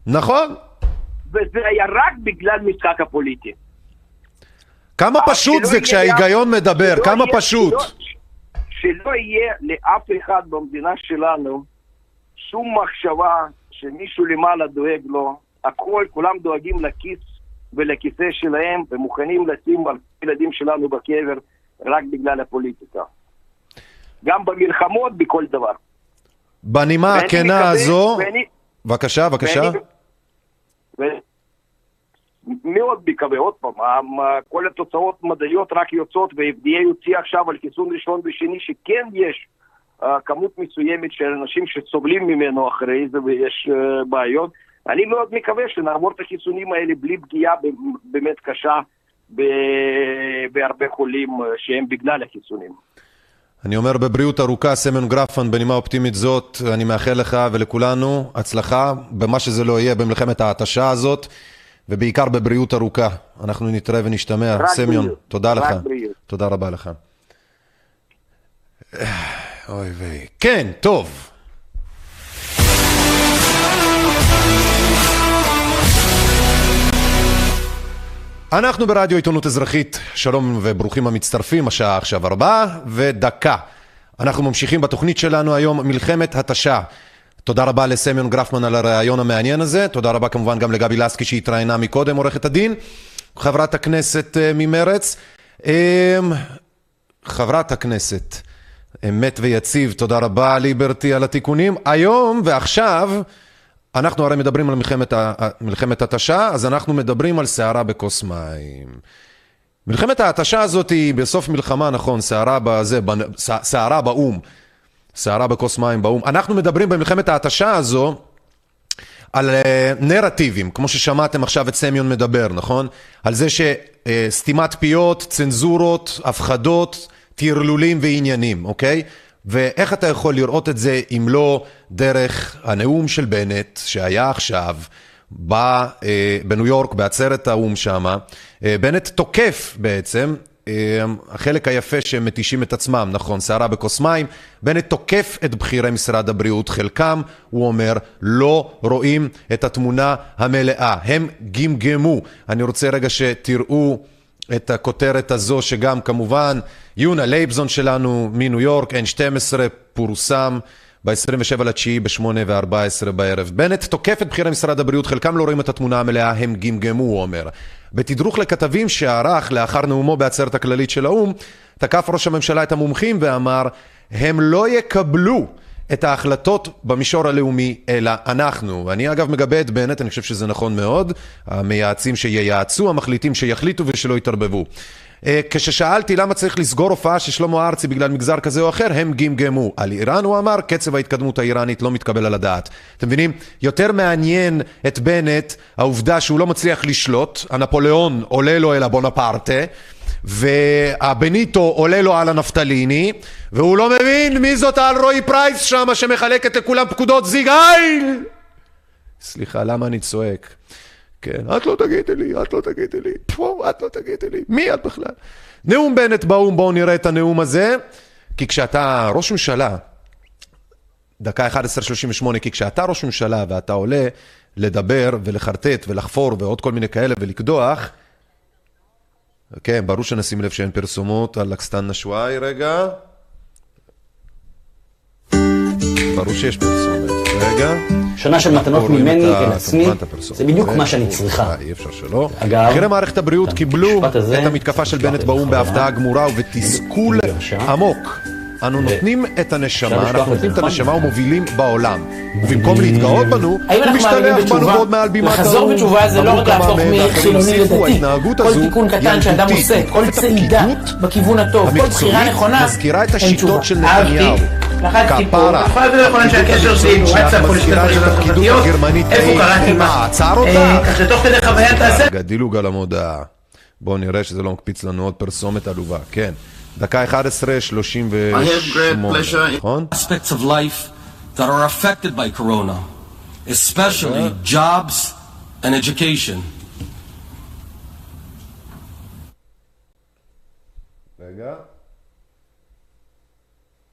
[SPEAKER 1] נכון.
[SPEAKER 17] וזה היה רק בגלל משחק הפוליטי.
[SPEAKER 1] כמה פשוט זה כשההיגיון מדבר, כמה פשוט.
[SPEAKER 17] שלא יהיה לאף אחד במדינה שלנו שום מחשבה שמישהו למעלה דואג לו, הכל, כולם דואגים לכיס ולכיסא שלהם, ומוכנים לשים על ילדים שלנו בקבר רק בגלל הפוליטיקה. גם במלחמות, בכל דבר.
[SPEAKER 1] בנימה הכנה הזו, בבקשה.
[SPEAKER 17] מאוד מקווה, עוד פעם, כל התוצאות מדעיות רק יוצאות, ו-FDA יוציא עכשיו על חיסון ראשון ושני, שכן יש כמות מסוימת של אנשים שסובלים ממנו אחרי זה, ויש בעיות. אני מאוד מקווה שנעבור את החיסונים האלה בלי פגיעה באמת קשה בהרבה חולים שהם בגלל החיסונים.
[SPEAKER 1] אני אומר בבריאות ארוכה, סמיון גרפמן, בנימה אופטימית זאת, אני מאחל לך ולכולנו הצלחה במה שזה לא יהיה במלחמת ההתשה הזאת, ובעיקר בבריאות ארוכה. אנחנו נתראה ונשתמע. סמיון, תודה לך. תודה רבה לך. אוי ויי. כן, טוב. אנחנו ברדיו עיתונות אזרחית, שלום וברוכים המצטרפים, השעה עכשיו 4:01. אנחנו ממשיכים בתוכנית שלנו היום, מלחמת התשה. תודה רבה לסמיון גרפמן על הרעיון המעניין הזה, תודה רבה כמובן גם לגבי לסקי שהתראיינה מקודם, עורכת הדין, חברת הכנסת ממרץ, חברת הכנסת, אמת ויציב, תודה רבה ליברטי על התיקונים. היום ועכשיו, אנחנו הרי מדברים על מלחמת התשה, אז אנחנו מדברים על סערה בכוס מים. מלחמת ההתשה הזאת היא בסוף מלחמה, נכון, סערה באום, סערה בכוס מים באום. אנחנו מדברים במלחמת ההתשה הזו על נרטיבים, כמו ששמעתם עכשיו את סמיון מדבר, נכון? על זה שסתימת פיות, צנזורות, הפחדות, תרלולים ועניינים, אוקיי? ואיך אתה יכול לראות את זה אם לא דרך הנאום של בנט שהיה עכשיו בניו יורק, בעצרת האום שמה. בנט תוקף בעצם, החלק היפה שהם מתישים את עצמם, נכון, סערה בכוס מים, בנט תוקף את בכירי משרד הבריאות, חלקם, הוא אומר, לא רואים את התמונה המלאה, הם גמגמו. אני רוצה רגע שתראו את הכותרת הזו, שגם כמובן יונה לייבזון שלנו מניו יורק, N12, פורסם ב-27/9 ב-8:14 בערב. בנט תוקף את בכירי משרד הבריאות, חלקם לא רואים את התמונה המלאה, הם גמגמו, הוא אומר. בתדרוך לכתבים שערך לאחר נאומו בעצרת הכללית של האום, תקף ראש הממשלה את המומחים ואמר, הם לא יקבלו את ההחלטות במישור הלאומי, אלא אנחנו. ואני אגב מגבה את בנט, אני חושב שזה נכון מאוד, המייעצים שייעצו, המחליטים שיחליטו ושלא יתרבבו. כששאלתי למה צריך לסגור הופעה של שלמה ארצי בגלל מגזר כזה או אחר, הם גמגמו. על איראן הוא אמר, קצב ההתקדמות האיראנית לא מתקבל על הדעת. אתם מבינים? יותר מעניין את בנט העובדה שהוא לא מצליח לשלוט, הנפוליאון עולה לו אל הבונפרטה, והבניטו עולה לו על הנפטליני, והוא לא מבין מי זאת על רוי פרייס שם שמחלקת לכולם פקודות זיגייל. סליחה, למה אני צועק? כן, את לא תגידי לי, את לא תגידי לי, את לא תגידי לי, מי את בכלל? נאום בנט באום, בואו נראה את הנאום הזה, כי כשאתה ראש ממשלה, דקה 11:38, כי כשאתה ראש ממשלה ואתה עולה לדבר ולחרטט ולחפור ועוד כל מיני כאלה ולקדוח, כן, ברור שנשים לב שאין פרסומות על לקסטן נשוואי, רגע. ברור שיש פרסומת, רגע.
[SPEAKER 18] שנה של מתנות ממני אל עצמי, זה בדיוק מה שאני צריכה.
[SPEAKER 1] אי אפשר שלא.
[SPEAKER 18] אגב,
[SPEAKER 1] בכירי מערכת הבריאות קיבלו את המתקפה של בנט באום בהפתעה גמורה ובתסכול עמוק. אנו נותנים את הנשמה, אנחנו נותנים את הנשמה ומובילים בעולם. ובמקום להתגאות בנו, הוא משתלח בנו עוד מעל בימת האום.
[SPEAKER 18] לחזור בתשובה זה לא רק להפוך מחילוני לדתי. כל תיקון קטן שאדם עושה, כל צעידה בכיוון הטוב, כל בחירה נכונה,
[SPEAKER 1] מזכירה את השיטות של נתניהו.
[SPEAKER 18] כפרה.
[SPEAKER 19] יכול להיות נכון שהקשר שלי עם וואטסאפ או לשתי ברשתות החברתיות, איפה קראתי מה?
[SPEAKER 1] עצר אותה?
[SPEAKER 19] כך שתוך כדי חוויה תעשה.
[SPEAKER 1] דילוג על המודעה. בואו נראה שזה לא מקפיץ לנו עוד פרסומת עלובה. כן. דקה 11:38. נכון?
[SPEAKER 20] Aspects of life that are affected by corona, especially jobs and education.
[SPEAKER 1] רגע.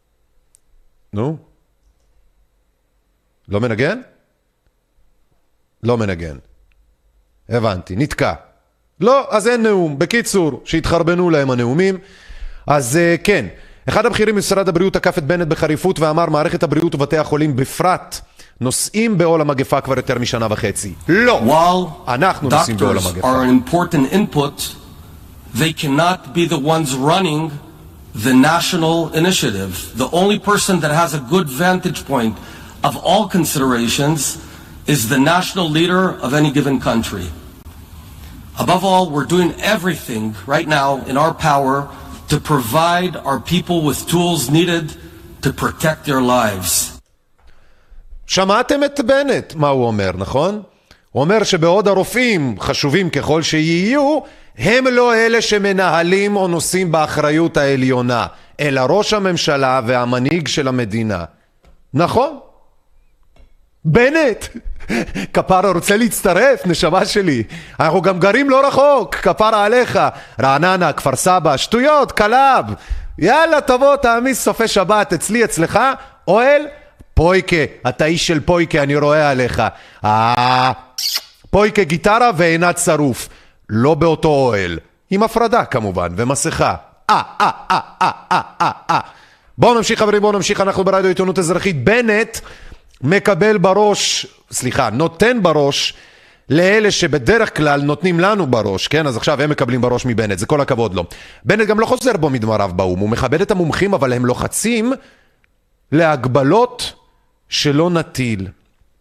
[SPEAKER 1] נו? לא מנגן? לא מנגן. הבנתי, נתקע. לא, אז אין נאום. בקיצור, שהתחרבנו להם הנאומים. אז כן, אחד הבכירים במשרד הבריאות תקף את בנט בחריפות ואמר מערכת הבריאות ובתי החולים בפרט נושאים בעול המגפה כבר יותר משנה וחצי. לא! אנחנו נושאים בעול המגפה.
[SPEAKER 20] While doctors are an important input, they cannot be the ones running the national initiative. The only person that has a good vantage point of all considerations is the national leader of any given country. Above all, we're doing everything right now in our power to provide our people with tools needed to protect their lives.
[SPEAKER 1] שמעתם את בנט, מה הוא אומר, נכון? הוא אומר שבעוד הרופאים חשובים ככל שיהיו, הם לא אלה שמנהלים או נושאים באחריות העליונה, אלא ראש הממשלה והמנהיג של המדינה. נכון? בנט, כפרה רוצה להצטרף, נשמה שלי. אנחנו גם גרים לא רחוק, כפרה עליך. רעננה, כפר סבא, שטויות, קלב. יאללה, תבוא, תעמיס סופי שבת, אצלי, אצלך, אוהל, פויקה, אתה איש של פויקה, אני רואה עליך. פויקה גיטרה ועינת צרוף. לא באותו אוהל. עם הפרדה כמובן, ומסכה. בואו נמשיך חברים, בואו נמשיך, אנחנו ברדיו עיתונות אזרחית. בנט מקבל בראש, נותן בראש לאלה שבדרך כלל נותנים לנו בראש, כן? אז עכשיו הם מקבלים בראש מבנט, זה כל הכבוד לו. בנט גם לא חוזר בו מדבריו באום, הוא מכבד את המומחים, אבל הם לוחצים להגבלות שלא נטיל.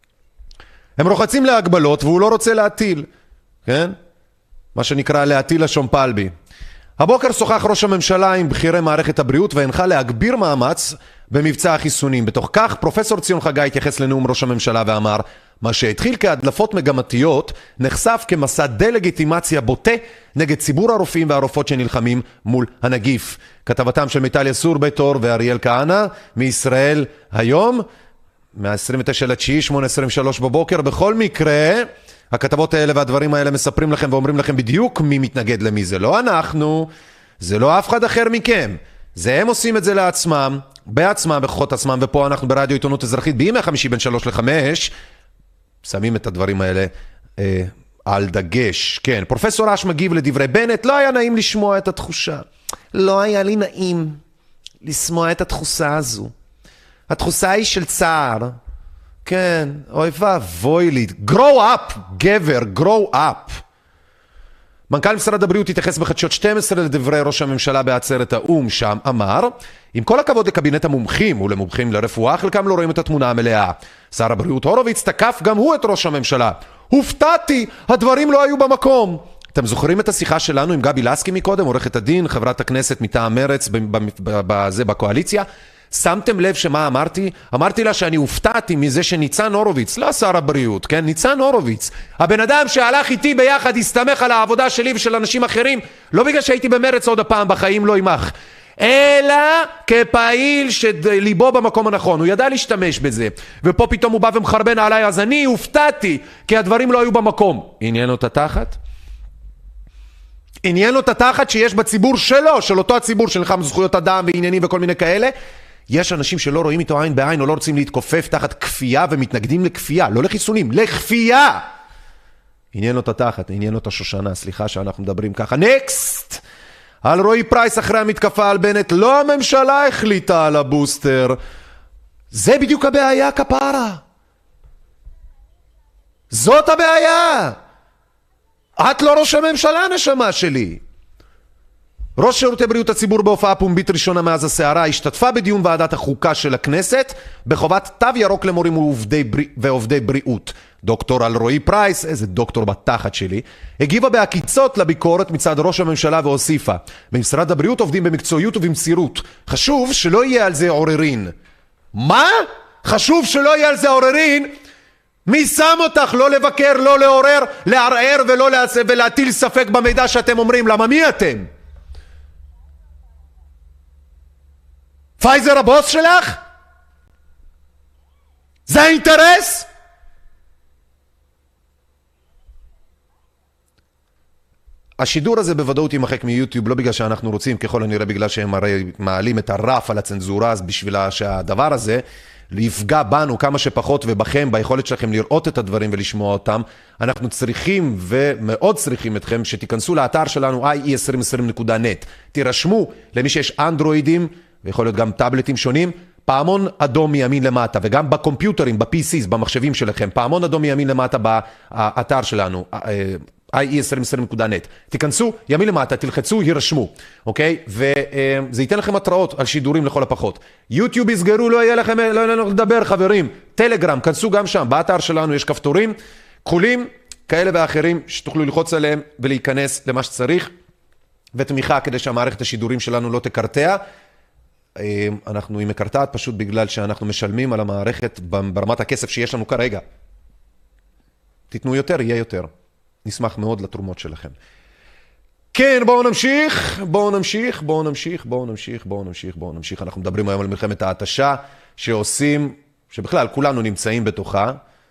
[SPEAKER 1] הם לוחצים להגבלות והוא לא רוצה להטיל, כן? מה שנקרא להטיל השומפלבי. הבוקר שוחח ראש הממשלה עם בכירי מערכת הבריאות והנחה להגביר מאמץ במבצע החיסונים. בתוך כך פרופסור ציון חגי התייחס לנאום ראש הממשלה ואמר, מה שהתחיל כהדלפות מגמתיות נחשף כמסע דה-לגיטימציה בוטה נגד ציבור הרופאים והרופאות שנלחמים מול הנגיף. כתבתם של מיטליה סורבטור ואריאל כהנא מישראל היום, מה-29/9, 8:23 בבוקר. בכל מקרה, הכתבות האלה והדברים האלה מספרים לכם ואומרים לכם בדיוק מי מתנגד למי. זה לא אנחנו, זה לא אף אחד אחר מכם. זה הם עושים את זה לעצמם, בעצמם, בכוחות עצמם, ופה אנחנו ברדיו עיתונות אזרחית, בימי חמישי בין 3 ל-5, שמים את הדברים האלה על דגש. כן, פרופסור אש מגיב לדברי בנט, לא היה נעים לשמוע את התחושה. לא היה לי נעים לשמוע את התחושה הזו. התחושה היא של צער. כן, אוי ואבוי לי. grow up, גבר, grow up. מנכ"ל משרד הבריאות התייחס בחדשות 12 לדברי ראש הממשלה בעצרת האום, שם אמר, עם כל הכבוד לקבינט המומחים ולמומחים לרפואה, חלקם לא רואים את התמונה המלאה. שר הבריאות הורוביץ תקף גם הוא את ראש הממשלה. הופתעתי, הדברים לא היו במקום. אתם זוכרים את השיחה שלנו עם גבי לסקי מקודם, עורכת הדין, חברת הכנסת מטעם מרץ בקואליציה? שמתם לב שמה אמרתי? אמרתי לה שאני הופתעתי מזה שניצן הורוביץ, לא שר הבריאות, כן? ניצן הורוביץ, הבן אדם שהלך איתי ביחד, הסתמך על העבודה שלי ושל אנשים אחרים, לא בגלל שהייתי במרץ עוד הפעם בחיים, לא ימח, אלא כפעיל שליבו במקום הנכון, הוא ידע להשתמש בזה, ופה פתאום הוא בא ומחרבן עליי, אז אני הופתעתי, כי הדברים לא היו במקום. עניין אותה תחת? עניין אותה תחת שיש בציבור שלו, של אותו הציבור שנלחם זכויות אדם ועניינים וכל מיני כאלה, יש אנשים שלא רואים איתו עין בעין או לא רוצים להתכופף תחת כפייה ומתנגדים לכפייה, לא לחיסונים, לכפייה. עניין אותה תחת, עניין אותה שושנה, סליחה שאנחנו מדברים ככה. נקסט! על רועי פרייס אחרי המתקפה על בנט, לא הממשלה החליטה על הבוסטר. זה בדיוק הבעיה, כפרה. זאת הבעיה. את לא ראש הממשלה, נשמה שלי. ראש שירותי בריאות הציבור בהופעה פומבית ראשונה מאז הסערה השתתפה בדיון ועדת החוקה של הכנסת בחובת תו ירוק למורים ועובדי בריאות. דוקטור אלרועי פרייס, איזה דוקטור בתחת שלי, הגיבה בהקיצות לביקורת מצד ראש הממשלה והוסיפה, במשרד הבריאות עובדים במקצועיות ובמסירות, חשוב שלא יהיה על זה עוררין. מה? חשוב שלא יהיה על זה עוררין? מי שם אותך לא לבקר, לא לעורר, לערער ולהטיל ספק במידע שאתם אומרים? למה מי אתם? פייזר הבוס שלך? זה האינטרס? השידור הזה בוודאות יימחק מיוטיוב, לא בגלל שאנחנו רוצים, ככל הנראה בגלל שהם הרי מעלים את הרף על הצנזורה, אז בשביל שהדבר הזה יפגע בנו כמה שפחות ובכם, ביכולת שלכם לראות את הדברים ולשמוע אותם, אנחנו צריכים ומאוד צריכים אתכם שתיכנסו לאתר שלנו ie2020.net, תירשמו למי שיש אנדרואידים, ויכול להיות גם טאבלטים שונים, פעמון אדום מימין למטה, וגם בקומפיוטרים, ב-PCs, במחשבים שלכם, פעמון אדום מימין למטה באתר שלנו, ie2020.net. תיכנסו, ימין למטה, תלחצו, ירשמו, אוקיי? וזה ייתן לכם התראות על שידורים לכל הפחות. יוטיוב יסגרו, לא יהיה לכם, לא יהיה לנו לדבר, חברים. טלגרם, כנסו גם שם, באתר שלנו יש כפתורים, כחולים, כאלה ואחרים, שתוכלו ללחוץ עליהם ולהיכנס למה שצריך, ותמיכה כדי שהמערכת השידורים שלנו לא תקרטע. היא מקרטעת פשוט בגלל שאנחנו משלמים על המערכת ברמת הכסף שיש לנו כרגע. תיתנו יותר, יהיה יותר. נשמח מאוד לתרומות שלכם. כן, בואו נמשיך. אנחנו מדברים היום על מלחמת ההתשה שבכלל כולנו נמצאים בתוכה.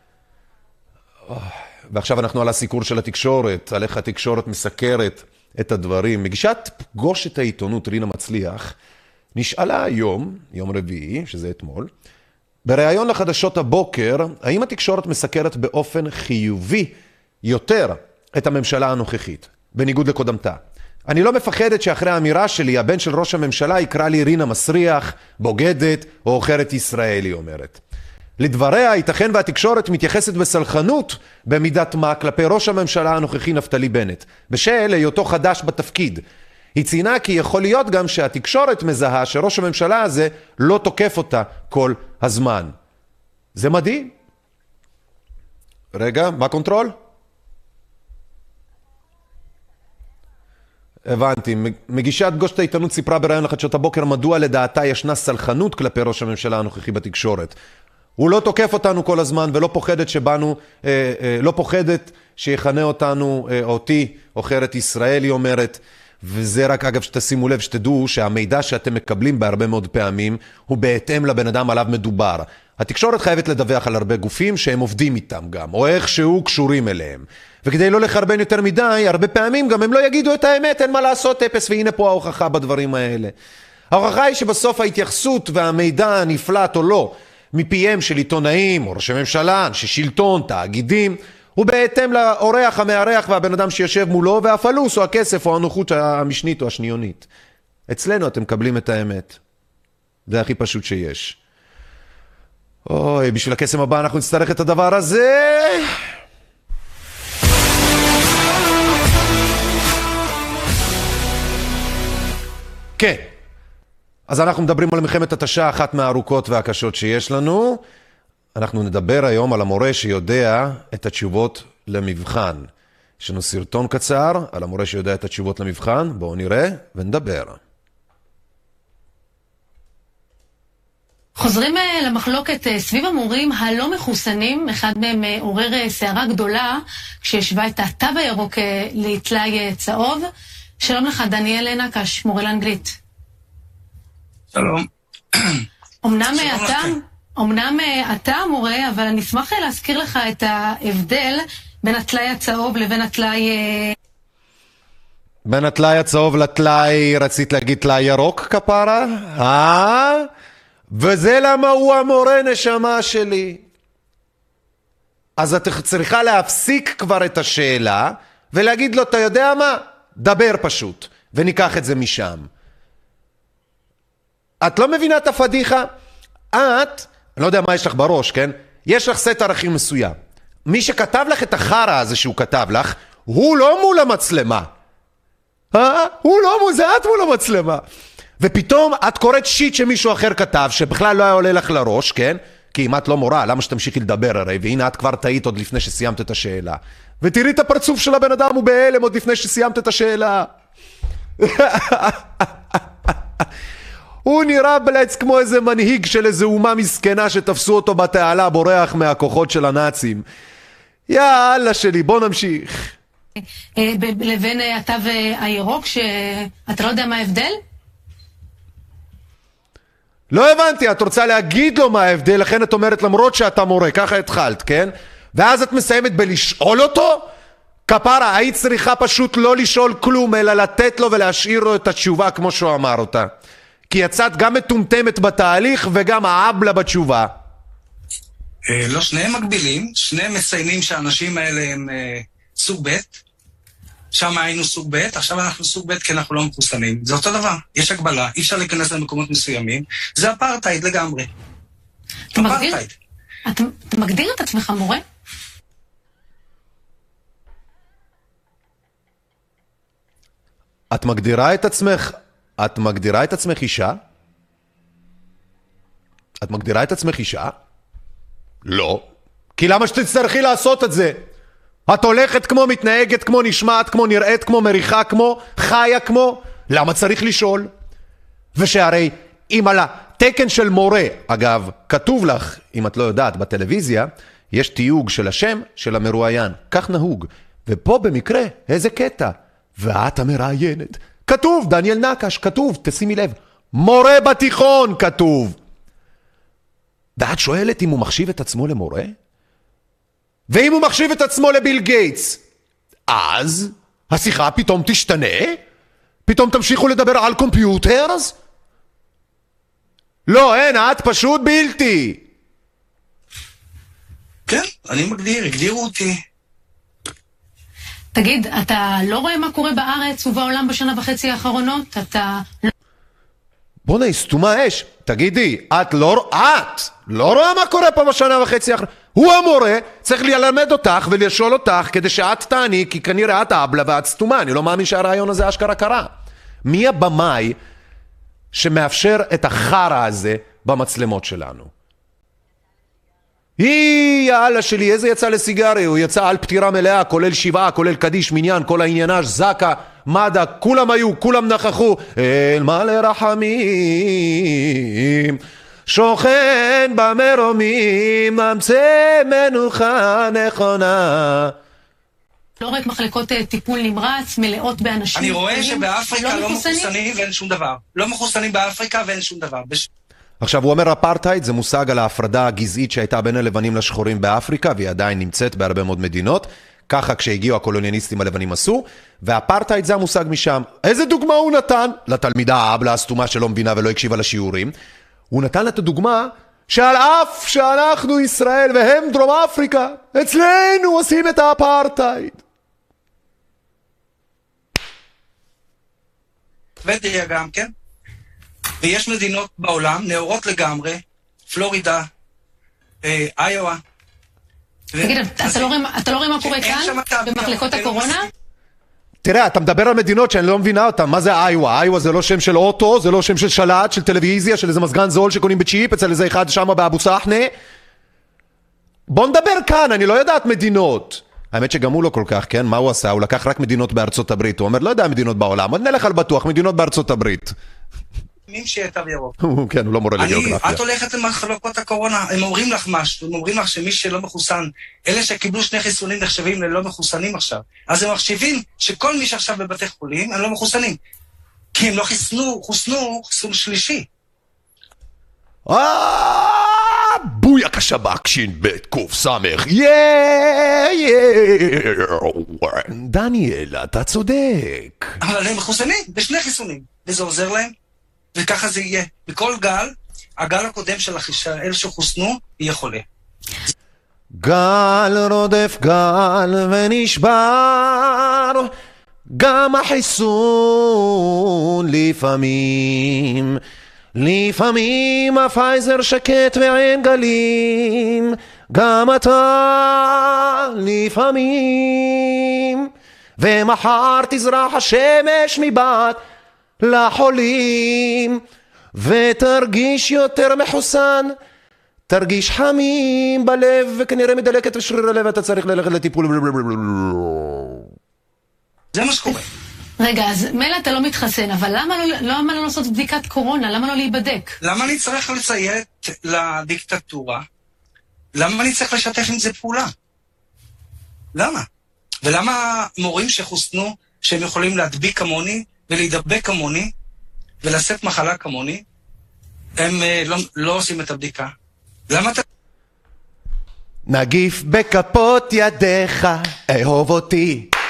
[SPEAKER 1] ועכשיו אנחנו על הסיקור של התקשורת, על איך התקשורת מסקרת את הדברים. מגישת פגושת העיתונות רינה מצליח, נשאלה היום, יום רביעי, שזה אתמול, בראיון לחדשות הבוקר, האם התקשורת מסקרת באופן חיובי יותר את הממשלה הנוכחית, בניגוד לקודמתה. אני לא מפחדת שאחרי האמירה שלי, הבן של ראש הממשלה יקרא לי רינה מסריח, בוגדת או אוכרת ישראל, היא אומרת. לדבריה, ייתכן והתקשורת מתייחסת בסלחנות במידת מה כלפי ראש הממשלה הנוכחי נפתלי בנט, בשל היותו חדש בתפקיד. היא ציינה כי יכול להיות גם שהתקשורת מזהה שראש הממשלה הזה לא תוקף אותה כל הזמן. זה מדהים. רגע, מה קונטרול? הבנתי. מגישת פגושת העיתונות סיפרה בראיון לחדשות הבוקר מדוע לדעתה ישנה סלחנות כלפי ראש הממשלה הנוכחי בתקשורת. הוא לא תוקף אותנו כל הזמן ולא פוחדת שבאנו, לא פוחדת שיכנה אותנו, אותי, אוכרת ישראל, היא אומרת. וזה רק אגב שתשימו לב, שתדעו שהמידע שאתם מקבלים בהרבה מאוד פעמים הוא בהתאם לבן אדם עליו מדובר. התקשורת חייבת לדווח על הרבה גופים שהם עובדים איתם גם, או איכשהו קשורים אליהם. וכדי לא לחרבן יותר מדי, הרבה פעמים גם הם לא יגידו את האמת, אין מה לעשות אפס, והנה פה ההוכחה בדברים האלה. ההוכחה היא שבסוף ההתייחסות והמידע נפלט או לא, מפיהם של עיתונאים, או ראשי ממשלה, אנשי שלטון, תאגידים, הוא בהתאם לאורח, המארח והבן אדם שיושב מולו, והפלוס או הכסף או הנוחות המשנית או השניונית. אצלנו אתם מקבלים את האמת. זה הכי פשוט שיש. אוי, בשביל הקסם הבא אנחנו נצטרך את הדבר הזה. כן. אז אנחנו מדברים על מלחמת התשה, אחת מהארוכות והקשות שיש לנו. אנחנו נדבר היום על המורה שיודע את התשובות למבחן. יש לנו סרטון קצר על המורה שיודע את התשובות למבחן. בואו נראה ונדבר.
[SPEAKER 9] חוזרים למחלוקת סביב המורים הלא מחוסנים. אחד מהם עורר סערה גדולה כשישבה את התו הירוק לטלאי צהוב. שלום לך, דניאל נקש, מורה לאנגלית.
[SPEAKER 21] שלום.
[SPEAKER 9] אמנם אתה מורה, אבל אני אשמח להזכיר לך את ההבדל בין הטלאי הצהוב לבין הטלאי...
[SPEAKER 1] בין הטלאי הצהוב לטלאי, רצית להגיד טלאי ירוק כפרה? וזה למה הוא המורה נשמה שלי. אז את צריכה להפסיק כבר את השאלה, ולהגיד לו, אתה יודע מה? דבר פשוט, וניקח את זה משם. את לא מבינה את הפדיחה? אני לא יודע מה יש לך בראש, כן? יש לך סט ערכים מסוים. מי שכתב לך את החרא הזה שהוא כתב לך, הוא לא מול המצלמה. הוא לא מול, זה את מול המצלמה. ופתאום את קוראת שיט שמישהו אחר כתב, שבכלל לא היה עולה לך לראש, כן? כי אם את לא מורה, למה שתמשיכי לדבר הרי? והנה את כבר טעית עוד לפני שסיימת את השאלה. ותראי את הפרצוף של הבן אדם, הוא בהלם עוד לפני שסיימת את השאלה. הוא נראה בלץ כמו איזה מנהיג של איזה אומה מסכנה שתפסו אותו בתעלה בורח מהכוחות של הנאצים. יאללה שלי, בוא נמשיך.
[SPEAKER 9] לבין התו הירוק, שאתה לא יודע מה ההבדל?
[SPEAKER 1] לא הבנתי, את רוצה להגיד לו מה ההבדל, לכן את אומרת למרות שאתה מורה, ככה התחלת, כן? ואז את מסיימת בלשאול אותו? כפרה, היית צריכה פשוט לא לשאול כלום, אלא לתת לו ולהשאיר לו את התשובה כמו שהוא אמר אותה. כי יצאת גם מטומטמת בתהליך וגם העבלה בתשובה.
[SPEAKER 21] לא, שניהם מקבילים, שניהם מציינים שהאנשים האלה הם סוג ב', שם היינו סוג ב', עכשיו אנחנו סוג ב' כי אנחנו לא מחוסנים. זה אותו דבר, יש הגבלה, אי אפשר להיכנס למקומות מסוימים, זה אפרטהייד לגמרי.
[SPEAKER 9] אפרטהייד. אתה מגדיר את עצמך מורה?
[SPEAKER 1] את מגדירה את עצמך אישה? את מגדירה את עצמך אישה? לא. כי למה שתצטרכי לעשות את זה? את הולכת כמו, מתנהגת כמו, נשמעת כמו, נראית כמו, מריחה כמו, חיה כמו. למה צריך לשאול? ושהרי אם על התקן של מורה, אגב, כתוב לך, אם את לא יודעת, בטלוויזיה, יש תיוג של השם של המרואיין. כך נהוג. ופה במקרה, איזה קטע. ואת המראיינת. כתוב, דניאל נקש, כתוב, תשימי לב. מורה בתיכון, כתוב. ואת שואלת אם הוא מחשיב את עצמו למורה? ואם הוא מחשיב את עצמו לביל גייטס, אז השיחה פתאום תשתנה? פתאום תמשיכו לדבר על קומפיוטרס? לא, אין, את פשוט בלתי.
[SPEAKER 21] כן, אני מגדיר, הגדירו אותי.
[SPEAKER 9] תגיד, אתה לא רואה מה קורה בארץ ובעולם בשנה וחצי האחרונות? אתה...
[SPEAKER 1] בוא'נה, סתומה אש. תגידי, את לא רואה מה קורה פה בשנה וחצי האחרונות? הוא המורה, צריך ללמד אותך ולשאול אותך כדי שאת תעני, כי כנראה את אבלה ואת סתומה. אני לא מאמין שהרעיון הזה אשכרה קרה. מי הבמאי שמאפשר את החרא הזה במצלמות שלנו? יאללה שלי, איזה יצא לסיגרי? הוא יצא על פטירה מלאה, כולל שבעה, כולל קדיש, מניין, כל העניינש, זקה, מדע, כולם היו, כולם נכחו. אל מלא רחמים, שוכן במרומים, ממצא מנוחה נכונה.
[SPEAKER 9] לא רואה את מחלקות טיפול נמרץ, מלאות באנשים.
[SPEAKER 21] אני רואה שבאפריקה לא מחוסנים ואין שום דבר. לא מחוסנים באפריקה ואין שום דבר.
[SPEAKER 1] עכשיו, הוא אומר אפרטהייד, זה מושג על ההפרדה הגזעית שהייתה בין הלבנים לשחורים באפריקה, והיא עדיין נמצאת בהרבה מאוד מדינות. ככה כשהגיעו הקולוניאליסטים הלבנים עשו, ואפרטהייד זה המושג משם. איזה דוגמה הוא נתן? לתלמידה האבלה הסתומה שלא מבינה ולא הקשיבה לשיעורים. הוא נתן את הדוגמה שעל אף שאנחנו ישראל והם דרום אפריקה, אצלנו עושים את האפרטהייד.
[SPEAKER 21] ודיה גם, כן? ויש מדינות בעולם, נאורות לגמרי, פלורידה, איואה.
[SPEAKER 9] תגיד, אתה לא רואה מה קורה כאן, במחלקות הקורונה?
[SPEAKER 1] תראה, אתה מדבר על מדינות שאני לא מבינה אותן. מה זה איואה? איואה זה לא שם של אוטו, זה לא שם של שלט, של טלוויזיה, של איזה מזגן זול שקונים בצ'יפ, אצל איזה אחד שם באבו סחנה. בוא נדבר כאן, אני לא יודעת מדינות. האמת שגם הוא לא כל כך, כן? מה הוא עשה? הוא לקח רק מדינות בארצות הברית. הוא אומר, לא יודע מדינות בעולם, עוד נלך על בטוח, מדינות בארצות הברית.
[SPEAKER 21] מי שיהיה תו ירוק.
[SPEAKER 1] כן, הוא לא מורה לגיאוגרפיה.
[SPEAKER 21] את הולכת למחלקות הקורונה, הם אומרים לך משהו, הם אומרים לך שמי שלא מחוסן, אלה שקיבלו 2 חיסונים נחשבים ללא מחוסנים עכשיו. אז הם מחשיבים שכל מי שעכשיו בבתי חולים, הם לא מחוסנים. כי הם לא חוסנו חיסון שלישי.
[SPEAKER 1] בויה כשב"כ ש"ב קס"ח. דניאל, אתה צודק.
[SPEAKER 21] אבל הם מחוסנים ב2 חיסונים, וזה עוזר להם. וככה זה יהיה. בכל גל, הגל הקודם של אלה שחוסנו, יהיה חולה.
[SPEAKER 1] גל רודף גל ונשבר, גם החיסון לפעמים הפייזר שקט ואין גלים, גם אתה לפעמים, ומחר תזרח השמש מבט לחולים, ותרגיש יותר מחוסן, תרגיש חמים בלב, וכנראה מדלקת ושריר הלב, אתה צריך ללכת לטיפול.
[SPEAKER 21] זה מה שקורה.
[SPEAKER 9] רגע, אז מילא אתה לא מתחסן, אבל למה לא לעשות בדיקת קורונה? למה לא להיבדק?
[SPEAKER 21] למה אני צריך לציית לדיקטטורה? למה אני צריך לשתף עם זה פעולה? למה? ולמה מורים שחוסנו, שהם יכולים להדביק כמוני, ולהידבק כמוני, ולשאת מחלה כמוני, הם לא עושים את הבדיקה. למה אתה...
[SPEAKER 1] נגיף בכפות ידיך, אהוב אותי,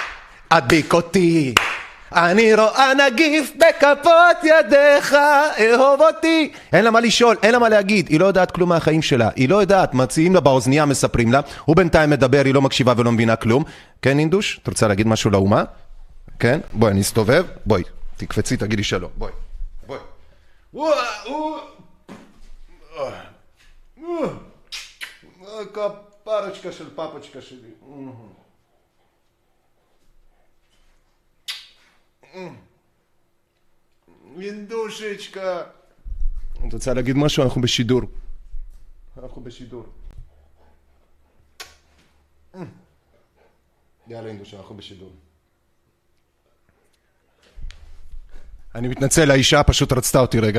[SPEAKER 1] הדביק אותי, אני רואה נגיף בכפות ידיך, אהוב אותי. אין לה מה לשאול, אין לה מה להגיד, היא לא יודעת כלום מהחיים שלה, היא לא יודעת, מציעים לה באוזנייה, מספרים לה, הוא בינתיים מדבר, היא לא מקשיבה ולא מבינה כלום. כן אינדוש, אתה רוצה להגיד משהו לאומה? כן? בואי, אני אסתובב, בואי, תקפצי, תגידי שלום, בואי, בואי. כפרצ'קה של פפצ'קה שלי. אינדושечка. את רוצה להגיד משהו? אנחנו בשידור. אנחנו בשידור. יאללה אינדושה, אנחנו בשידור. אני מתנצל, האישה פשוט רצתה אותי רגע.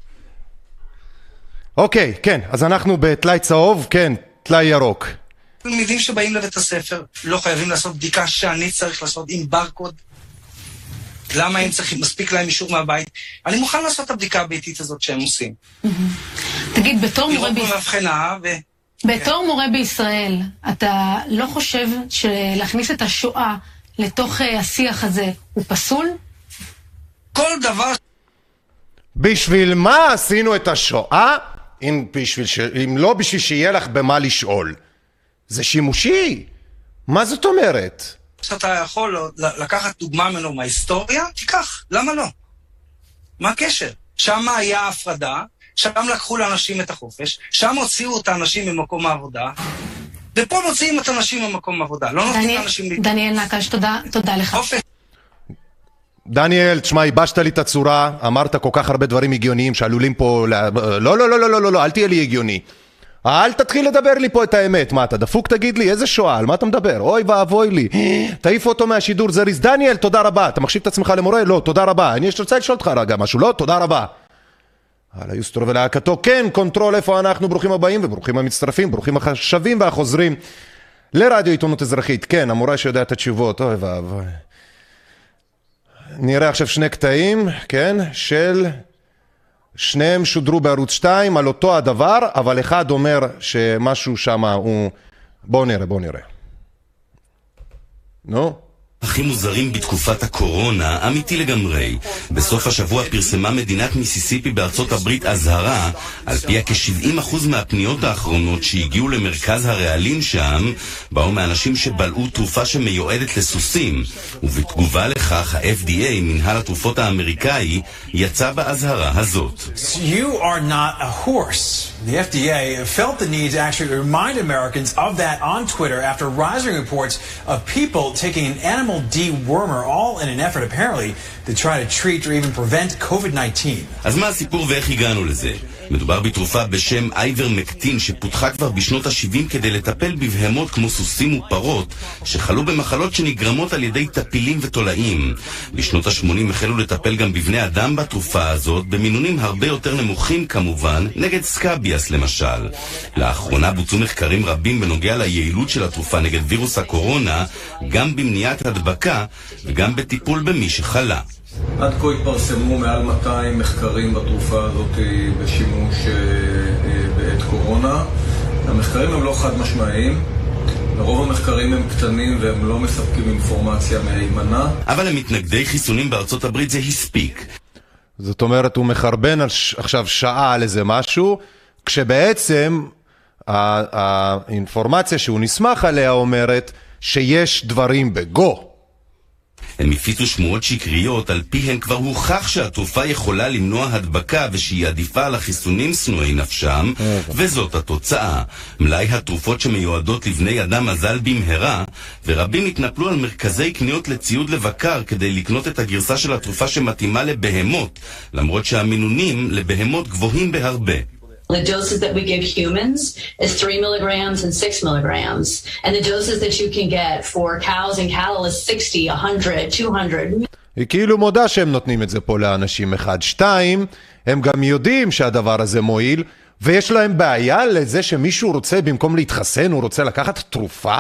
[SPEAKER 1] אוקיי, כן, אז אנחנו בתלי צהוב, כן, תלי ירוק.
[SPEAKER 21] תלמידים שבאים לבית הספר לא חייבים לעשות בדיקה שאני צריך לעשות עם ברקוד. למה הם צריכים? מספיק להם אישור מהבית. אני מוכן לעשות את הבדיקה הביתית הזאת שהם עושים.
[SPEAKER 9] תגיד, בתור מורה בישראל, אתה לא חושב שלהכניס את השואה לתוך השיח הזה הוא פסול?
[SPEAKER 21] כל דבר...
[SPEAKER 1] בשביל מה עשינו את השואה? אם לא בשביל שיהיה לך במה לשאול. זה שימושי. מה זאת אומרת?
[SPEAKER 21] שאתה יכול לקחת דוגמה ממנו מההיסטוריה, תיקח, למה לא? מה הקשר? שם היה הפרדה, שם לקחו לאנשים את החופש, שם הוציאו את האנשים ממקום העבודה, ופה מוציאים את האנשים ממקום העבודה, לא נותנים לאנשים...
[SPEAKER 9] דניאל נקש, תודה לך.
[SPEAKER 1] דניאל, תשמע, איבשת לי את הצורה, אמרת כל כך הרבה דברים הגיוניים שעלולים פה... לא, אל תהיה לי הגיוני. אל תתחיל לדבר לי פה את האמת. מה, אתה דפוק תגיד לי? איזה שואה? על מה אתה מדבר? אוי ואבוי לי. תעיף אותו מהשידור זריז. דניאל, תודה רבה. אתה מחשיב את עצמך למורה? לא, תודה רבה. אני רוצה לשאול אותך רגע משהו. לא, תודה רבה. על היוסטרו ולהקתו. כן, קונטרול, איפה אנחנו? ברוכים הבאים וברוכים המצטרפים, ברוכים השבים והחוזרים לרדיו עיתונות אזרחית. כן, המורה שיודע את התשובות. אוי ואבוי. נראה עכשיו שני קטעים, כן, של... שניהם שודרו בערוץ 2 על אותו הדבר, אבל אחד אומר שמשהו שם הוא... בואו נראה. נו?
[SPEAKER 3] הכי מוזרים בתקופת הקורונה, אמיתי לגמרי. בסוף השבוע פרסמה מדינת מיסיסיפי בארצות הברית אזהרה, על פיה כ-70% מהפניות האחרונות שהגיעו למרכז הרעלים שם, באו מאנשים שבלעו תרופה שמיועדת לסוסים, ובתגובה לכך ה-FDA, מנהל התרופות האמריקאי, יצא באזהרה הזאת.
[SPEAKER 22] You are not a horse. The FDA felt the need to actually remind Americans of that on Twitter after rising reports of people taking an animal dewormer, all in an effort apparently to try to treat or even prevent COVID-19.
[SPEAKER 3] אז מה הסיפור ואיך הגענו לזה? מדובר בתרופה בשם אייברמקטין שפותחה כבר בשנות ה-70 כדי לטפל בבהמות כמו סוסים ופרות שחלו במחלות שנגרמות על ידי טפילים ותולעים. בשנות ה-80 החלו לטפל גם בבני אדם בתרופה הזאת במינונים הרבה יותר נמוכים כמובן, נגד סקאביאס למשל. לאחרונה בוצעו מחקרים רבים בנוגע ליעילות של התרופה נגד וירוס הקורונה, גם במניעת הדבקה וגם בטיפול במי שחלה.
[SPEAKER 23] עד כה התפרסמו מעל 200 מחקרים בתרופה הזאת בשימוש בעת קורונה. המחקרים הם לא חד משמעיים, לרוב המחקרים הם קטנים והם לא מספקים אינפורמציה מהימנה.
[SPEAKER 3] אבל למתנגדי חיסונים בארצות הברית זה הספיק.
[SPEAKER 1] זאת אומרת, הוא מחרבן עכשיו שעה על איזה משהו, כשבעצם האינפורמציה שהוא נסמך עליה אומרת שיש דברים בגו.
[SPEAKER 3] הם הפיצו שמועות שקריות, על פיהן כבר הוכח שהתרופה יכולה למנוע הדבקה ושהיא עדיפה על החיסונים שנואי נפשם, וזאת התוצאה. מלאי התרופות שמיועדות לבני אדם מזל במהרה, ורבים התנפלו על מרכזי קניות לציוד לבקר כדי לקנות את הגרסה של התרופה שמתאימה לבהמות, למרות שהמינונים לבהמות גבוהים בהרבה.
[SPEAKER 24] The doses that we give humans is 3 milligrams and 6 milligrams. And the doses that you can get for cows and cattle is 60, 100, 200.
[SPEAKER 1] היא כאילו מודה שהם נותנים את זה פה לאנשים 1, 2, הם גם יודעים שהדבר הזה מועיל, ויש להם בעיה לזה שמישהו רוצה במקום להתחסן, הוא רוצה לקחת תרופה?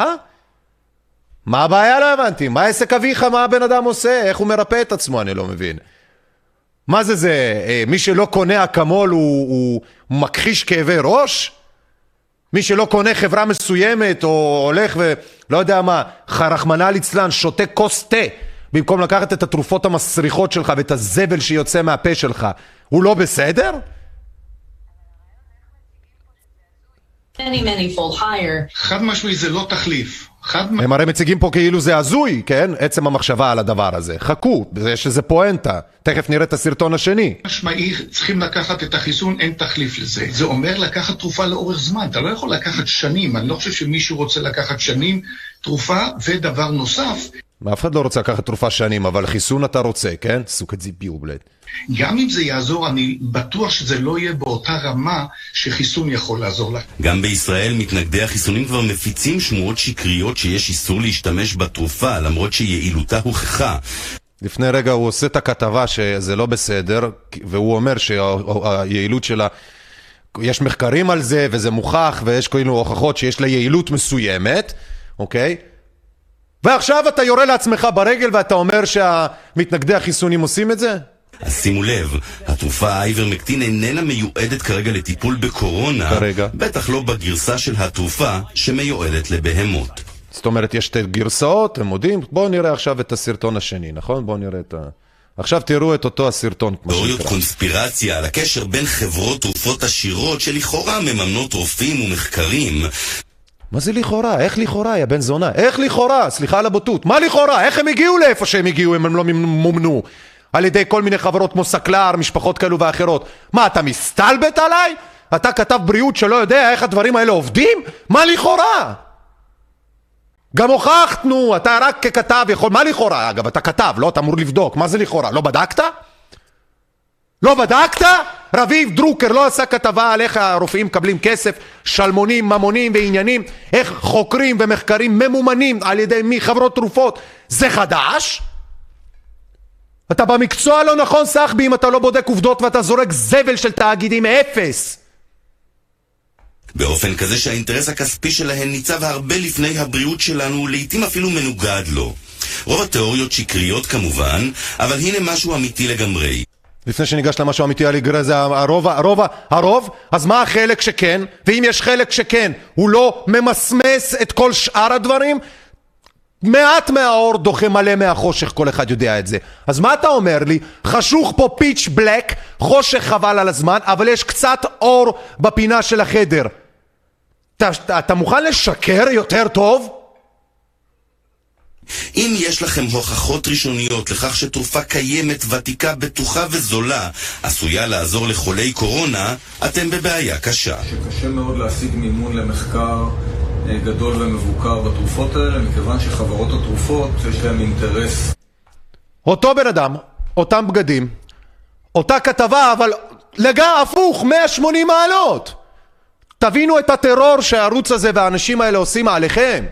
[SPEAKER 1] מה הבעיה? לא הבנתי. מה העסק אביך? מה הבן אדם עושה? איך הוא מרפא את עצמו? אני לא מבין. מה זה? מי שלא קונה אקמול הוא מכחיש כאבי ראש? מי שלא קונה חברה מסוימת, או הולך ולא יודע מה, רחמנא ליצלן, שותה כוס תה, במקום לקחת את התרופות המסריחות שלך ואת הזבל שיוצא מהפה שלך, הוא לא בסדר?
[SPEAKER 4] חד משמעי זה לא תחליף.
[SPEAKER 1] הם הרי מציגים פה כאילו זה הזוי, כן? עצם המחשבה על הדבר הזה. חכו, יש איזה פואנטה. תכף נראה את הסרטון השני.
[SPEAKER 4] משמעי, צריכים לקחת את החיסון, אין תחליף לזה. זה אומר לקחת תרופה לאורך זמן. אתה לא יכול לקחת שנים. אני לא חושב שמישהו רוצה לקחת שנים תרופה, ודבר נוסף.
[SPEAKER 1] אף אחד לא רוצה לקחת תרופה שנים, אבל חיסון אתה רוצה, כן? סוכת זיביור בלד.
[SPEAKER 4] גם אם זה יעזור, אני בטוח שזה לא יהיה באותה רמה שחיסון יכול לעזור לה.
[SPEAKER 3] גם בישראל מתנגדי החיסונים כבר מפיצים שמועות שקריות שיש איסור להשתמש בתרופה, למרות שיעילותה הוכחה.
[SPEAKER 1] לפני רגע הוא עושה את הכתבה שזה לא בסדר, והוא אומר שהיעילות שלה, יש מחקרים על זה, וזה מוכח, ויש כאילו הוכחות שיש לה יעילות מסוימת, אוקיי? ועכשיו אתה יורה לעצמך ברגל ואתה אומר שהמתנגדי החיסונים עושים את זה?
[SPEAKER 3] אז שימו לב, התרופה האיברמקטין איננה מיועדת כרגע לטיפול בקורונה, כרגע. בטח לא בגרסה של התרופה שמיועדת לבהמות.
[SPEAKER 1] זאת אומרת, יש שתי גרסאות, הם מודים, בואו נראה עכשיו את הסרטון השני, נכון? בואו נראה את עכשיו תראו את אותו הסרטון.
[SPEAKER 3] תיאוריות קונספירציה על הקשר בין חברות תרופות עשירות שלכאורה מממנות רופאים ומחקרים.
[SPEAKER 1] מה זה לכאורה? איך לכאורה, יא בן זונה? איך לכאורה? סליחה על הבוטות. מה לכאורה? איך הם הגיעו לאיפה שהם הגיעו אם הם לא מומנו? על ידי כל מיני חברות כמו סקלר, משפחות כאלו ואחרות. מה, אתה מסתלבט עליי? אתה כתב בריאות שלא יודע איך הדברים האלה עובדים? מה לכאורה? גם הוכחתנו, אתה רק ככתב יכול... מה לכאורה? אגב, אתה כתב, לא? אתה אמור לבדוק. מה זה לכאורה? לא בדקת? לא בדקת? רביב דרוקר לא עשה כתבה על איך הרופאים מקבלים כסף, שלמונים, ממונים ועניינים, איך חוקרים ומחקרים ממומנים על ידי מי חברות תרופות. זה חדש? אתה במקצוע לא נכון סחבי אם אתה לא בודק עובדות ואתה זורק זבל של תאגידים אפס.
[SPEAKER 3] באופן כזה שהאינטרס הכספי שלהן ניצב הרבה לפני הבריאות שלנו, לעתים אפילו מנוגד לו. רוב התיאוריות שקריות כמובן, אבל הנה משהו אמיתי לגמרי.
[SPEAKER 1] לפני שניגש למשהו אמיתי על יגרה זה הרוב, אז מה החלק שכן? ואם יש חלק שכן, הוא לא ממסמס את כל שאר הדברים? מעט מהאור דוחה מלא מהחושך, כל אחד יודע את זה. אז מה אתה אומר לי? חשוך פה פיץ' בלק, חושך חבל על הזמן, אבל יש קצת אור בפינה של החדר. אתה מוכן לשקר יותר טוב?
[SPEAKER 3] אם יש לכם הוכחות ראשוניות לכך שתרופה קיימת, ותיקה, בטוחה וזולה עשויה לעזור לחולי קורונה, אתם בבעיה קשה.
[SPEAKER 23] שקשה מאוד להשיג מימון למחקר גדול ומבוקר בתרופות האלה, מכיוון שחברות התרופות יש להם אינטרס.
[SPEAKER 1] אותו בן אדם, אותם בגדים, אותה כתבה, אבל הפוך, 180 מעלות. תבינו את הטרור שהערוץ הזה והאנשים האלה עושים עליכם.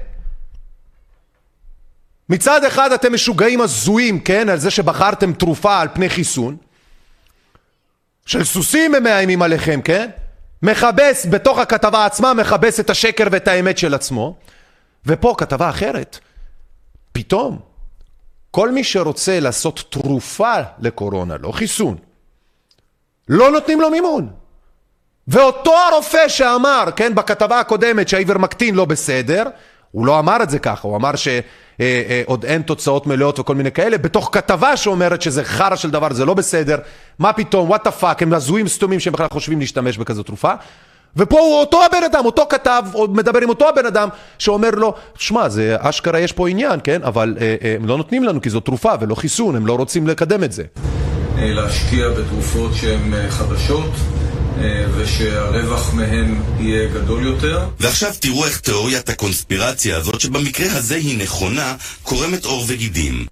[SPEAKER 1] מצד אחד אתם משוגעים הזויים, כן? על זה שבחרתם תרופה על פני חיסון. של סוסים הם מאיימים עליכם, כן? מחבס בתוך הכתבה עצמה, מחבס את השקר ואת האמת של עצמו. ופה כתבה אחרת. פתאום, כל מי שרוצה לעשות תרופה לקורונה, לא חיסון, לא נותנים לו מימון. ואותו הרופא שאמר, כן, בכתבה הקודמת שהאיברמקטין לא בסדר, הוא לא אמר את זה ככה, הוא אמר שעוד אין תוצאות מלאות וכל מיני כאלה, בתוך כתבה שאומרת שזה חרא של דבר, זה לא בסדר, מה פתאום, what the fuck, הם הזויים סתומים שהם בכלל חושבים להשתמש בכזו תרופה, ופה הוא אותו הבן אדם, אותו כתב, מדבר עם אותו הבן אדם, שאומר לו, שמע, זה אשכרה יש פה עניין, כן, אבל הם לא נותנים לנו כי זו תרופה ולא חיסון, הם לא רוצים לקדם את זה.
[SPEAKER 23] להשקיע בתרופות שהן חדשות, ושהרווח מהם יהיה גדול יותר.
[SPEAKER 3] ועכשיו תראו איך תיאוריית הקונספירציה הזאת, שבמקרה הזה היא נכונה, קורמת עור וגידים.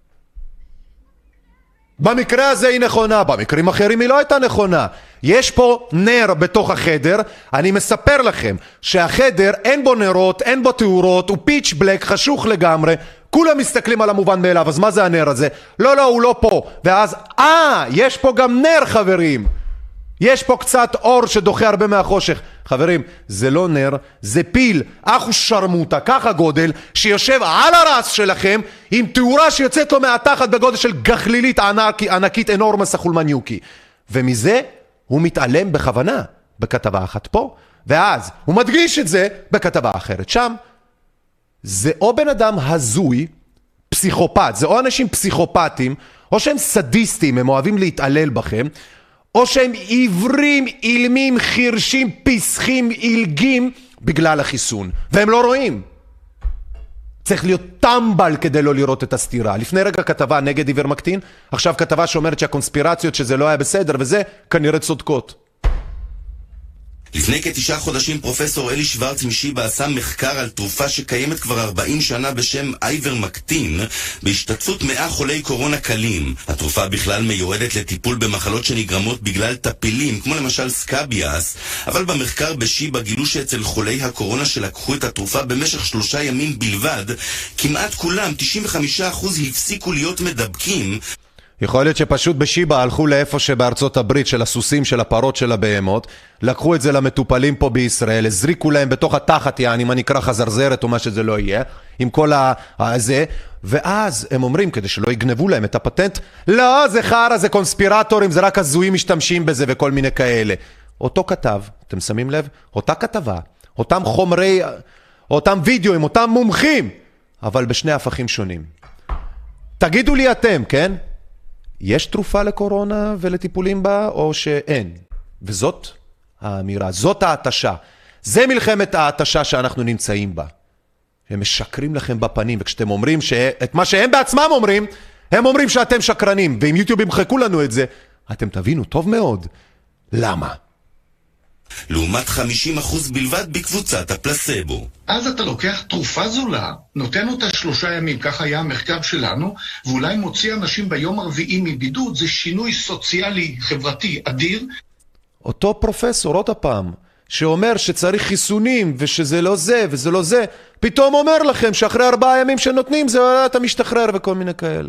[SPEAKER 1] במקרה הזה היא נכונה, במקרים אחרים היא לא הייתה נכונה. יש פה נר בתוך החדר, אני מספר לכם שהחדר אין בו נרות, אין בו תאורות, הוא פיץ' בלק, חשוך לגמרי, כולם מסתכלים על המובן מאליו, אז מה זה הנר הזה? לא, הוא לא פה. ואז, יש פה גם נר חברים. יש פה קצת אור שדוחה הרבה מהחושך. חברים, זה לא נר, זה פיל, אחו שרמוטה, ככה גודל, שיושב על הרס שלכם, עם תאורה שיוצאת לו מהתחת בגודל של גחלילית ענקית אנורמס החולמניוקי. ומזה הוא מתעלם בכוונה, בכתבה אחת פה, ואז הוא מדגיש את זה בכתבה אחרת. שם זה או בן אדם הזוי, פסיכופת, זה או אנשים פסיכופטים, או שהם סדיסטים, הם אוהבים להתעלל בכם, או שהם עיוורים, אילמים, חירשים, פסחים, אילגים, בגלל החיסון, והם לא רואים. צריך להיות טמבל כדי לא לראות את הסתירה. לפני רגע כתבה נגד איברמקטין, עכשיו כתבה שאומרת שהקונספירציות שזה לא היה בסדר, וזה כנראה צודקות.
[SPEAKER 3] לפני כ9 חודשים פרופסור אלי שוורץ משיבה עשה מחקר על תרופה שקיימת כבר 40 שנה בשם איברמקטין, בהשתתפות 100 חולי קורונה קלים. התרופה בכלל מיועדת לטיפול במחלות שנגרמות בגלל טפילים, כמו למשל סקאביאס, אבל במחקר בשיבה גילו שאצל חולי הקורונה שלקחו את התרופה במשך 3 ימים בלבד, כמעט כולם, 95% הפסיקו להיות מדבקים.
[SPEAKER 1] יכול להיות שפשוט בשיבה הלכו לאיפה שבארצות הברית של הסוסים, של הפרות, של הבהמות, לקחו את זה למטופלים פה בישראל, הזריקו להם בתוך התחת, יעני, מה נקרא חזרזרת או מה שזה לא יהיה, עם כל הזה, ואז הם אומרים, כדי שלא יגנבו להם את הפטנט, לא, זה חרה, זה קונספירטורים, זה רק הזויים משתמשים בזה וכל מיני כאלה. אותו כתב, אתם שמים לב? אותה כתבה, אותם חומרי, אותם וידאוים, אותם מומחים, אבל בשני הפכים שונים. תגידו לי אתם, כן? יש תרופה לקורונה ולטיפולים בה או שאין? וזאת האמירה, זאת ההתשה. זה מלחמת ההתשה שאנחנו נמצאים בה. הם משקרים לכם בפנים, וכשאתם אומרים את מה שהם בעצמם אומרים, הם אומרים שאתם שקרנים, ואם יוטיוב ימחקו לנו את זה, אתם תבינו טוב מאוד. למה?
[SPEAKER 3] לעומת 50% בלבד בקבוצת הפלסבו.
[SPEAKER 4] אז אתה לוקח תרופה זולה, נותן אותה 3 ימים, ככה היה המחקר שלנו, ואולי מוציא אנשים ביום הרביעי מבידוד, זה שינוי סוציאלי חברתי אדיר.
[SPEAKER 1] אותו פרופסור, עוד הפעם, שאומר שצריך חיסונים ושזה לא זה וזה לא זה, פתאום אומר לכם שאחרי 4 ימים שנותנים זה אתה משתחרר וכל מיני כאלה.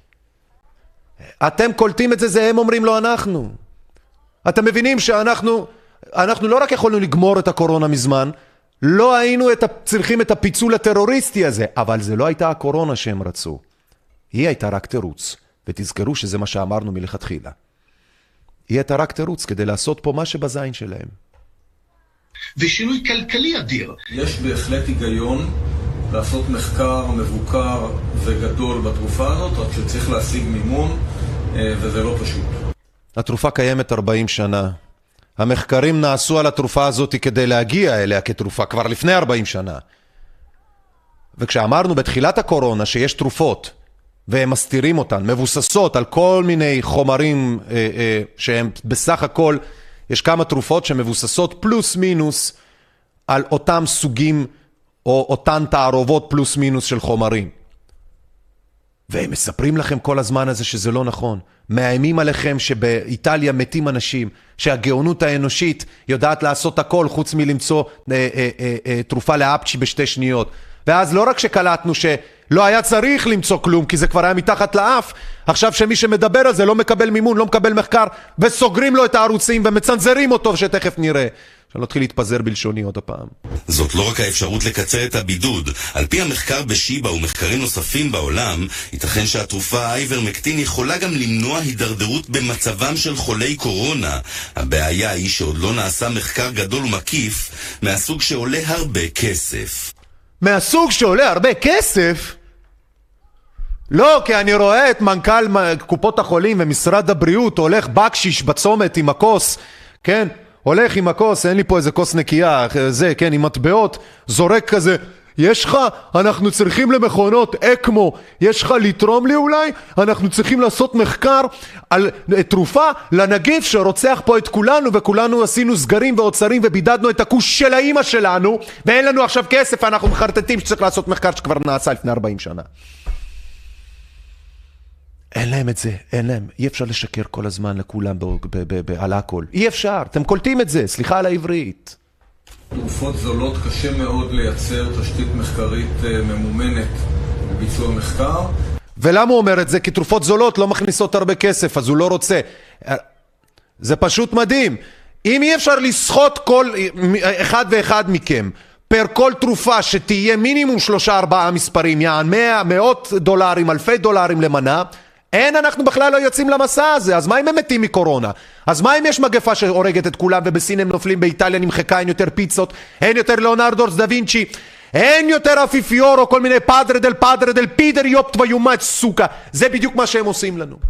[SPEAKER 1] אתם קולטים את זה, זה הם אומרים לא אנחנו. אתם מבינים שאנחנו לא רק יכולנו לגמור את הקורונה מזמן, לא היינו צריכים את הפיצול הטרוריסטי הזה, אבל זה לא הייתה הקורונה שהם רצו. היא הייתה רק תירוץ, ותזכרו שזה מה שאמרנו מלכתחילה. היא הייתה רק תירוץ כדי לעשות פה מה שבזין שלהם.
[SPEAKER 4] ושינוי כלכלי אדיר.
[SPEAKER 23] יש בהחלט היגיון לעשות מחקר מבוקר וגדול בתרופה הזאת, רק שצריך להשיג מימון, וזה לא פשוט.
[SPEAKER 1] התרופה קיימת 40 שנה. המחקרים נעשו על התרופה הזאת כדי להגיע אליה כתרופה כבר לפני 40 שנה. וכשאמרנו בתחילת הקורונה שיש תרופות והם מסתירים אותן, מבוססות על כל מיני חומרים שהם בסך הכל, יש כמה תרופות שמבוססות פלוס מינוס על אותם סוגים או אותן תערובות פלוס מינוס של חומרים. והם מספרים לכם כל הזמן הזה שזה לא נכון. מאיימים עליכם שבאיטליה מתים אנשים, שהגאונות האנושית יודעת לעשות הכל חוץ מלמצוא תרופה לאפצ'י ב2 שניות. ואז לא רק שקלטנו שלא היה צריך למצוא כלום, כי זה כבר היה מתחת לאף, עכשיו שמי שמדבר על זה לא מקבל מימון, לא מקבל מחקר, וסוגרים לו את הערוצים ומצנזרים אותו, שתכף נראה. שאני לא תחיל להתפזר בלשוני עוד הפעם.
[SPEAKER 3] זאת לא רק האפשרות לקצר את הבידוד. על פי המחקר בשיבה ומחקרים נוספים בעולם, ייתכן שהתרופה איברמקטין יכולה גם למנוע הידרדרות במצבם של חולי קורונה. הבעיה היא שעוד לא נעשה מחקר גדול ומקיף מהסוג שעולה הרבה כסף.
[SPEAKER 1] מהסוג שעולה הרבה כסף? לא, כי אני רואה את מנכ"ל קופות החולים ומשרד הבריאות הולך בקשיש בצומת עם הכוס, כן? הולך עם הכוס, אין לי פה איזה כוס נקייה, זה, כן, עם מטבעות, זורק כזה, יש לך, אנחנו צריכים למכונות אקמו, יש לך לתרום לי אולי? אנחנו צריכים לעשות מחקר על תרופה לנגיף שרוצח פה את כולנו, וכולנו עשינו סגרים ועוצרים ובידדנו את הכוש של האמא שלנו, ואין לנו עכשיו כסף, אנחנו מחרטטים שצריך לעשות מחקר שכבר נעשה לפני 40 שנה. אין להם את זה, אין להם. אי אפשר לשקר כל הזמן לכולם על הכל. אי אפשר, אתם קולטים את זה, סליחה על העברית.
[SPEAKER 23] תרופות זולות קשה מאוד לייצר תשתית מחקרית ממומנת בביצוע מחקר.
[SPEAKER 1] ולמה הוא אומר את זה? כי תרופות זולות לא מכניסות הרבה כסף, אז הוא לא רוצה. זה פשוט מדהים. אם אי אפשר לסחוט כל אחד ואחד מכם, פר כל תרופה שתהיה מינימום 3-4 מספרים, יען 100, $100, $1,000 למנה, אין, אנחנו בכלל לא יוצאים למסע הזה. אז מה אם הם מתים מקורונה? אז מה אם יש מגפה שהורגת את כולם ובסין הם נופלים, באיטליה נמחקה, אין יותר פיצות, אין יותר ליאונרדו דה וינצ'י, אין יותר אפיפיור או כל מיני פאדרה דל פידר יופט ויומט סוקה. זה בדיוק מה שהם עושים לנו.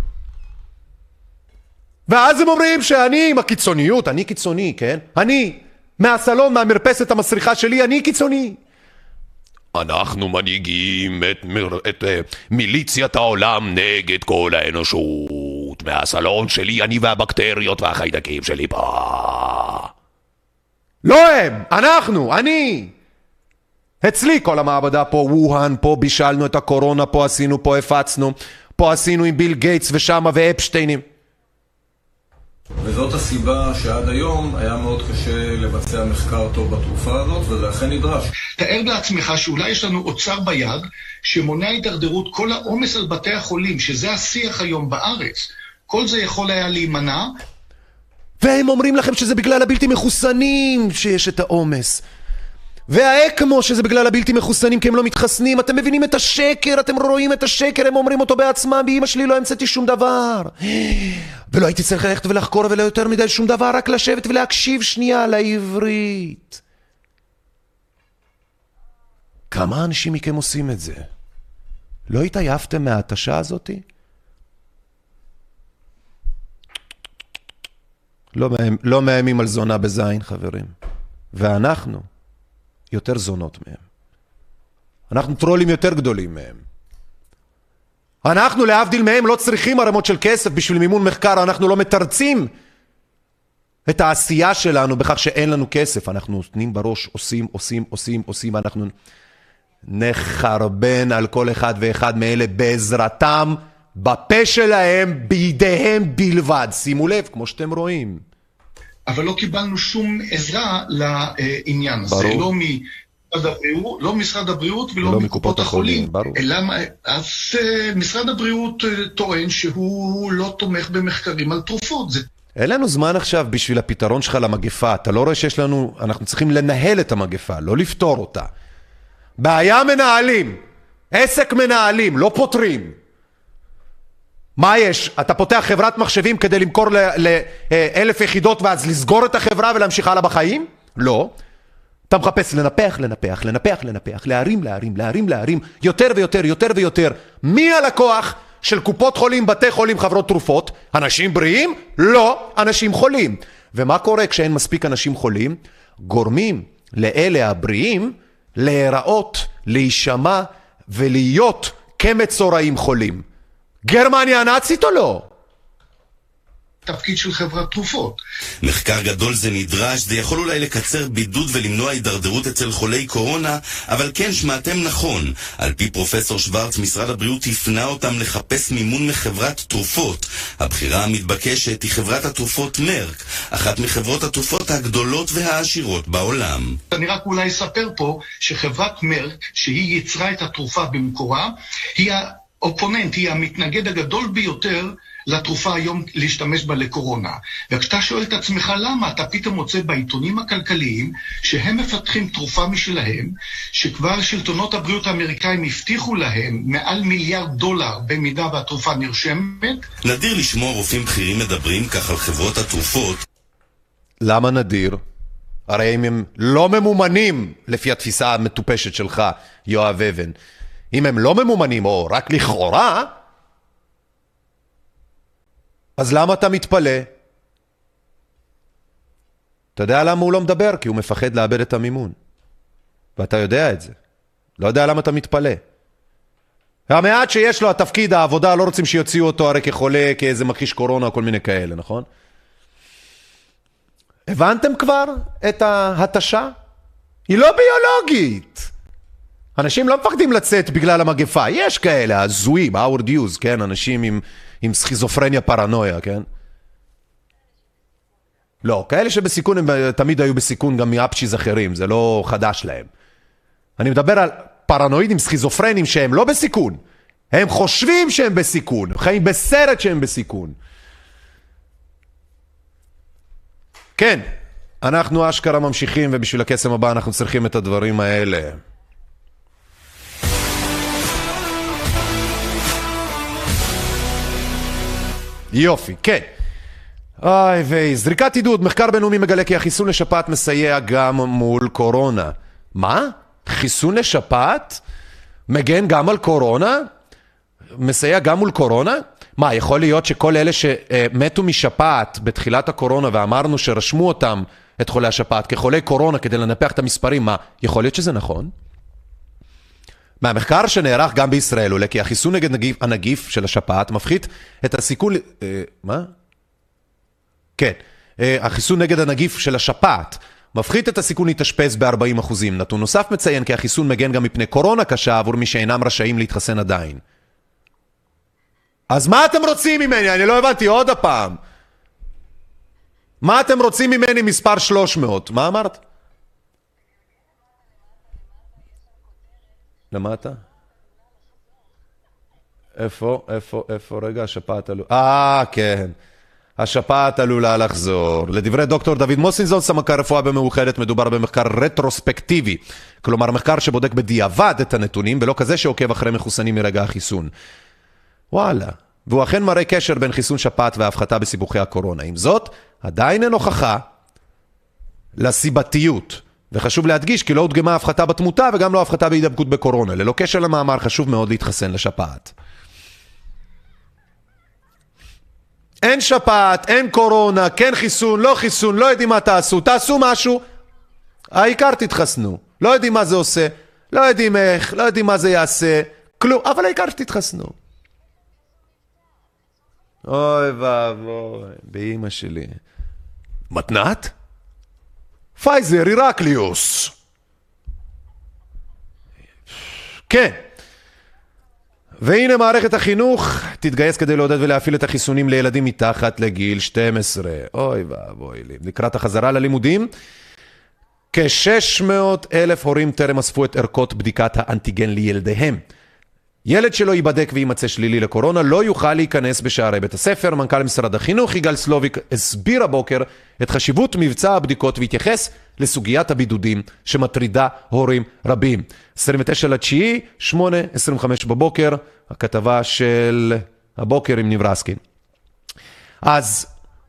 [SPEAKER 1] ואז הם אומרים שאני עם הקיצוניות, אני קיצוני, כן? אני מהסלון, מהמרפסת המסריחה שלי, אני קיצוני. אנחנו מנהיגים את מיליציית העולם נגד כל האנושות. מהסלון שלי, אני והבקטריות והחיידקים שלי פה. לא הם, אנחנו, אני. אצלי כל המעבדה פה, ווהאן, פה בישלנו את הקורונה, פה עשינו, פה הפצנו, פה עשינו עם ביל גייטס ושמה ואפשטיינים.
[SPEAKER 23] וזאת הסיבה שעד היום היה מאוד קשה לבצע מחקר טוב בתרופה הזאת, וזה אכן נדרש.
[SPEAKER 4] תאר לעצמך שאולי יש לנו אוצר ביד שמונע הידרדרות כל העומס על בתי החולים, שזה השיח היום בארץ. כל זה יכול היה להימנע.
[SPEAKER 1] והם אומרים לכם שזה בגלל הבלתי מחוסנים שיש את העומס. והאקמו שזה בגלל הבלתי מחוסנים כי הם לא מתחסנים. אתם מבינים את השקר, אתם רואים את השקר, הם אומרים אותו בעצמם. באמא שלי לא המצאתי שום דבר, ולא הייתי צריך ללכת ולחקור ולא יותר מדי שום דבר, רק לשבת ולהקשיב שנייה לעברית. כמה אנשים מכם עושים את זה? לא התעייפתם מההתשה הזאתי? לא מאיימים על זונה בזין, חברים. ואנחנו יותר זונות מהם. אנחנו טרולים יותר גדולים מהם. אנחנו להבדיל מהם לא צריכים הרמות של כסף בשביל מימון מחקר. אנחנו לא מתרצים את העשייה שלנו בכך שאין לנו כסף. אנחנו נותנים בראש, עושים, אנחנו נחרבן על כל אחד ואחד מאלה בעזרתם, בפה שלהם, בידיהם בלבד. שימו לב, כמו שאתם רואים.
[SPEAKER 4] אבל לא קיבלנו שום עזרה לעניין הזה. לא משרד הבריאות ולא מקופות החולים. אז משרד הבריאות טוען שהוא לא תומך במחקרים על תרופות.
[SPEAKER 1] אין לנו זמן עכשיו בשביל הפתרון שלך למגפה. אתה לא רואה שיש לנו, אנחנו צריכים לנהל את המגפה, לא לפתור אותה. בעיה מנהלים, עסק מנהלים, לא פותרים. מה יש? אתה פותח חברת מחשבים כדי למכור ל1,000 יחידות ואז לסגור את החברה ולהמשיך הלאה בחיים? לא. אתה מחפש לנפח, להרים, יותר ויותר. מי הלקוח של קופות חולים, בתי חולים, חברות תרופות? אנשים בריאים? לא, אנשים חולים. ומה קורה כשאין מספיק אנשים חולים? גורמים לאלה הבריאים להיראות, להישמע ולהיות כמצורעים חולים. גרמניה הנאצית או לא?
[SPEAKER 4] תפקיד של חברת תרופות.
[SPEAKER 3] מחקר גדול זה נדרש, זה יכול אולי לקצר בידוד ולמנוע הידרדרות אצל חולי קורונה, אבל כן, שמעתם נכון. על פי פרופסור שוורץ, משרד הבריאות הפנה אותם לחפש מימון מחברת תרופות. הבחירה המתבקשת היא חברת התרופות מרק, אחת מחברות התרופות הגדולות והעשירות בעולם.
[SPEAKER 4] אני רק אולי אספר פה שחברת מרק, שהיא יצרה את התרופה במקורה, היא האופוננט, היא המתנגד הגדול ביותר לתרופה היום להשתמש בה לקורונה. וכשאתה שואל את עצמך למה, אתה פתאום מוצא בעיתונים הכלכליים שהם מפתחים תרופה משלהם, שכבר שלטונות הבריאות האמריקאים הבטיחו להם מעל $1 מיליארד במידה והתרופה נרשמת.
[SPEAKER 3] נדיר לשמוע רופאים בכירים מדברים כך על חברות התרופות.
[SPEAKER 1] למה נדיר? הרי אם הם לא ממומנים לפי התפיסה המטופשת שלך, יואב אבן, אם הם לא ממומנים או רק לכאורה, אז למה אתה מתפלא? אתה יודע למה הוא לא מדבר? כי הוא מפחד לאבד את המימון. ואתה יודע את זה. לא יודע למה אתה מתפלא. המעט שיש לו התפקיד, העבודה, לא רוצים שיוציאו אותו הרי כחולה, כאיזה מכחיש קורונה או כל מיני כאלה, נכון? הבנתם כבר את ההתשה? היא לא ביולוגית. אנשים לא מפחדים לצאת בגלל המגפה. יש כאלה, הזויים, our dues, כן? אנשים עם סכיזופרניה פרנויה, כן? לא, כאלה שבסיכון הם תמיד היו בסיכון גם מאפשיז אחרים, זה לא חדש להם. אני מדבר על פרנואידים, סכיזופרנים שהם לא בסיכון. הם חושבים שהם בסיכון, הם חיים בסרט שהם בסיכון. כן, אנחנו אשכרה ממשיכים, ובשביל הקסם הבא אנחנו צריכים את הדברים האלה. יופי, כן. אוי ויי, זריקת עידוד, מחקר בינלאומי מגלה כי החיסון לשפעת מסייע גם מול קורונה. מה? חיסון לשפעת? מגן גם על קורונה? מסייע גם מול קורונה? מה, יכול להיות שכל אלה שמתו משפעת בתחילת הקורונה ואמרנו שרשמו אותם, את חולי השפעת, כחולי קורונה כדי לנפח את המספרים, מה, יכול להיות שזה נכון? מהמחקר שנערך גם בישראל עולה כי החיסון נגד הנגיף של השפעת מפחית את הסיכון... מה? כן, החיסון נגד הנגיף של השפעת מפחית את הסיכון להתאשפז ב-40%. נתון נוסף מציין כי החיסון מגן גם מפני קורונה קשה עבור מי שאינם רשאים להתחסן עדיין. אז מה אתם רוצים ממני? אני לא הבנתי עוד הפעם. מה אתם רוצים ממני מספר 300? מה אמרת? למטה? איפה? רגע, השפעת עלולה... כן. השפעת עלולה לחזור. לדברי דוקטור דוד מוסינזון, סמנכ"ל רפואה במאוחדת, מדובר במחקר רטרוספקטיבי. כלומר, מחקר שבודק בדיעבד את הנתונים, ולא כזה שעוקב אחרי מחוסנים מרגע החיסון. וואלה. והוא אכן מראה קשר בין חיסון שפעת והפחתה בסיבוכי הקורונה. עם זאת, עדיין אין הוכחה לסיבתיות. וחשוב להדגיש כי לא הודגמה הפחתה בתמותה וגם לא הפחתה בהידבקות בקורונה. ללא קשר למאמר, חשוב מאוד להתחסן לשפעת. אין שפעת, אין קורונה, כן חיסון, לא חיסון, לא יודעים מה תעשו. תעשו משהו, העיקר תתחסנו. לא יודעים מה זה עושה, לא יודעים איך, לא יודעים מה זה יעשה, כלום, אבל העיקר תתחסנו. אוי ואבוי, באמא שלי. מתנת? פייזר, אירקליוס. כן. והנה מערכת החינוך תתגייס כדי לעודד ולהפעיל את החיסונים לילדים מתחת לגיל 12. אוי ואבוי לי. לקראת החזרה ללימודים, כ-600,000 הורים טרם אספו את ערכות בדיקת האנטיגן לילדיהם. ילד שלא ייבדק וימצא שלילי לקורונה לא יוכל להיכנס בשערי בית הספר. מנכ"ל משרד החינוך יגאל סלוביק הסביר הבוקר את חשיבות מבצע הבדיקות והתייחס לסוגיית הבידודים שמטרידה הורים רבים. 29/9, 8:25 בבוקר, הכתבה של הבוקר עם נברסקין. אז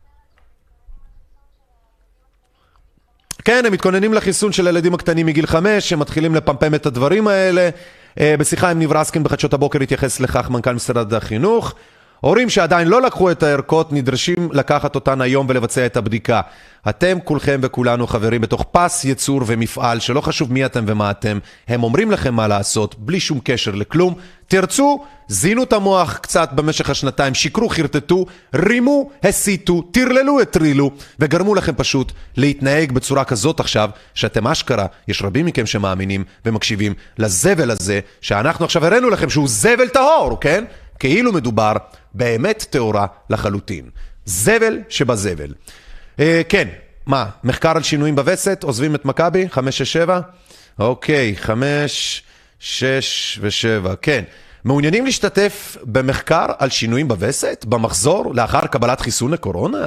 [SPEAKER 1] כן, הם מתכוננים לחיסון של הילדים הקטנים מגיל 5, הם מתחילים לפמפם את הדברים האלה. בשיחה עם נברסקין בחדשות הבוקר התייחס לכך מנכ"ל משרד החינוך. הורים שעדיין לא לקחו את הערכות נדרשים לקחת אותן היום ולבצע את הבדיקה. אתם כולכם וכולנו חברים בתוך פס יצור ומפעל שלא חשוב מי אתם ומה אתם. הם אומרים לכם מה לעשות בלי שום קשר לכלום. תרצו, זינו את המוח קצת במשך השנתיים, שיקרו, חרטטו, רימו, הסיטו, תרללו, הטרילו וגרמו לכם פשוט להתנהג בצורה כזאת עכשיו שאתם אשכרה, יש רבים מכם שמאמינים ומקשיבים לזבל הזה שאנחנו עכשיו הראינו לכם שהוא זבל טהור, כן? כאילו מדובר באמת תאורה לחלוטין. זבל שבזבל. כן, מה? מחקר על שינויים בווסת? עוזבים את מכבי? 5-6-7? אוקיי, 5, 6 ו-7, כן. מעוניינים להשתתף במחקר על שינויים בווסת? במחזור לאחר קבלת חיסון לקורונה?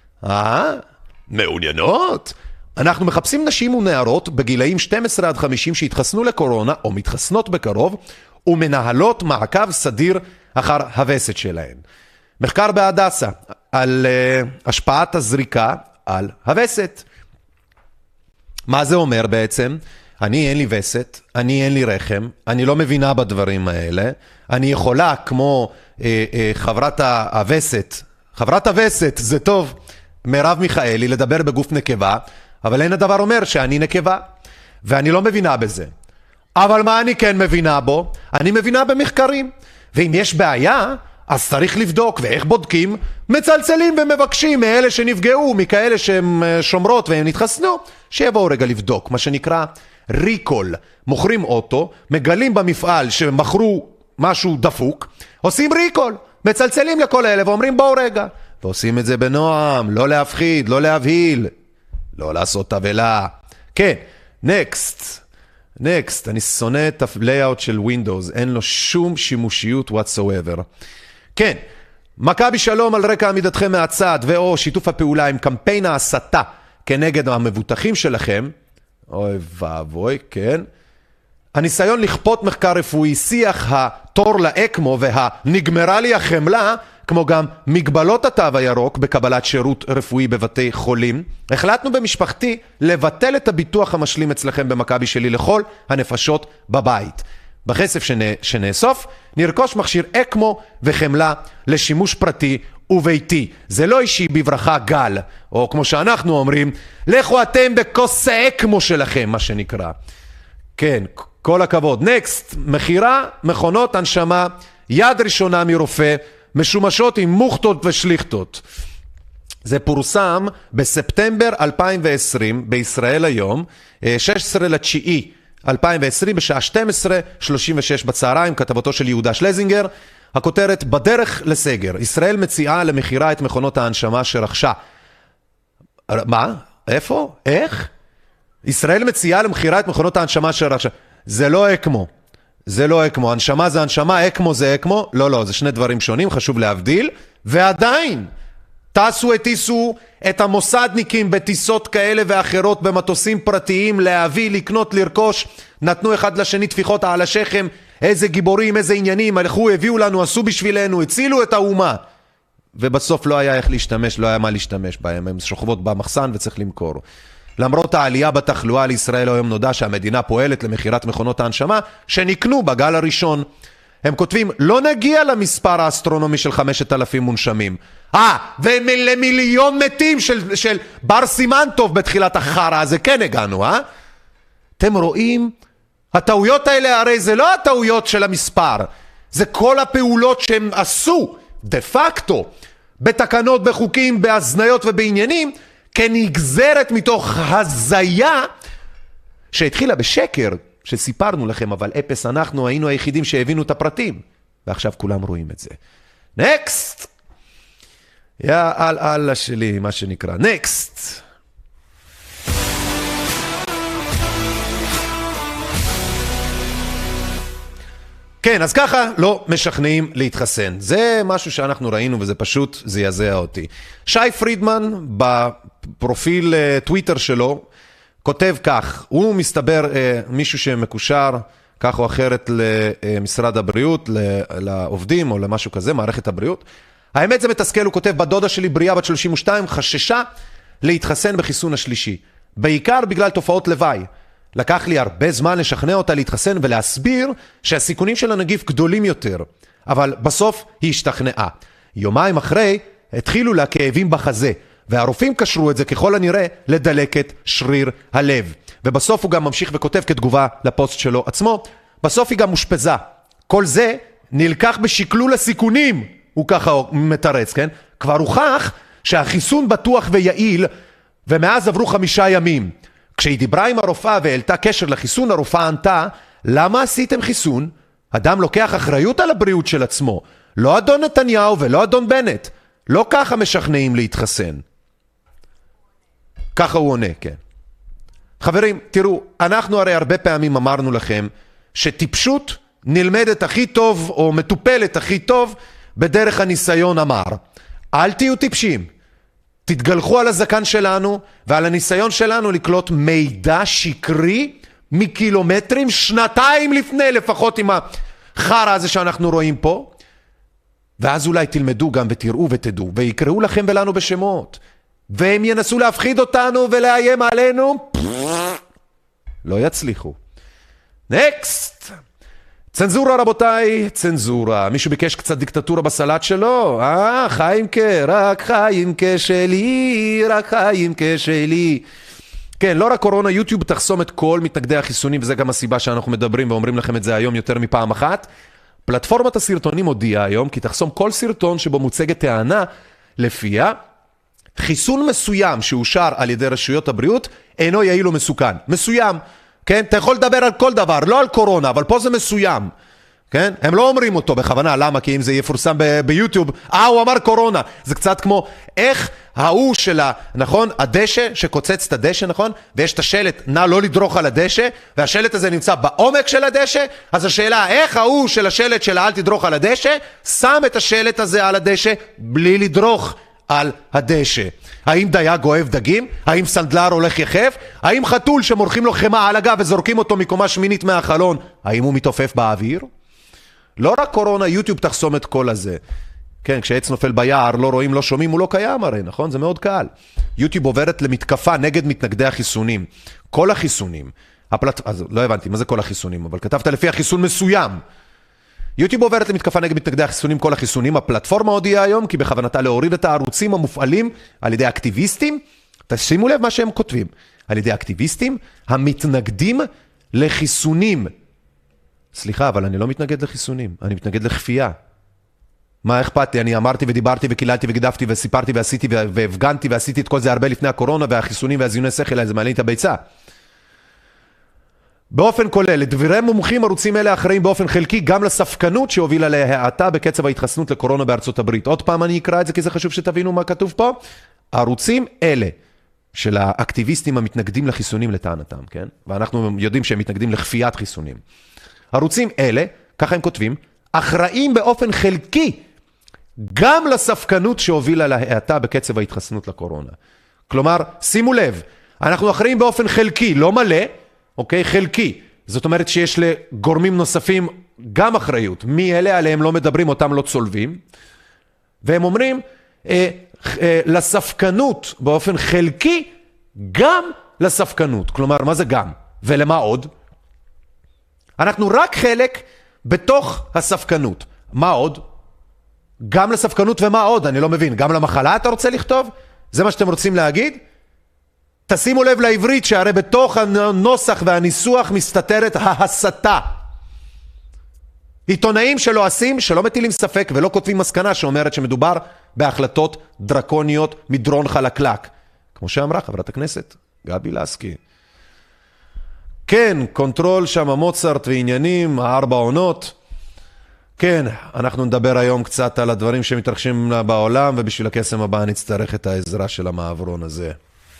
[SPEAKER 1] מעוניינות? אנחנו מחפשים נשים ונערות בגילאים 12 עד 50 שהתחסנו לקורונה או מתחסנות בקרוב ומנהלות מעקב סדיר אחר הווסת שלהן. מחקר בהדסה על השפעת הזריקה על הווסת. מה זה אומר בעצם? אני אין לי וסת, אני אין לי רחם, אני לא מבינה בדברים האלה, אני יכולה כמו חברת הווסת, זה טוב, מרב מיכאלי, לדבר בגוף נקבה, אבל אין הדבר אומר שאני נקבה, ואני לא מבינה בזה. אבל מה אני כן מבינה בו? אני מבינה במחקרים, ואם יש בעיה, אז צריך לבדוק, ואיך בודקים? מצלצלים ומבקשים מאלה שנפגעו, מכאלה שהם שומרות והם נתחסנו, שיבואו רגע לבדוק, מה שנקרא ריקול. מוכרים אוטו, מגלים במפעל שמכרו משהו דפוק, עושים ריקול, מצלצלים לכל אלה ואומרים בואו רגע, ועושים את זה בנועם, לא להפחיד, לא להבהיל, לא לעשות תבלה. כן, נקסט, אני שונא את ה-layout של Windows, אין לו שום שימושיות whatsoever. כן, מכבי שלום על רקע עמידתכם מהצד, ואו שיתוף הפעולה עם קמפיין ההסתה כנגד המבוטחים שלכם, אוי ואבוי, כן. הניסיון לכפות מחקר רפואי, שיח התור לאקמו והנגמרה לי החמלה, כמו גם מגבלות התו הירוק בקבלת שירות רפואי בבתי חולים, החלטנו במשפחתי לבטל את הביטוח המשלים אצלכם במכבי שלי לכל הנפשות בבית. בכסף שנאסוף, נרכוש מכשיר אקמו וחמלה לשימוש פרטי וביתי. זה לא אישי בברכה גל, או כמו שאנחנו אומרים, לכו אתם בכוס האקמו שלכם, מה שנקרא. כן, כל הכבוד. נקסט, מחירה, מכונות הנשמה, יד ראשונה מרופא, משומשות עם מוכתות ושליחתות. זה פורסם בספטמבר 2020 בישראל היום, 16/9/2020 בשעה 12:36 בצהריים, כתבתו של יהודה שלזינגר. הכותרת בדרך לסגר, ישראל מציעה למחירה את מכונות ההנשמה שרכשה. מה? איפה? איך? ישראל מציעה למחירה את מכונות ההנשמה שרכשה. זה לא אקמו. זה לא אקמו. הנשמה זה הנשמה, אקמו זה אקמו. לא, זה שני דברים שונים, חשוב להבדיל. ועדיין, הטיסו את המוסדניקים בטיסות כאלה ואחרות במטוסים פרטיים, להביא, לקנות, לרכוש, נתנו אחד לשני תפיחות על השכם, איזה גיבורים, איזה עניינים, הלכו, הביאו לנו, עשו בשבילנו, הצילו את האומה. ובסוף לא היה איך להשתמש, לא היה מה להשתמש בהם, הם שוכבות במחסן וצריך למכור. למרות העלייה בתחלואה לישראל היום נודע שהמדינה פועלת למחירת מכונות ההנשמה שנקנו בגל הראשון. הם כותבים, לא נגיע למספר האסטרונומי של 5,000 מונשמים. ולמיליון מתים של בר סימן טוב בתחילת החרה הזה, כן הגענו, אתם רואים? הטעויות האלה הרי זה לא הטעויות של המספר, זה כל הפעולות שהם עשו, דה פקטו, בתקנות, בחוקים, בהזניות ובעניינים, כנגזרת מתוך הזיה שהתחילה בשקר, שסיפרנו לכם, אבל אפס אנחנו היינו היחידים שהבינו את הפרטים, ועכשיו כולם רואים את זה. נקסט! יא אללה שלי, מה שנקרא. נקסט! כן, אז ככה לא משכנעים להתחסן. זה משהו שאנחנו ראינו וזה פשוט זעזע אותי. שי פרידמן בפרופיל טוויטר שלו כותב כך, הוא מסתבר מישהו שמקושר כך או אחרת למשרד הבריאות, לעובדים או למשהו כזה, מערכת הבריאות. האמת זה מתסכל, הוא כותב, בדודה שלי בריאה בת 32 חששה להתחסן בחיסון השלישי, בעיקר בגלל תופעות לוואי. לקח לי הרבה זמן לשכנע אותה להתחסן ולהסביר שהסיכונים של הנגיף גדולים יותר, אבל בסוף היא השתכנעה. יומיים אחרי התחילו לה כאבים בחזה, והרופאים קשרו את זה ככל הנראה לדלקת שריר הלב. ובסוף הוא גם ממשיך וכותב כתגובה לפוסט שלו עצמו, בסוף היא גם מושפזה. כל זה נלקח בשקלול הסיכונים, הוא ככה מתרץ, כן? כבר הוכח שהחיסון בטוח ויעיל, ומאז עברו 5 ימים. כשהיא דיברה עם הרופאה והעלתה קשר לחיסון, הרופאה ענתה, למה עשיתם חיסון? אדם לוקח אחריות על הבריאות של עצמו. לא אדון נתניהו ולא אדון בנט. לא ככה משכנעים להתחסן. ככה הוא עונה, כן. חברים, תראו, אנחנו הרי הרבה פעמים אמרנו לכם, שטיפשות נלמדת הכי טוב, או מטופלת הכי טוב, בדרך הניסיון המר. אל תהיו טיפשים. תתגלחו על הזקן שלנו ועל הניסיון שלנו לקלוט מידע שקרי מקילומטרים, 2 לפני לפחות עם החרה הזה שאנחנו רואים פה, ואז אולי תלמדו גם ותראו ותדעו ויקראו לכם ולנו בשמות, והם ינסו להפחיד אותנו ולאיים עלינו, לא יצליחו. נקסט! צנזורה רבותיי, צנזורה. מישהו ביקש קצת דיקטטורה בסלט שלו? חיימקה, רק חיימקה שלי, רק חיימקה שלי. כן, לא רק קורונה, יוטיוב תחסום את כל מתנגדי החיסונים, וזה גם הסיבה שאנחנו מדברים ואומרים לכם את זה היום יותר מפעם אחת. פלטפורמת הסרטונים הודיעה היום כי תחסום כל סרטון שבו מוצגת טענה לפיה חיסון מסוים שאושר על ידי רשויות הבריאות אינו יעיל ומסוכן. מסוים. כן? אתה יכול לדבר על כל דבר, לא על קורונה, אבל פה זה מסוים. כן? הם לא אומרים אותו בכוונה, למה? כי אם זה יפורסם ביוטיוב, הוא אמר קורונה. זה קצת כמו, איך ההוא שלה, נכון? הדשא שקוצץ את הדשא, נכון? ויש את השלט, נא לא לדרוך על הדשא, והשלט הזה נמצא בעומק של הדשא, אז השאלה, איך ההוא של השלט שלה, אל תדרוך על הדשא, שם את השלט הזה על הדשא, בלי לדרוך על הדשא. האם דייג אוהב דגים? האם סנדלר הולך יחף? האם חתול שמורחים לו חמה על הגב וזורקים אותו מקומה 8 מהחלון, האם הוא מתעופף באוויר? לא רק קורונה, יוטיוב תחסום את כל הזה. כן, כשעץ נופל ביער, לא רואים, לא שומעים, הוא לא קיים הרי, נכון? זה מאוד קל. יוטיוב עוברת למתקפה נגד מתנגדי החיסונים. כל החיסונים. אז לא הבנתי, מה זה כל החיסונים? אבל כתבת לפי החיסון מסוים. יוטיוב עוברת למתקפה נגד מתנגדי החיסונים, כל החיסונים. הפלטפורמה הודיעה היום, כי בכוונתה להוריד את הערוצים המופעלים על ידי אקטיביסטים. תשימו לב מה שהם כותבים. על ידי אקטיביסטים המתנגדים לחיסונים. סליחה, אבל אני לא מתנגד לחיסונים. אני מתנגד לכפייה. מה אכפת לי? אני אמרתי ודיברתי וקיללתי וגידפתי וסיפרתי ועשיתי והפגנתי ועשיתי את כל זה הרבה לפני הקורונה והחיסונים והזיוני שכל, זה מעלה את הביצה. באופן כולל, לדברי מומחים ערוצים אלה אחראים באופן חלקי גם לספקנות שהובילה להאטה בקצב ההתחסנות לקורונה בארצות הברית. עוד פעם אני אקרא את זה כי זה חשוב שתבינו מה כתוב פה. ערוצים אלה של האקטיביסטים המתנגדים לחיסונים לטענתם, כן? ואנחנו יודעים שהם מתנגדים לכפיית חיסונים. ערוצים אלה, ככה הם כותבים, אחראים באופן חלקי גם לספקנות שהובילה להאטה בקצב ההתחסנות לקורונה. כלומר, שימו לב, אנחנו אחראים באופן חלקי, לא מלא, אוקיי? חלקי. זאת אומרת שיש לגורמים נוספים גם אחריות. מי אלה עליהם לא מדברים, אותם לא צולבים. והם אומרים, לספקנות באופן חלקי, גם לספקנות. כלומר, מה זה גם? ולמה עוד? אנחנו רק חלק בתוך הספקנות. מה עוד? גם לספקנות ומה עוד? אני לא מבין. גם למחלה אתה רוצה לכתוב? זה מה שאתם רוצים להגיד? תשימו לב לעברית שהרי בתוך הנוסח והניסוח מסתתרת ההסתה. עיתונאים שלא עושים, שלא מטילים ספק ולא כותבים מסקנה שאומרת שמדובר בהחלטות דרקוניות מדרון חלקלק. כמו שאמרה חברת הכנסת גבי לסקי. כן, קונטרול שם מוצרט ועניינים, 4 עונות. כן, אנחנו נדבר היום קצת על הדברים שמתרחשים בעולם, ובשביל הקסם הבא נצטרך את העזרה של המעברון הזה.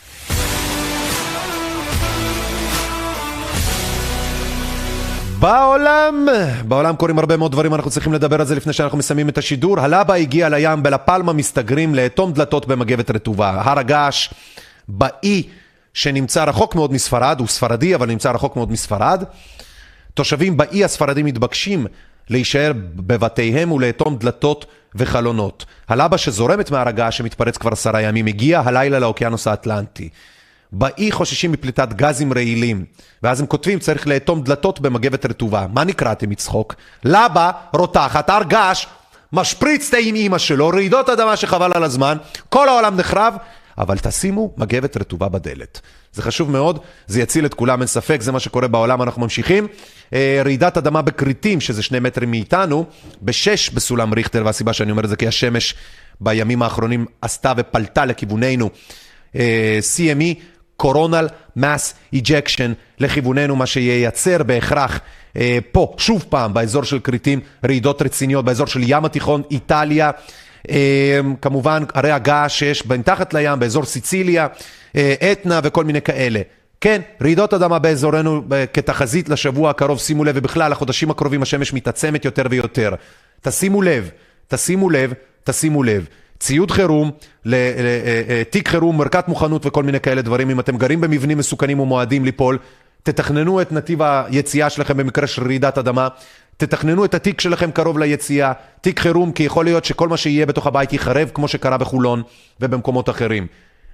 [SPEAKER 1] בעולם קורים הרבה מאוד דברים, אנחנו צריכים לדבר על זה לפני שאנחנו מסיימים את השידור. הלבה הגיע לים בלפלמה, מסתגרים לאטום דלתות במגבת רטובה. הר הגעש באי שנמצא רחוק מאוד מספרד, הוא ספרדי אבל נמצא רחוק מאוד מספרד. תושבים באי הספרדים מתבקשים להישאר בבתיהם ולאטום דלתות וחלונות. הלבה שזורמת מהר הגעש שמתפרץ כבר 10 ימים הגיע הלילה לאוקיינוס האטלנטי. באי חוששים מפליטת גזים רעילים, ואז הם כותבים צריך לאטום דלתות במגבת רטובה. מה נקראתם מצחוק? לבה רותחת, הר געש משפריץ תה עם אמא שלו, רעידות אדמה שחבל על הזמן, כל העולם נחרב, אבל תשימו מגבת רטובה בדלת. זה חשוב מאוד, זה יציל את כולם, אין ספק, זה מה שקורה בעולם, אנחנו ממשיכים. רעידת אדמה בקריטים, שזה 2 מטרים מאיתנו, ב6 בסולם ריכטר, והסיבה שאני אומר את זה כי השמש בימים האחרונים עשתה ופלטה לכיווננו. CME, Coronal Mass Ejection, לכיווננו, מה שייצר בהכרח פה, שוב פעם, באזור של קריטים, רעידות רציניות, באזור של ים התיכון, איטליה, כמובן, הרי הגעש שיש מתחת לים, באזור סיציליה, אתנה וכל מיני כאלה. כן, רעידות אדמה באזורנו כתחזית לשבוע הקרוב, שימו לב, ובכלל, החודשים הקרובים השמש מתעצמת יותר ויותר. תשימו לב, תשימו לב, תשימו לב. ציוד חירום, תיק חירום, מרכת מוכנות וכל מיני כאלה דברים. אם אתם גרים במבנים מסוכנים ומועדים ליפול, תתכננו את נתיב היציאה שלכם במקרה של רעידת אדמה, תתכננו את התיק שלכם קרוב ליציאה, תיק חירום, כי יכול להיות שכל מה שיהיה בתוך הבית יחרב, כמו שקרה בחולון ובמקומות אחרים.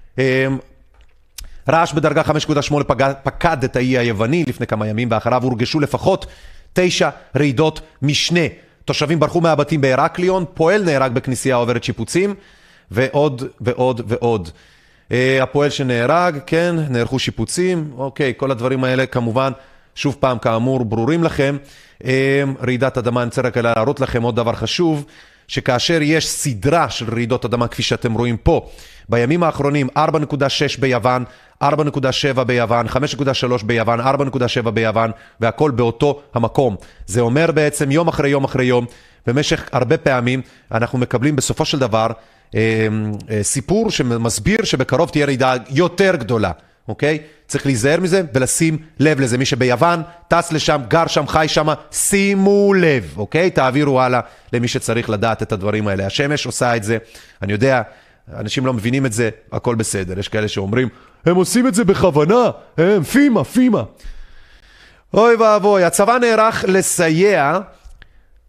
[SPEAKER 1] רעש בדרגה 5.8 פקד את האי היווני לפני כמה ימים, ואחריו הורגשו לפחות 9 רעידות משנה. תושבים ברחו מהבתים בהרקליון, פועל נהרג בכנסייה עוברת שיפוצים, ועוד ועוד ועוד. הפועל שנהרג, כן, נערכו שיפוצים, אוקיי, כל הדברים האלה כמובן, שוב פעם כאמור, ברורים לכם. רעידת אדמה, אני רוצה רק להראות לכם עוד דבר חשוב, שכאשר יש סדרה של רעידות אדמה, כפי שאתם רואים פה, בימים האחרונים 4.6 ביוון, 4.7 ביוון, 5.3 ביוון, 4.7 ביוון, והכל באותו המקום. זה אומר בעצם יום אחרי יום אחרי יום, במשך הרבה פעמים אנחנו מקבלים בסופו של דבר סיפור שמסביר שבקרוב תהיה רעידה יותר גדולה. אוקיי? צריך להיזהר מזה ולשים לב לזה. מי שביוון, טס לשם, גר שם, חי שם, שימו לב, אוקיי? תעבירו הלאה למי שצריך לדעת את הדברים האלה. השמש עושה את זה, אני יודע, אנשים לא מבינים את זה, הכל בסדר. יש כאלה שאומרים, הם עושים את זה בכוונה, הם פימה. אוי ואבוי, הצבא נערך לסייע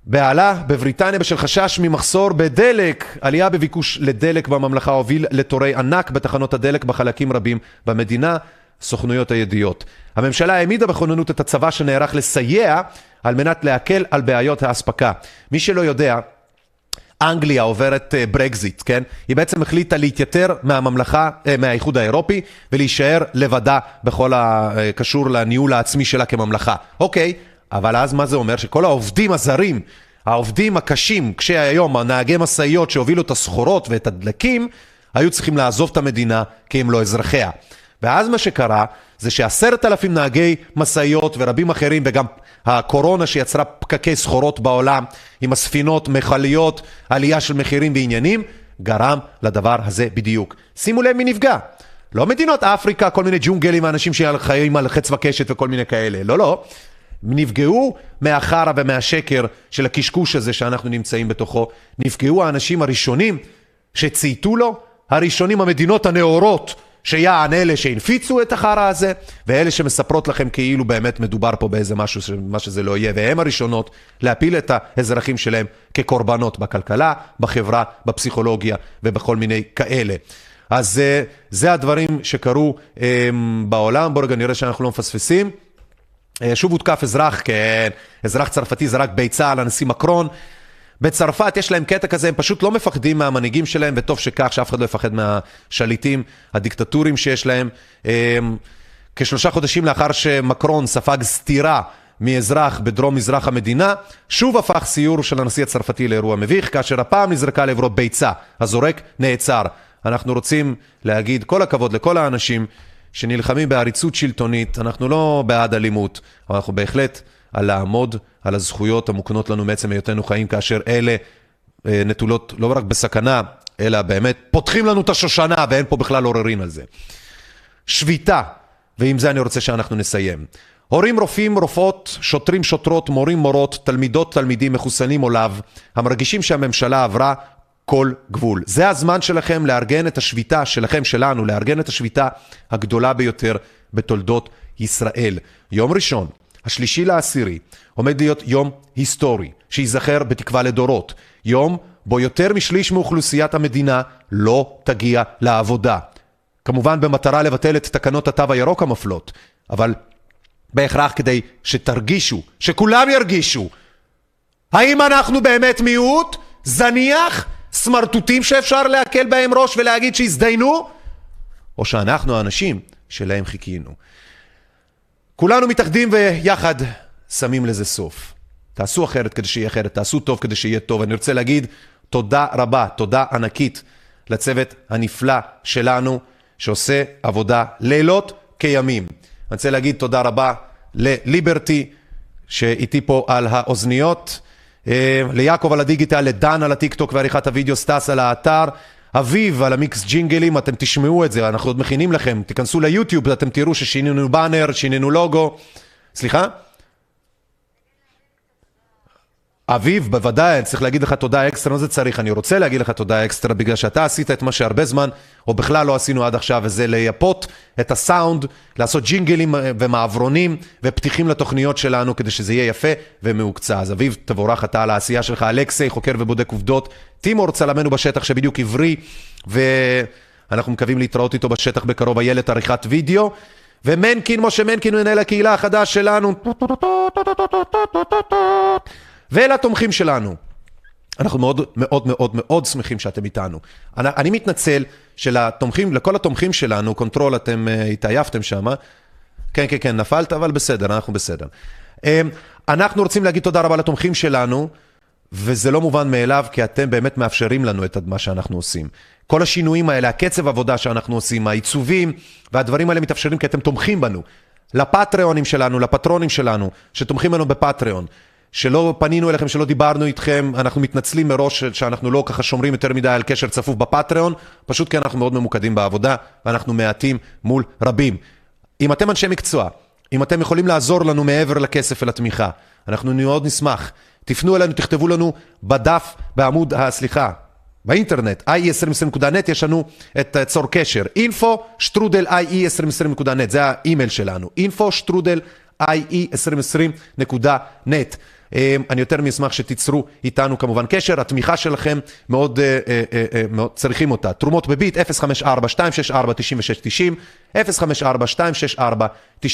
[SPEAKER 1] בעלה בבריטניה בשל חשש ממחסור בדלק. עלייה בביקוש לדלק בממלכה הוביל לתורי ענק בתחנות הדלק בחלקים רבים במדינה. סוכנויות הידיעות. הממשלה העמידה בכוננות את הצבא שנערך לסייע על מנת להקל על בעיות האספקה. מי שלא יודע, אנגליה עוברת ברקזיט, כן? היא בעצם החליטה להתייתר מהממלכה, מהאיחוד האירופי, ולהישאר לבדה בכל הקשור לניהול העצמי שלה כממלכה. אוקיי, אבל אז מה זה אומר? שכל העובדים הזרים, העובדים הקשים, כשהיום הנהגי משאיות שהובילו את הסחורות ואת הדלקים, היו צריכים לעזוב את המדינה כי הם לא אזרחיה. ואז מה שקרה זה ש10,000 נהגי משאיות ורבים אחרים, וגם הקורונה שיצרה פקקי סחורות בעולם עם הספינות, מכליות, עלייה של מחירים ועניינים, גרם לדבר הזה בדיוק. שימו לב מי נפגע. לא מדינות אפריקה, כל מיני ג'ונגלים, האנשים שחיים על חץ וקשת וכל מיני כאלה. לא, לא. נפגעו מהחרה ומהשקר של הקשקוש הזה שאנחנו נמצאים בתוכו. נפגעו האנשים הראשונים שצייתו לו, הראשונים המדינות הנאורות, שיען אלה שהנפיצו את החרה הזה, ואלה שמספרות לכם כאילו באמת מדובר פה באיזה משהו, מה שזה לא יהיה, והם הראשונות להפיל את האזרחים שלהם כקורבנות בכלכלה, בחברה, בפסיכולוגיה ובכל מיני כאלה. אז זה הדברים שקרו בעולם. בואו רגע נראה שאנחנו לא מפספסים. שוב הותקף אזרח, כן, אזרח צרפתי זרק ביצה על הנשיא מקרון. בצרפת יש להם קטע כזה, הם פשוט לא מפחדים מהמנהיגים שלהם, וטוב שכך, שאף אחד לא יפחד מהשליטים הדיקטטוריים שיש להם. כ3 חודשים לאחר שמקרון ספג סתירה מאזרח בדרום מזרח המדינה, שוב הפך סיור של הנשיא הצרפתי לאירוע מביך, כאשר הפעם נזרקה לעברו ביצה. הזורק נעצר. אנחנו רוצים להגיד כל הכבוד לכל האנשים שנלחמים בעריצות שלטונית. אנחנו לא בעד אלימות, אבל אנחנו בהחלט על לעמוד על הזכויות המוקנות לנו מעצם היותנו חיים, כאשר אלה נטולות לא רק בסכנה, אלא באמת פותחים לנו את השושנה, ואין פה בכלל עוררין על זה. שביתה, ועם זה אני רוצה שאנחנו נסיים. הורים, רופאים, רופאות, שוטרים, שוטרות, מורים, מורות, תלמידות, תלמידים, מחוסנים או לאו, המרגישים שהממשלה עברה כל גבול. זה הזמן שלכם לארגן את השביתה שלכם, שלנו, לארגן את השביתה הגדולה ביותר בתולדות ישראל. יום ראשון, 3/10, עומד להיות יום היסטורי, שיזכר בתקווה לדורות. יום בו יותר משליש מאוכלוסיית המדינה לא תגיע לעבודה. כמובן במטרה לבטל את תקנות התו הירוק המפלות, אבל בהכרח כדי שתרגישו, שכולם ירגישו. האם אנחנו באמת מיעוט, זניח, סמרטוטים שאפשר להקל בהם ראש ולהגיד שהזדיינו? או שאנחנו האנשים שלהם חיכינו? כולנו מתאחדים ויחד שמים לזה סוף. תעשו אחרת כדי שיהיה אחרת, תעשו טוב כדי שיהיה טוב. אני רוצה להגיד תודה רבה, תודה ענקית לצוות הנפלא שלנו שעושה עבודה לילות כימים. אני רוצה להגיד תודה רבה לליברטי שאיתי פה על האוזניות, ליעקב על הדיגיטל, לדן על הטיקטוק ועריכת הוידאו, סטס על האתר, אביב על המיקס ג'ינגלים. אתם תשמעו את זה, אנחנו עוד מכינים לכם, תיכנסו ליוטיוב, אתם תראו ששינינו בנר, שינינו לוגו. סליחה? אביב, בוודאי, אני צריך להגיד לך תודה אקסטרה, מה זה צריך? אני רוצה להגיד לך תודה אקסטרה, בגלל שאתה עשית את מה שהרבה זמן, או בכלל לא עשינו עד עכשיו, וזה לייפות את הסאונד, לעשות ג'ינגלים ומעברונים, ופתיחים לתוכניות שלנו, כדי שזה יהיה יפה ומעוקצה. אז אביב, תבורך אתה על העשייה שלך. אלכסי, חוקר ובודק עובדות. תימור צלמנו בשטח שבדיוק עברי, ואנחנו מקווים להתראות איתו בשטח בקרוב. איילת עריכת וידאו. ומנקין, משה מנקין, מנהל הקהילה החדש שלנו. ולתומכים שלנו. אנחנו מאוד מאוד מאוד מאוד שמחים שאתם איתנו. אני מתנצל לכל התומכים שלנו, קונטרול, אתם התעייפתם שם. כן, כן, כן, נפלת, אבל בסדר, אנחנו בסדר. אנחנו רוצים להגיד תודה רבה לתומכים שלנו, וזה לא מובן מאליו, כי אתם באמת מאפשרים לנו את מה שאנחנו עושים. כל השינויים האלה, הקצב עבודה שאנחנו עושים, העיצובים, והדברים האלה מתאפשרים כי אתם תומכים בנו. לפטריונים שלנו, לפטרונים שלנו, שתומכים בנו בפטריון. שלא פנינו אליכם, שלא דיברנו איתכם, אנחנו מתנצלים מראש שאנחנו לא ככה שומרים יותר מדי על קשר צפוף בפטריון, פשוט כי אנחנו מאוד ממוקדים בעבודה, ואנחנו מעטים מול רבים. אם אתם אנשי מקצוע, אם אתם יכולים לעזור לנו מעבר לכסף ולתמיכה, אנחנו מאוד נשמח. תפנו אלינו, תכתבו לנו בדף, בעמוד, באינטרנט, ie2020.net, יש לנו את צור קשר, info@ie2020.net, זה האימייל שלנו, info@ie2020.net. אני יותר מאשמח שתיצרו איתנו כמובן קשר, התמיכה שלכם מאוד צריכים אותה. תרומות בביט 054-264-9690, 054-264-9690.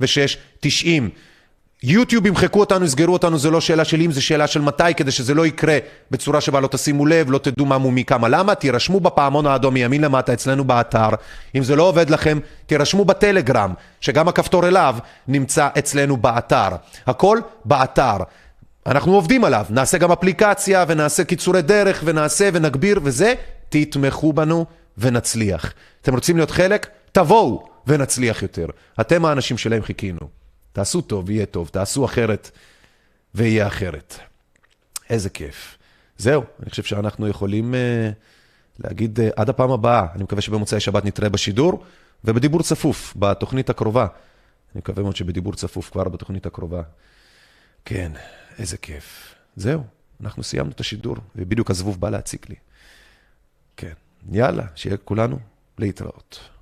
[SPEAKER 1] יוטיוב ימחקו אותנו, יסגרו אותנו, זה לא שאלה של אם, זה שאלה של מתי, כדי שזה לא יקרה בצורה שבה לא תשימו לב, לא תדעו מה מומי כמה. למה? תירשמו בפעמון האדום מימין למטה אצלנו באתר. אם זה לא עובד לכם, תירשמו בטלגרם, שגם הכפתור אליו נמצא אצלנו באתר. הכל באתר. אנחנו עובדים עליו, נעשה גם אפליקציה ונעשה קיצורי דרך ונעשה ונגביר וזה, תתמכו בנו ונצליח. אתם רוצים להיות חלק? תבואו ונצליח יותר. אתם האנשים שלהם חיכינו. תעשו טוב, יהיה טוב, תעשו אחרת ויהיה אחרת. איזה כיף. זהו, אני חושב שאנחנו יכולים להגיד עד הפעם הבאה. אני מקווה שבמוצאי שבת נתראה בשידור ובדיבור צפוף בתוכנית הקרובה. אני מקווה מאוד שבדיבור צפוף כבר בתוכנית הקרובה. כן, איזה כיף. זהו, אנחנו סיימנו את השידור ובדיוק הזבוב בא להציג לי. כן, יאללה, שיהיה כולנו להתראות.